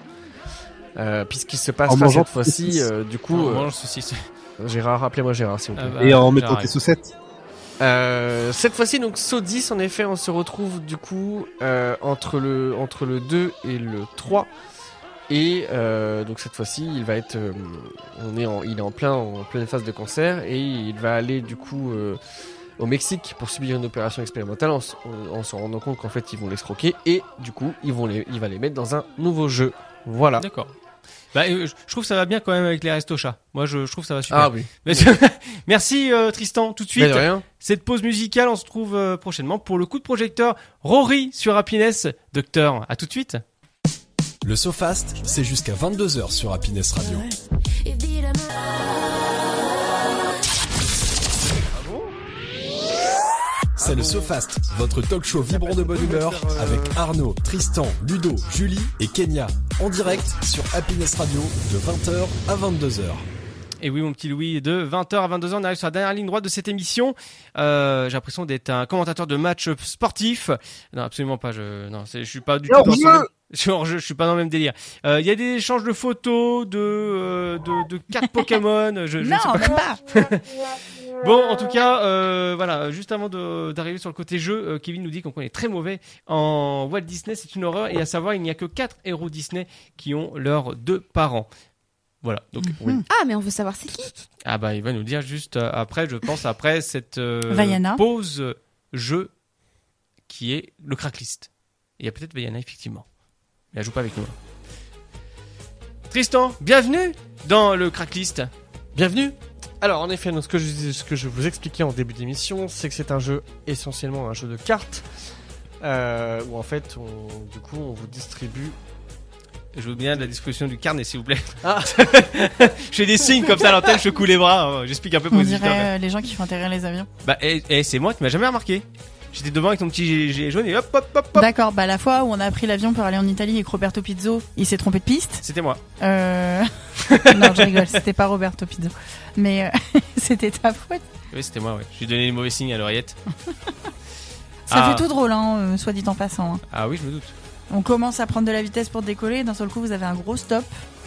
Euh, puisqu'il se En passera mangeant cette fois-ci saucisses. euh, du coup On euh, mange saucisse. Gérard, rappelez-moi Gérard s'il vous plaît. Ah bah, Et en mettant j'arrête. tes saucettes. Euh, cette fois-ci, donc Saw dix, en effet, on se retrouve du coup euh, entre, le, entre le deux et le trois. Et euh, donc cette fois-ci, il va être, euh, on est en, il est en, plein, en pleine phase de cancer et il va aller du coup euh, au Mexique pour subir une opération expérimentale en, s- en- en se rendant compte qu'en fait ils vont l'escroquer et du coup ils vont les, il va les mettre dans un nouveau jeu. Voilà. D'accord. Bah, euh, je je trouve que ça va bien quand même avec les restos chats. Moi, je, je trouve que ça va super. Ah oui. Mais- Merci euh, Tristan. Tout de suite. Mais de rien. Cette pause musicale, on se retrouve euh, prochainement pour le coup de projecteur Rory sur Happiness. Docteur, à tout de suite. Le SoFast, c'est jusqu'à vingt-deux heures sur Happiness Radio. C'est le SoFast, votre talk show vibrant de bonne humeur avec Arnaud, Tristan, Ludo, Julie et Kenya en direct sur Happiness Radio de vingt heures à vingt-deux heures. Et oui, mon petit Louis, de vingt heures à vingt-deux heures, on arrive sur la dernière ligne droite de cette émission. Euh, j'ai l'impression d'être un commentateur de match sportif. Non, absolument pas. Je, non, c'est, je suis pas du tout. Hors dans jeu. ce même- Je suis hors jeu, je suis pas dans le même délire. Euh, Il y a des échanges de photos, de euh, de, de cartes Pokémon. Je, je ne Non, sais pas. même pas. Bon, en tout cas, euh, voilà. Juste avant de, d'arriver sur le côté jeu, euh, Kevin nous dit qu'on est très mauvais en Walt Disney. C'est une horreur. Et à savoir, il n'y a que quatre héros Disney qui ont leurs deux parents. Voilà. Donc, oui. Ah, mais on veut savoir c'est qui. Ah bah il va nous dire juste euh, après, je pense après cette euh, Vaiana. pause euh, jeu qui est le cracklist. Il y a peut-être Vaiana effectivement, mais elle joue pas avec nous. Tristan, bienvenue dans le cracklist. Bienvenue. Alors en effet, donc, ce, que je, ce que je vous expliquais en début d'émission, c'est que c'est un jeu essentiellement un jeu de cartes euh, où en fait, on, du coup, on vous distribue. Je veux bien de la disposition du carnet s'il vous plaît. Ah. Je fais des signes comme ça à l'antenne, je coule les bras. hein. J'explique un peu pour On les auditeurs. dirait euh, les gens qui font atterrir les avions. Bah et, et c'est moi qui m'a jamais remarqué. J'étais devant avec ton petit gilet jaune et hop hop hop hop. D'accord, bah la fois où on a pris l'avion pour aller en Italie et que Roberto Pizzo, il s'est trompé de piste. C'était moi. Euh... non, je rigole, c'était pas Roberto Pizzo. Mais euh, c'était ta faute. Oui c'était moi. Ouais. J'ai donné les mauvais signes à l'oreillette. Ça Ah. fait tout drôle, hein, euh, soit dit en passant. hein. Ah oui je me doute. On commence à prendre de la vitesse pour décoller et d'un seul coup vous avez un gros stop.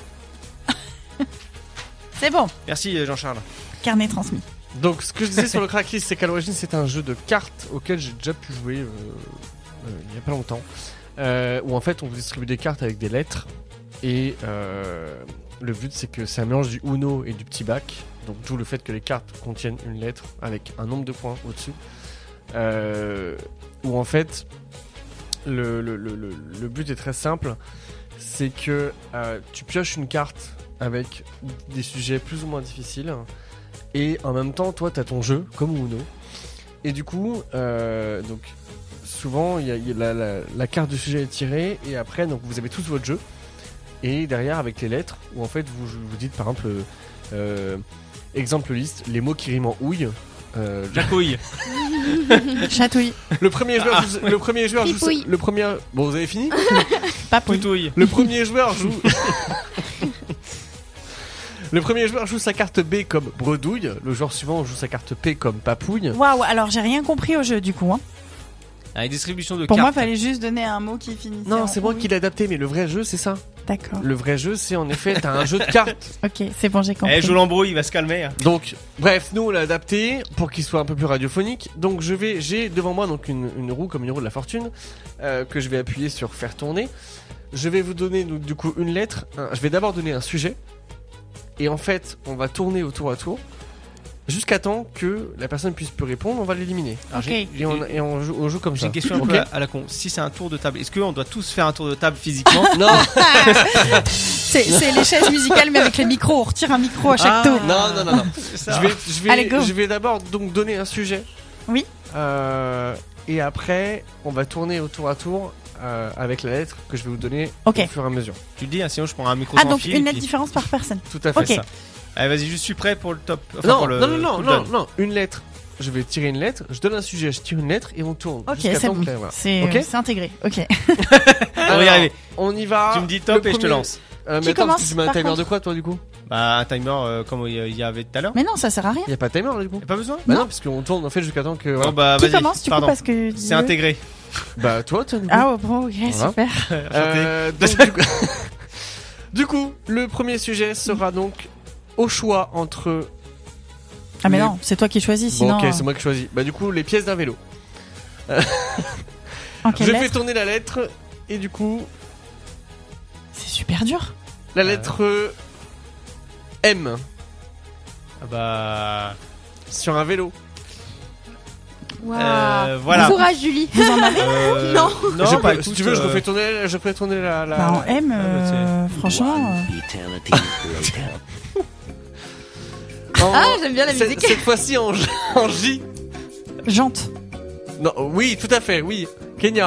C'est bon, Merci euh, Jean-Charles. carnet transmis. Donc ce que je disais sur le cracklist, c'est qu'à l'origine c'est un jeu de cartes auquel j'ai déjà pu jouer euh, euh, il y a pas longtemps, euh, où en fait on vous distribue des cartes avec des lettres et euh, le but c'est que c'est un mélange du Uno et du petit bac, donc d'où le fait que les cartes contiennent une lettre avec un nombre de points au-dessus, euh, où en fait le, le, le, le, le but est très simple, c'est que euh, tu pioches une carte avec des sujets plus ou moins difficiles. Et en même temps, toi, t'as ton jeu, comme Uno. Et du coup, euh, donc, souvent, il y a, il y a la, la, la carte du sujet est tirée, et après, donc, vous avez tous votre jeu. Et derrière, avec les lettres, où en fait, vous, vous dites, par exemple, euh, exemple liste, les mots qui riment en houille. Euh, Jacouille. Chatouille. le premier joueur, Ah, joue, le premier joueur joue. Pipouille. Le premier. Bon, vous avez fini. Papouille. Poutouille. Le premier joueur joue. Le premier joueur joue sa carte B comme bredouille. Le joueur suivant joue sa carte P comme papouille. Waouh, alors j'ai rien compris au jeu du coup. Hein. Avec distribution de Pour moi, cartes. fallait juste donner un mot qui finissait. Non, en c'est moi oui. qui l'ai adapté, mais le vrai jeu, c'est ça. D'accord. Le vrai jeu, c'est en effet, t'as un jeu de cartes. Ok, c'est bon, j'ai compris. Eh, joue l'embrouille, il va se calmer. hein. Donc, bref, nous on l'a adapté pour qu'il soit un peu plus radiophonique. Donc, je vais, j'ai devant moi donc une, une roue comme une roue de la fortune euh, que je vais appuyer sur faire tourner. Je vais vous donner donc, du coup une lettre. Un- je vais d'abord donner un sujet et en fait, on va tourner au tour à tour jusqu'à temps que la personne puisse plus répondre. On va l'éliminer. Alors, Ok. j'ai- Et on, et on joue, on joue comme J'ai ça. une question un Ok. peu à, à la con. Si c'est un tour de table, est-ce qu'on doit tous faire un tour de table physiquement? Non, C'est c'est les chaises musicales, mais avec les micros. On retire un micro à chaque Ah. tour. non, non, non, non. C'est ça. Je vais, je vais, Allez, go. je vais d'abord donc donner un sujet. Oui. Euh, et après, on va tourner au tour à tour euh, avec la lettre que je vais vous donner Ok. au fur et à mesure. Tu le dis, hein, sinon je prends un micro Ah, sans donc fil. une et lettre puis- différence par personne. Tout à fait. Ok. ça. Allez, vas-y, je suis prêt pour le top. Enfin, Non, pour le, non, non, non, pour le non, done. non, une lettre. Je vais tirer une lettre, je donne un sujet, je tire une lettre et on tourne. Ok, jusqu'à c'est temps bon. que la- voilà. C'est Ok. euh, c'est intégré. Ok. On va y Alors, arriver. On y va. Tu me dis top Le et je te premier- lance. Euh, Qui mais attends, parce commence, que tu mets un par timer contre de quoi toi du coup? Bah, un timer euh, comme il y avait tout à l'heure. Mais non, ça sert à rien. Il y a pas de timer là du coup? Y'a pas besoin? Bah non, parce qu'on tourne en fait jusqu'à temps que. voilà. Bon, bah, Qui vas-y. commence du coup Pardon. parce que C'est Dieu- intégré. Bah toi, toi du coup. Ah oh, bon, ok, Voilà. super. Euh, donc, du, coup... du coup, le premier sujet sera donc au choix entre. Ah mais les- non, c'est toi qui choisis, Bon, sinon. ok, c'est moi qui choisis. Bah du coup, les pièces d'un vélo. En quelle Je lettre fais tourner la lettre et du coup, C'est super dur. la Euh. lettre M Ah bah. sur un vélo. Waouh. Euh, voilà. Courage, Julie. Vous en avez Euh, Non. Non, Je bah, peux- si écoute, tu veux, je euh, refais tourner, je refais tourner la. la... Bah en M, bah, euh, franchement. euh, Eternity later. en- Ah, j'aime bien la cette- musique. Cette fois-ci en, J- en J. Jante. Non, oui, tout à fait, oui. Kenya.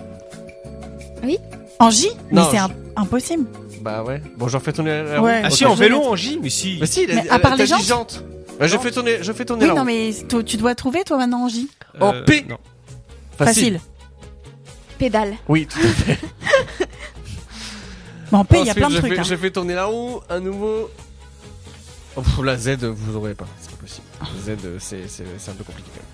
En J Mais Non, c'est je- un- impossible. Bah ouais. Bon, j'en fais tourner la. Ouais. Ah, Bon, si, t'as- en vélo, en J, mais si. Bah si, il a- Mais à elle- part t'as les dit jantes jantes. Bah, je fais tourner, je fais tourner Oui, la non, roue. mais toi, tu dois trouver toi maintenant en J. En Euh, P. Non. Facile. Pédale. Oui, tout à fait. Mais en P, il y a Ensuite, plein de je trucs. Fais, hein. Je fais tourner la roue, un nouveau. Oh, pff, la Z, vous aurez pas, c'est pas possible. Z, euh, c'est c'est- c'est un peu compliqué quand même.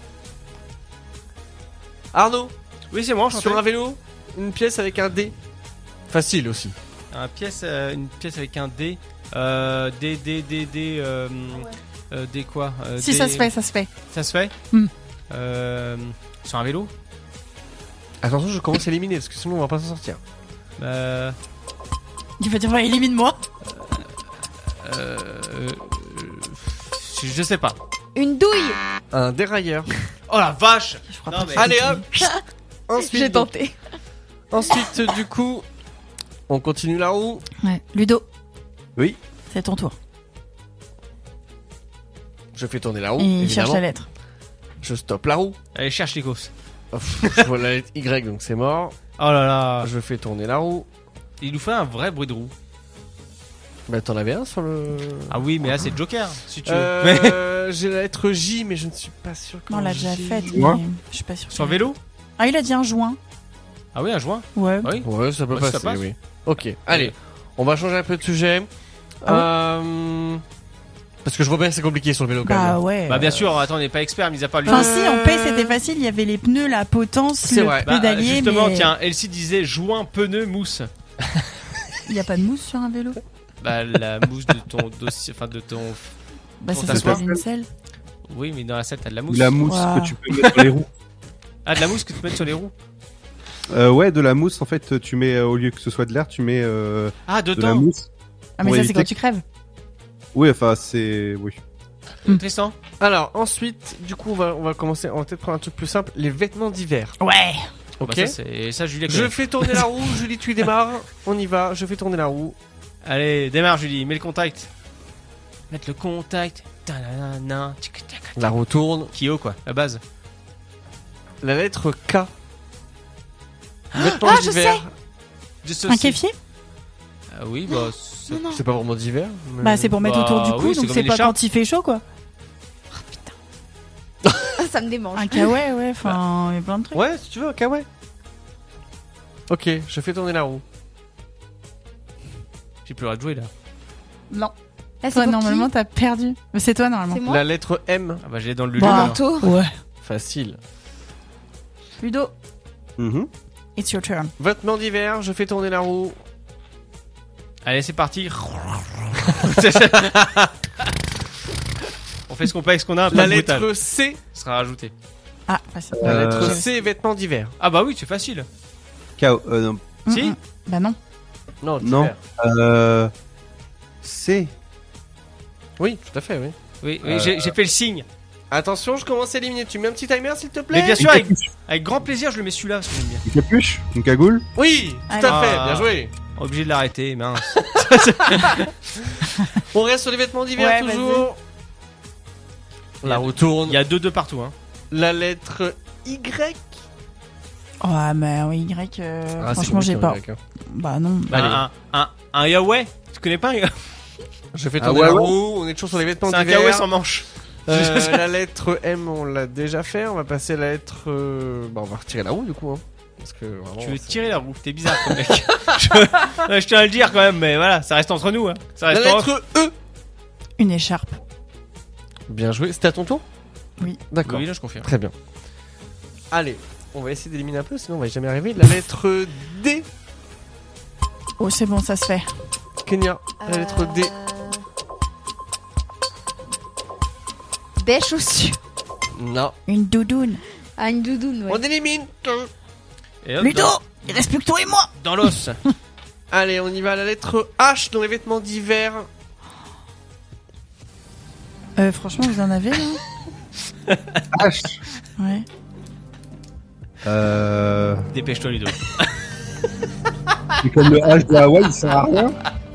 Arnaud, Oui, c'est moi, enchanté. sur un vélo, une pièce avec un D. Facile aussi. Un pièce, euh, une pièce avec un D. Euh, D, D, D, D. Euh, euh, D quoi euh, Si, D- ça se fait, ça se fait. Ça se fait Hmm. euh, Sur un vélo Attention, je commence à éliminer parce que sinon on va pas s'en sortir. euh, Tu vas dire, ouais, élimine-moi. euh, euh, je, je sais pas. Une douille. Un dérailleur. Oh la vache Je crois Non, pas mais- que Allez c'est- hop. Ensuite, J'ai donc, tenté. ensuite, du coup, on continue la roue. Ouais. Ludo. Oui. C'est ton tour. Je fais tourner la roue. Et il évidemment. cherche la lettre. Je stoppe la roue. Allez, cherche les causes. Oh, pff, je vois la lettre Y donc c'est mort. Oh là là Je fais tourner la roue. Il nous fait un vrai bruit de roue. Bah t'en avais un sur le. Ah oui, mais là c'est Joker, si tu veux. Mais- Euh, j'ai la lettre J mais je ne suis pas sûr que. Non, on l'a déjà faite. Moi mais Je suis pas sûre. Sur que- vélo Ah, il a dit un joint. Ah oui, un joint Ouais. Ah oui Ouais, ça peut Ouais, ça passer, passe. oui. Ok, allez, on va changer un peu de sujet. Ah Euh, Parce que je vois bien que c'est compliqué sur le vélo quand Bah même. ouais. Bah bien sûr, attends, on n'est pas expert, mis à part lui. Enfin, Euh, si, en P, c'était facile. Il y avait les pneus, la potence, C'est le vrai. Bah, pédalier. justement, mais tiens, Elsie disait joint, pneu, mousse. Il n'y a pas de mousse sur un vélo. Bah la mousse de ton dossier, enfin de ton... Bah, Pour ça t'asseoir. s'appelle une selle. Oui, mais dans la selle, t'as de la Ou mousse. la mousse Wow. que tu peux mettre sur les roues. Ah, de la mousse que tu peux mettre sur les roues. Euh, ouais, de la mousse, en fait, tu mets, euh, au lieu que ce soit de l'air, tu mets euh, Ah, de la dedans mousse. Ah, mais Pour ça, c'est éviter quand que- tu crèves. Oui, enfin, c'est. Oui. Hmm. Tristan Alors ensuite, du coup, on va, on va commencer. On va peut-être prendre un truc plus simple. Les vêtements d'hiver. Ouais. Ok. Bah, ça, c'est... ça, Julie. Je connaît. fais tourner la roue. Julie, tu démarres. On y va. Je fais tourner la roue. Allez, démarre, Julie, mets le contact. Mettre le contact. Ta-na-na-na, tic-tac. La roue tourne. Kyo, quoi, la base. La lettre K. Vêtements Ah, je d'hiver. Juste Un aussi. kéfier Ah oui, bah... c'est- Non, non. C'est pas vraiment d'hiver. mais- Bah, c'est pour mettre Bah, autour du cou, oui, c'est donc comme c'est une pas écharpe. quand il fait chaud, quoi. ça me démange. Un kawaii, ouais, enfin, il y a plein de trucs. Ouais, si tu veux, un kawaii. Ok, je fais tourner la roue. J'ai plus le droit de jouer là. Non. Là, c'est Toi, pour normalement, qui t'as perdu. Mais c'est toi, normalement. C'est moi. La lettre M. Ah bah j'ai dans le Lulu. Bah. alors. Manteau. Ouais. Facile. Ludo, Mhm. it's your turn. Vêtements d'hiver, je fais tourner la roue. Allez, c'est parti. On fait ce qu'on peut avec ce qu'on a. Un peu La de brutal. lettre C. sera rajouté. Ah, facile. La Euh, lettre C, vêtements d'hiver. Ah bah oui, c'est facile. Kao. Euh, non. Mm, Si. mm. Bah non. Non, Non. d'hiver. Euh. C. Oui, tout à fait, oui. Oui, oui Euh, j'ai j'ai fait le signe. Attention, je commence à éliminer. Tu mets un petit timer, s'il te plaît? Mais bien sûr, Une avec, capuche. avec grand plaisir, je le mets celui-là parce que j'aime bien. Une capuche. Une cagoule. Oui, tout Allez. à fait, Ah. bien joué. Obligé de l'arrêter, mince. On reste sur les vêtements d'hiver Ouais, toujours. La roue tourne. Il y a deux deux partout. Hein. La lettre Y. Oh, mais oui, Y, euh, Ah, c'est franchement, j'ai compliqué, pas. Y, hein. Bah non. Bah, Allez. un, un, un Yahweh. Tu connais pas un Yahweh? Je fais Ah tourner ouais, la ouais. roue. On est toujours sur les vêtements C'est un d'hiver. Yahweh sans manche. Euh, la lettre M, on l'a déjà fait. On va passer à la lettre. euh, Bah, on va retirer la roue du coup. Hein. Parce que vraiment, Tu veux c'est- tirer la roue, t'es bizarre comme mec. je, ouais, je tiens à le dire quand même, mais voilà, ça reste entre nous. Hein. Ça La reste en off. lettre E. Une écharpe. Bien joué. C'était à ton tour? Oui. D'accord. Oui, là je confirme. Très bien. Allez, on va essayer d'éliminer un peu, sinon on va jamais arriver. La lettre D. Oh, c'est bon, ça se fait. Kenya. La lettre D. Des chaussures. Non. Une doudoune. Ah, une doudoune, ouais. On élimine. Et hop, Ludo, dans, il reste plus que toi et moi. dans l'os. Allez, on y va. La lettre H dans les vêtements d'hiver. Euh, franchement, vous en avez là? H. Ouais. Euh. Dépêche-toi, Ludo. C'est comme le H de Hawaï, il sert à rien.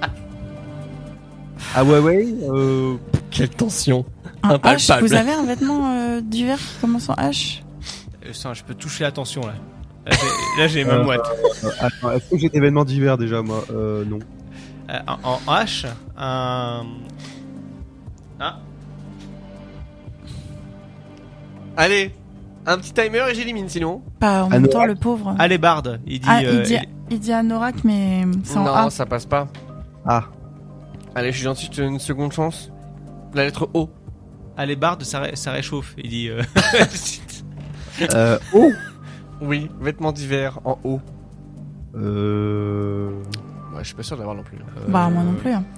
Ah ouais, ouais. Euh. Quelle tension. Un H, Impalpable. vous avez un vêtement euh, d'hiver qui commence en H? Euh, ça, je peux toucher l'attention là. Là, j'ai- Là, j'ai ma Euh, mouette. euh, attends, est-ce que j'ai des événements d'hiver déjà, moi Euh, non. Euh, en, en H, un. Ah, Allez, un petit timer et j'élimine sinon. Pas en Un même temps, oracle. le pauvre. Alébarde. Il dit. Ah, euh, il dit, il- il dit un oracle, mais c'est en Non, A. ça passe pas. Ah. Allez, je suis gentil, je te donne une seconde chance. La lettre O. Alébarde, ça, ré- ça réchauffe. Il dit. euh, Euh. O. Oui, vêtements d'hiver en O. Euh. Ouais, je suis pas sûr d'avoir non plus. Bah, moi non plus. hein.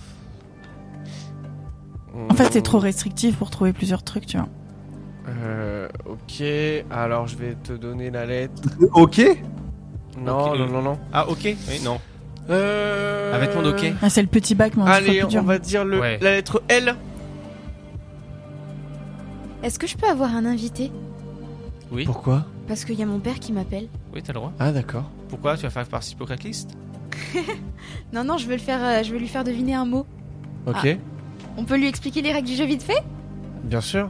En fait, c'est trop restrictif pour trouver plusieurs trucs, tu vois. Euh, ok, alors je vais te donner la lettre. Ok. Non, Ok. non, non, non. Ah, ok. Oui, non. Euh... Un vêtement d'hockey. Ah, c'est le petit bac, mais on dit Allez, plus on dur. va dire le, Ouais. la lettre L. Est-ce que je peux avoir un invité? Oui. Pourquoi? Parce qu'il y a mon père qui m'appelle. Oui, t'as le droit. Ah, d'accord. Pourquoi? Tu vas faire participer au cracklist? Non, non, je veux, le faire, euh, je veux lui faire deviner un mot. Ok, On peut lui expliquer les règles du jeu vite fait? bien sûr.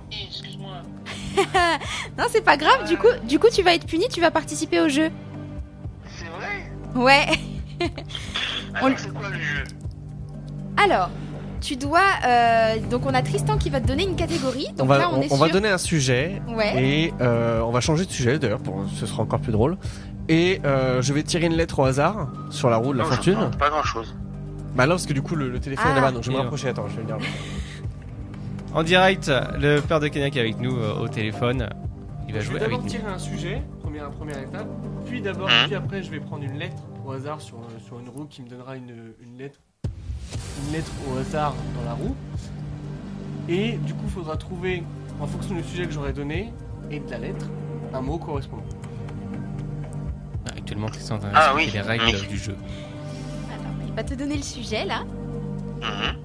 Non, c'est pas grave, du coup, du coup, tu vas être puni, tu vas participer au jeu. C'est vrai? Ouais. Alors, On- c'est quoi le jeu? Alors, tu dois... euh, donc, on a Tristan qui va te donner une catégorie. Donc On va, là, on, on, est on sur... va donner un sujet Ouais. et euh, on va changer de sujet d'ailleurs, pour ce sera encore plus drôle. Et euh, je vais tirer une lettre au hasard sur la roue de la Non, je- fortune. non, pas grand chose. Bah non, parce que du coup le, le téléphone Ah. est là-bas, donc je vais me Et, euh, rapprocher. Attends, je vais le dire. En direct, le père de Kenya qui est avec nous euh, au téléphone. Il va Je jouer vais avec d'abord nous. tirer un sujet, première, première étape. Puis d'abord, Mhm. puis après, je vais prendre une lettre au hasard sur, euh, sur une roue qui me donnera une, une lettre, une lettre au hasard dans la roue. Et du coup, il faudra trouver, en fonction du sujet que j'aurai donné et de la lettre, un mot correspondant. Actuellement, Christian est en train Ah d'expliquer oui, les règles oui. du jeu. Alors, il va te donner le sujet, là. Mhm.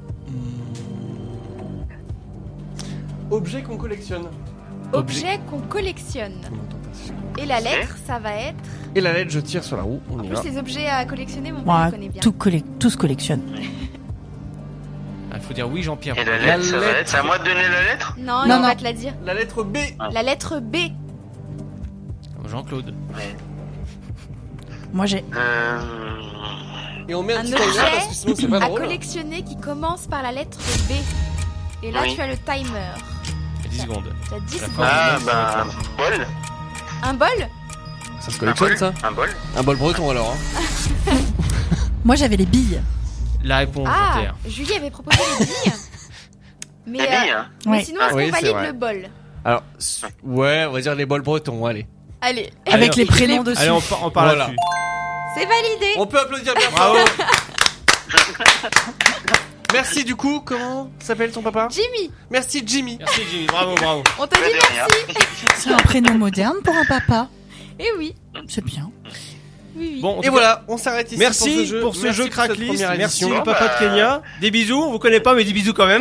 Objet qu'on collectionne. Objet qu'on collectionne. On m'entend pas, si je- Et la lettre, ça va être... Et la lettre, je tire sur la roue. On En y plus, va. les objets à collectionner, mon père Ouais, il connaît bien. tout, colle- tout se collectionne. Il faut dire oui, Jean-Pierre. Et la La lettre, ça va lettre. être... C'est à moi de donner la lettre? Non, Non, non, on non. va te la dire. La lettre B. La lettre B. Jean-Claude. Ouais. Moi, j'ai. Euh... Et on met un, Un petit timer objet parce que sinon c'est pas À drôle. collectionner qui commence par la lettre B. Et là, Oui. tu as le timer. dix secondes. T'as dix À la secondes. fin, Ah, je bah, vais un bol. Un bol? Ça se Un collectionne, bol. ça Un bol. Un bol breton, alors. Hein. Moi, j'avais les billes. La réponse, Ah, Jean-Pierre. Julie avait proposé les billes. Mais, Les euh, billes, hein. mais Ouais. sinon, est-ce Oui, qu'on c'est valide vrai. le bol? Alors, s- ouais, on va dire les bols bretons, allez. Allez. Avec Allez, les prénoms dessus. Allez, on, par- on parle Voilà. là-dessus. C'est validé. On peut applaudir bien Bravo. Merci du coup, comment s'appelle ton papa? Jimmy, Merci Jimmy. Merci Jimmy, bravo, bravo. on te dit Mais de rien. merci. C'est un prénom moderne pour un papa. Eh oui. C'est bien. Oui, oui. Bon, en Et tout voilà, on s'arrête ici Merci pour ce jeu, pour ce Merci jeu cette Cracklist. première Merci édition. le papa de Kenya. Des bisous, on vous connaît pas mais des bisous quand même.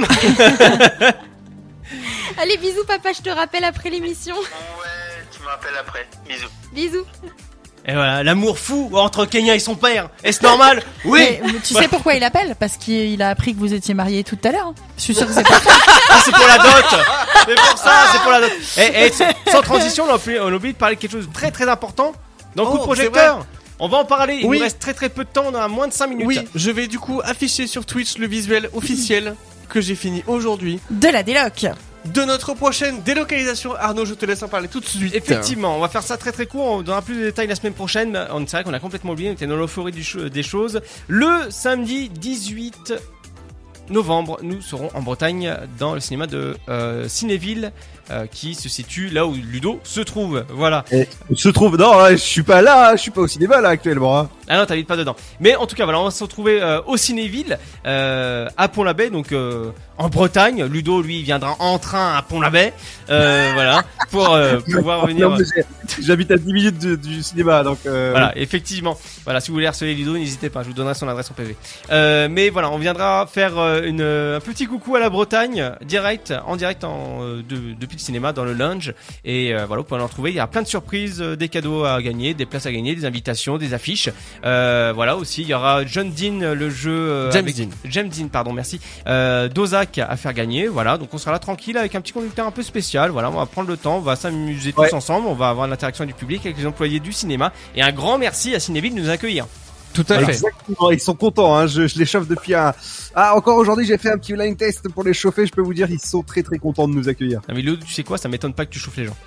Allez, bisous, papa, je te rappelle après l'émission. Ouais, tu me rappelles après. Bisous. Bisous. Et voilà, l'amour fou entre Kenya et son père. Est-ce normal? Oui. Mais, mais tu sais pourquoi il appelle? Parce qu'il a appris que vous étiez mariés tout à l'heure. Je suis sûr que c'est pas ça. Ah, c'est pour la dot. C'est pour ça, c'est pour la dot. Et, et sans transition, on a oublié, on a oublié de parler de quelque chose de très très important. Dans Oh, Coup de c'est projecteur. On va en parler. Il Oui. nous reste très très peu de temps. On a moins de cinq minutes. Oui, je vais du coup afficher sur Twitch le visuel officiel que j'ai fini aujourd'hui De la déloc. de notre prochaine délocalisation. Arnaud, je te laisse en parler tout de suite. Effectivement, on va faire ça très très court, on donnera plus de détails la semaine prochaine. On C'est vrai qu'on a complètement oublié, on était dans l'euphorie du cho- des choses. Le samedi dix-huit novembre, nous serons en Bretagne dans le cinéma de euh, Cinéville euh, qui se situe là où Ludo se trouve. Voilà. Et se trouve, non, hein, je suis pas là, hein, je suis pas au cinéma là actuellement. Hein. Ah non, t'habites pas dedans. Mais en tout cas, voilà, on va se retrouver euh, au Cinéville euh, à Pont-l'Abbé, donc euh, en Bretagne. Ludo, lui, viendra en train à Pont-l'Abbé, euh, voilà, pour euh, pouvoir venir. Non, mais j'ai- J'habite à dix minutes de- du cinéma, donc. Euh, Voilà, effectivement. Voilà, si vous voulez harceler Ludo, n'hésitez pas, je vous donnerai son adresse en P V. Euh, mais voilà, on viendra faire euh, une, un petit coucou à la Bretagne, direct, en direct en, euh, de, depuis le cinéma, dans le lounge. Et euh, voilà, vous pouvez en trouver. Il y a plein de surprises, euh, des cadeaux à gagner, des places à gagner, des invitations, des affiches. Euh, voilà, aussi, il y aura John Dean, le jeu... euh, James avec- Dean. James Dean, pardon, merci. Euh, Dozac à faire gagner. Voilà, donc on sera là tranquille avec un petit conducteur un peu spécial. Voilà, on va prendre le temps, on va s'amuser tous Ouais. ensemble, on va avoir l'interaction du public avec les employés du cinéma. Et un grand merci à Cinéville de nous accueillir. Tout à fait. Exactement, ils sont contents, hein, je, je les chauffe depuis un... Ah, encore aujourd'hui, j'ai fait un petit blind test pour les chauffer, je peux vous dire, ils sont très très contents de nous accueillir. Non mais Léo, tu sais quoi, ça m'étonne pas que tu chauffes les gens.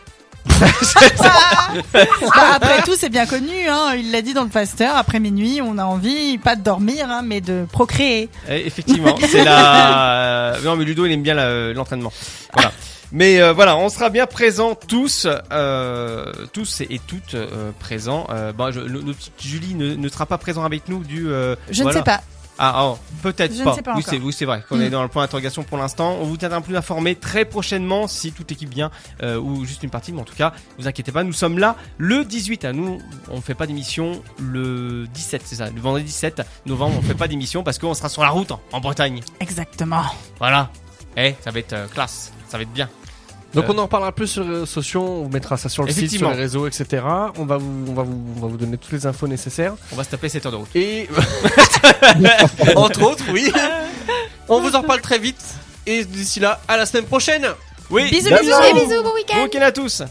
Bah, après tout, c'est bien connu. Hein. Il l'a dit dans le Faster. Après minuit, on a envie pas de dormir, hein, mais de procréer. Eh, effectivement, c'est la... Non mais Ludo, il aime bien la- l'entraînement. Voilà. Mais euh, voilà, on sera bien présents tous, euh, tous et toutes euh, présents. Euh, bon, je, le- notre petite Julie ne, ne sera pas présent avec nous du. Euh, Je voilà. ne sais pas. Ah, oh, peut-être Je pas. ne sais pas oui, encore. c'est oui, c'est vrai qu'on Mm. est dans le point d'interrogation pour l'instant. On vous tiendra plus informé très prochainement si tout équipe bien euh, ou juste une partie. Mais en tout cas, vous inquiétez pas, nous sommes là le dix-huit. Hein. Nous, on fait pas d'émission le dix-sept, c'est ça, le vendredi dix-sept novembre. On fait pas d'émission parce qu'on sera sur la route en, en Bretagne. Exactement. Voilà. Eh, ça va être euh, classe, ça va être bien. Donc Euh, on en reparlera plus sur les réseaux sociaux, on vous mettra ça sur le site, sur Effectivement. les réseaux, et cetera. On va vous, on va vous, on va vous donner toutes les infos nécessaires. On va se taper sept heures de route. Et entre autres, oui. On vous en reparle très vite. Et d'ici là, à la semaine prochaine. Oui. Bisous, Bisous. bisous. Bisous, bisous, bon week-end. Bon week-end à tous.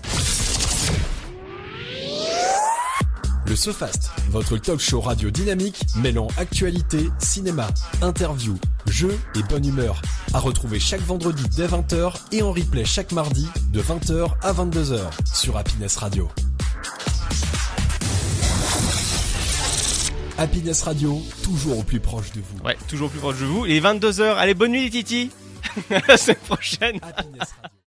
Le SoFast, votre talk show radio dynamique mêlant actualité, cinéma, interview, jeux et bonne humeur. À retrouver chaque vendredi dès vingt heures et en replay chaque mardi de vingt heures à vingt-deux heures sur Happiness Radio. Happiness Radio, toujours au plus proche de vous. Ouais, toujours plus proche de vous. Il est vingt-deux heures. Allez, bonne nuit les titis. À la semaine prochaine. Happiness Radio.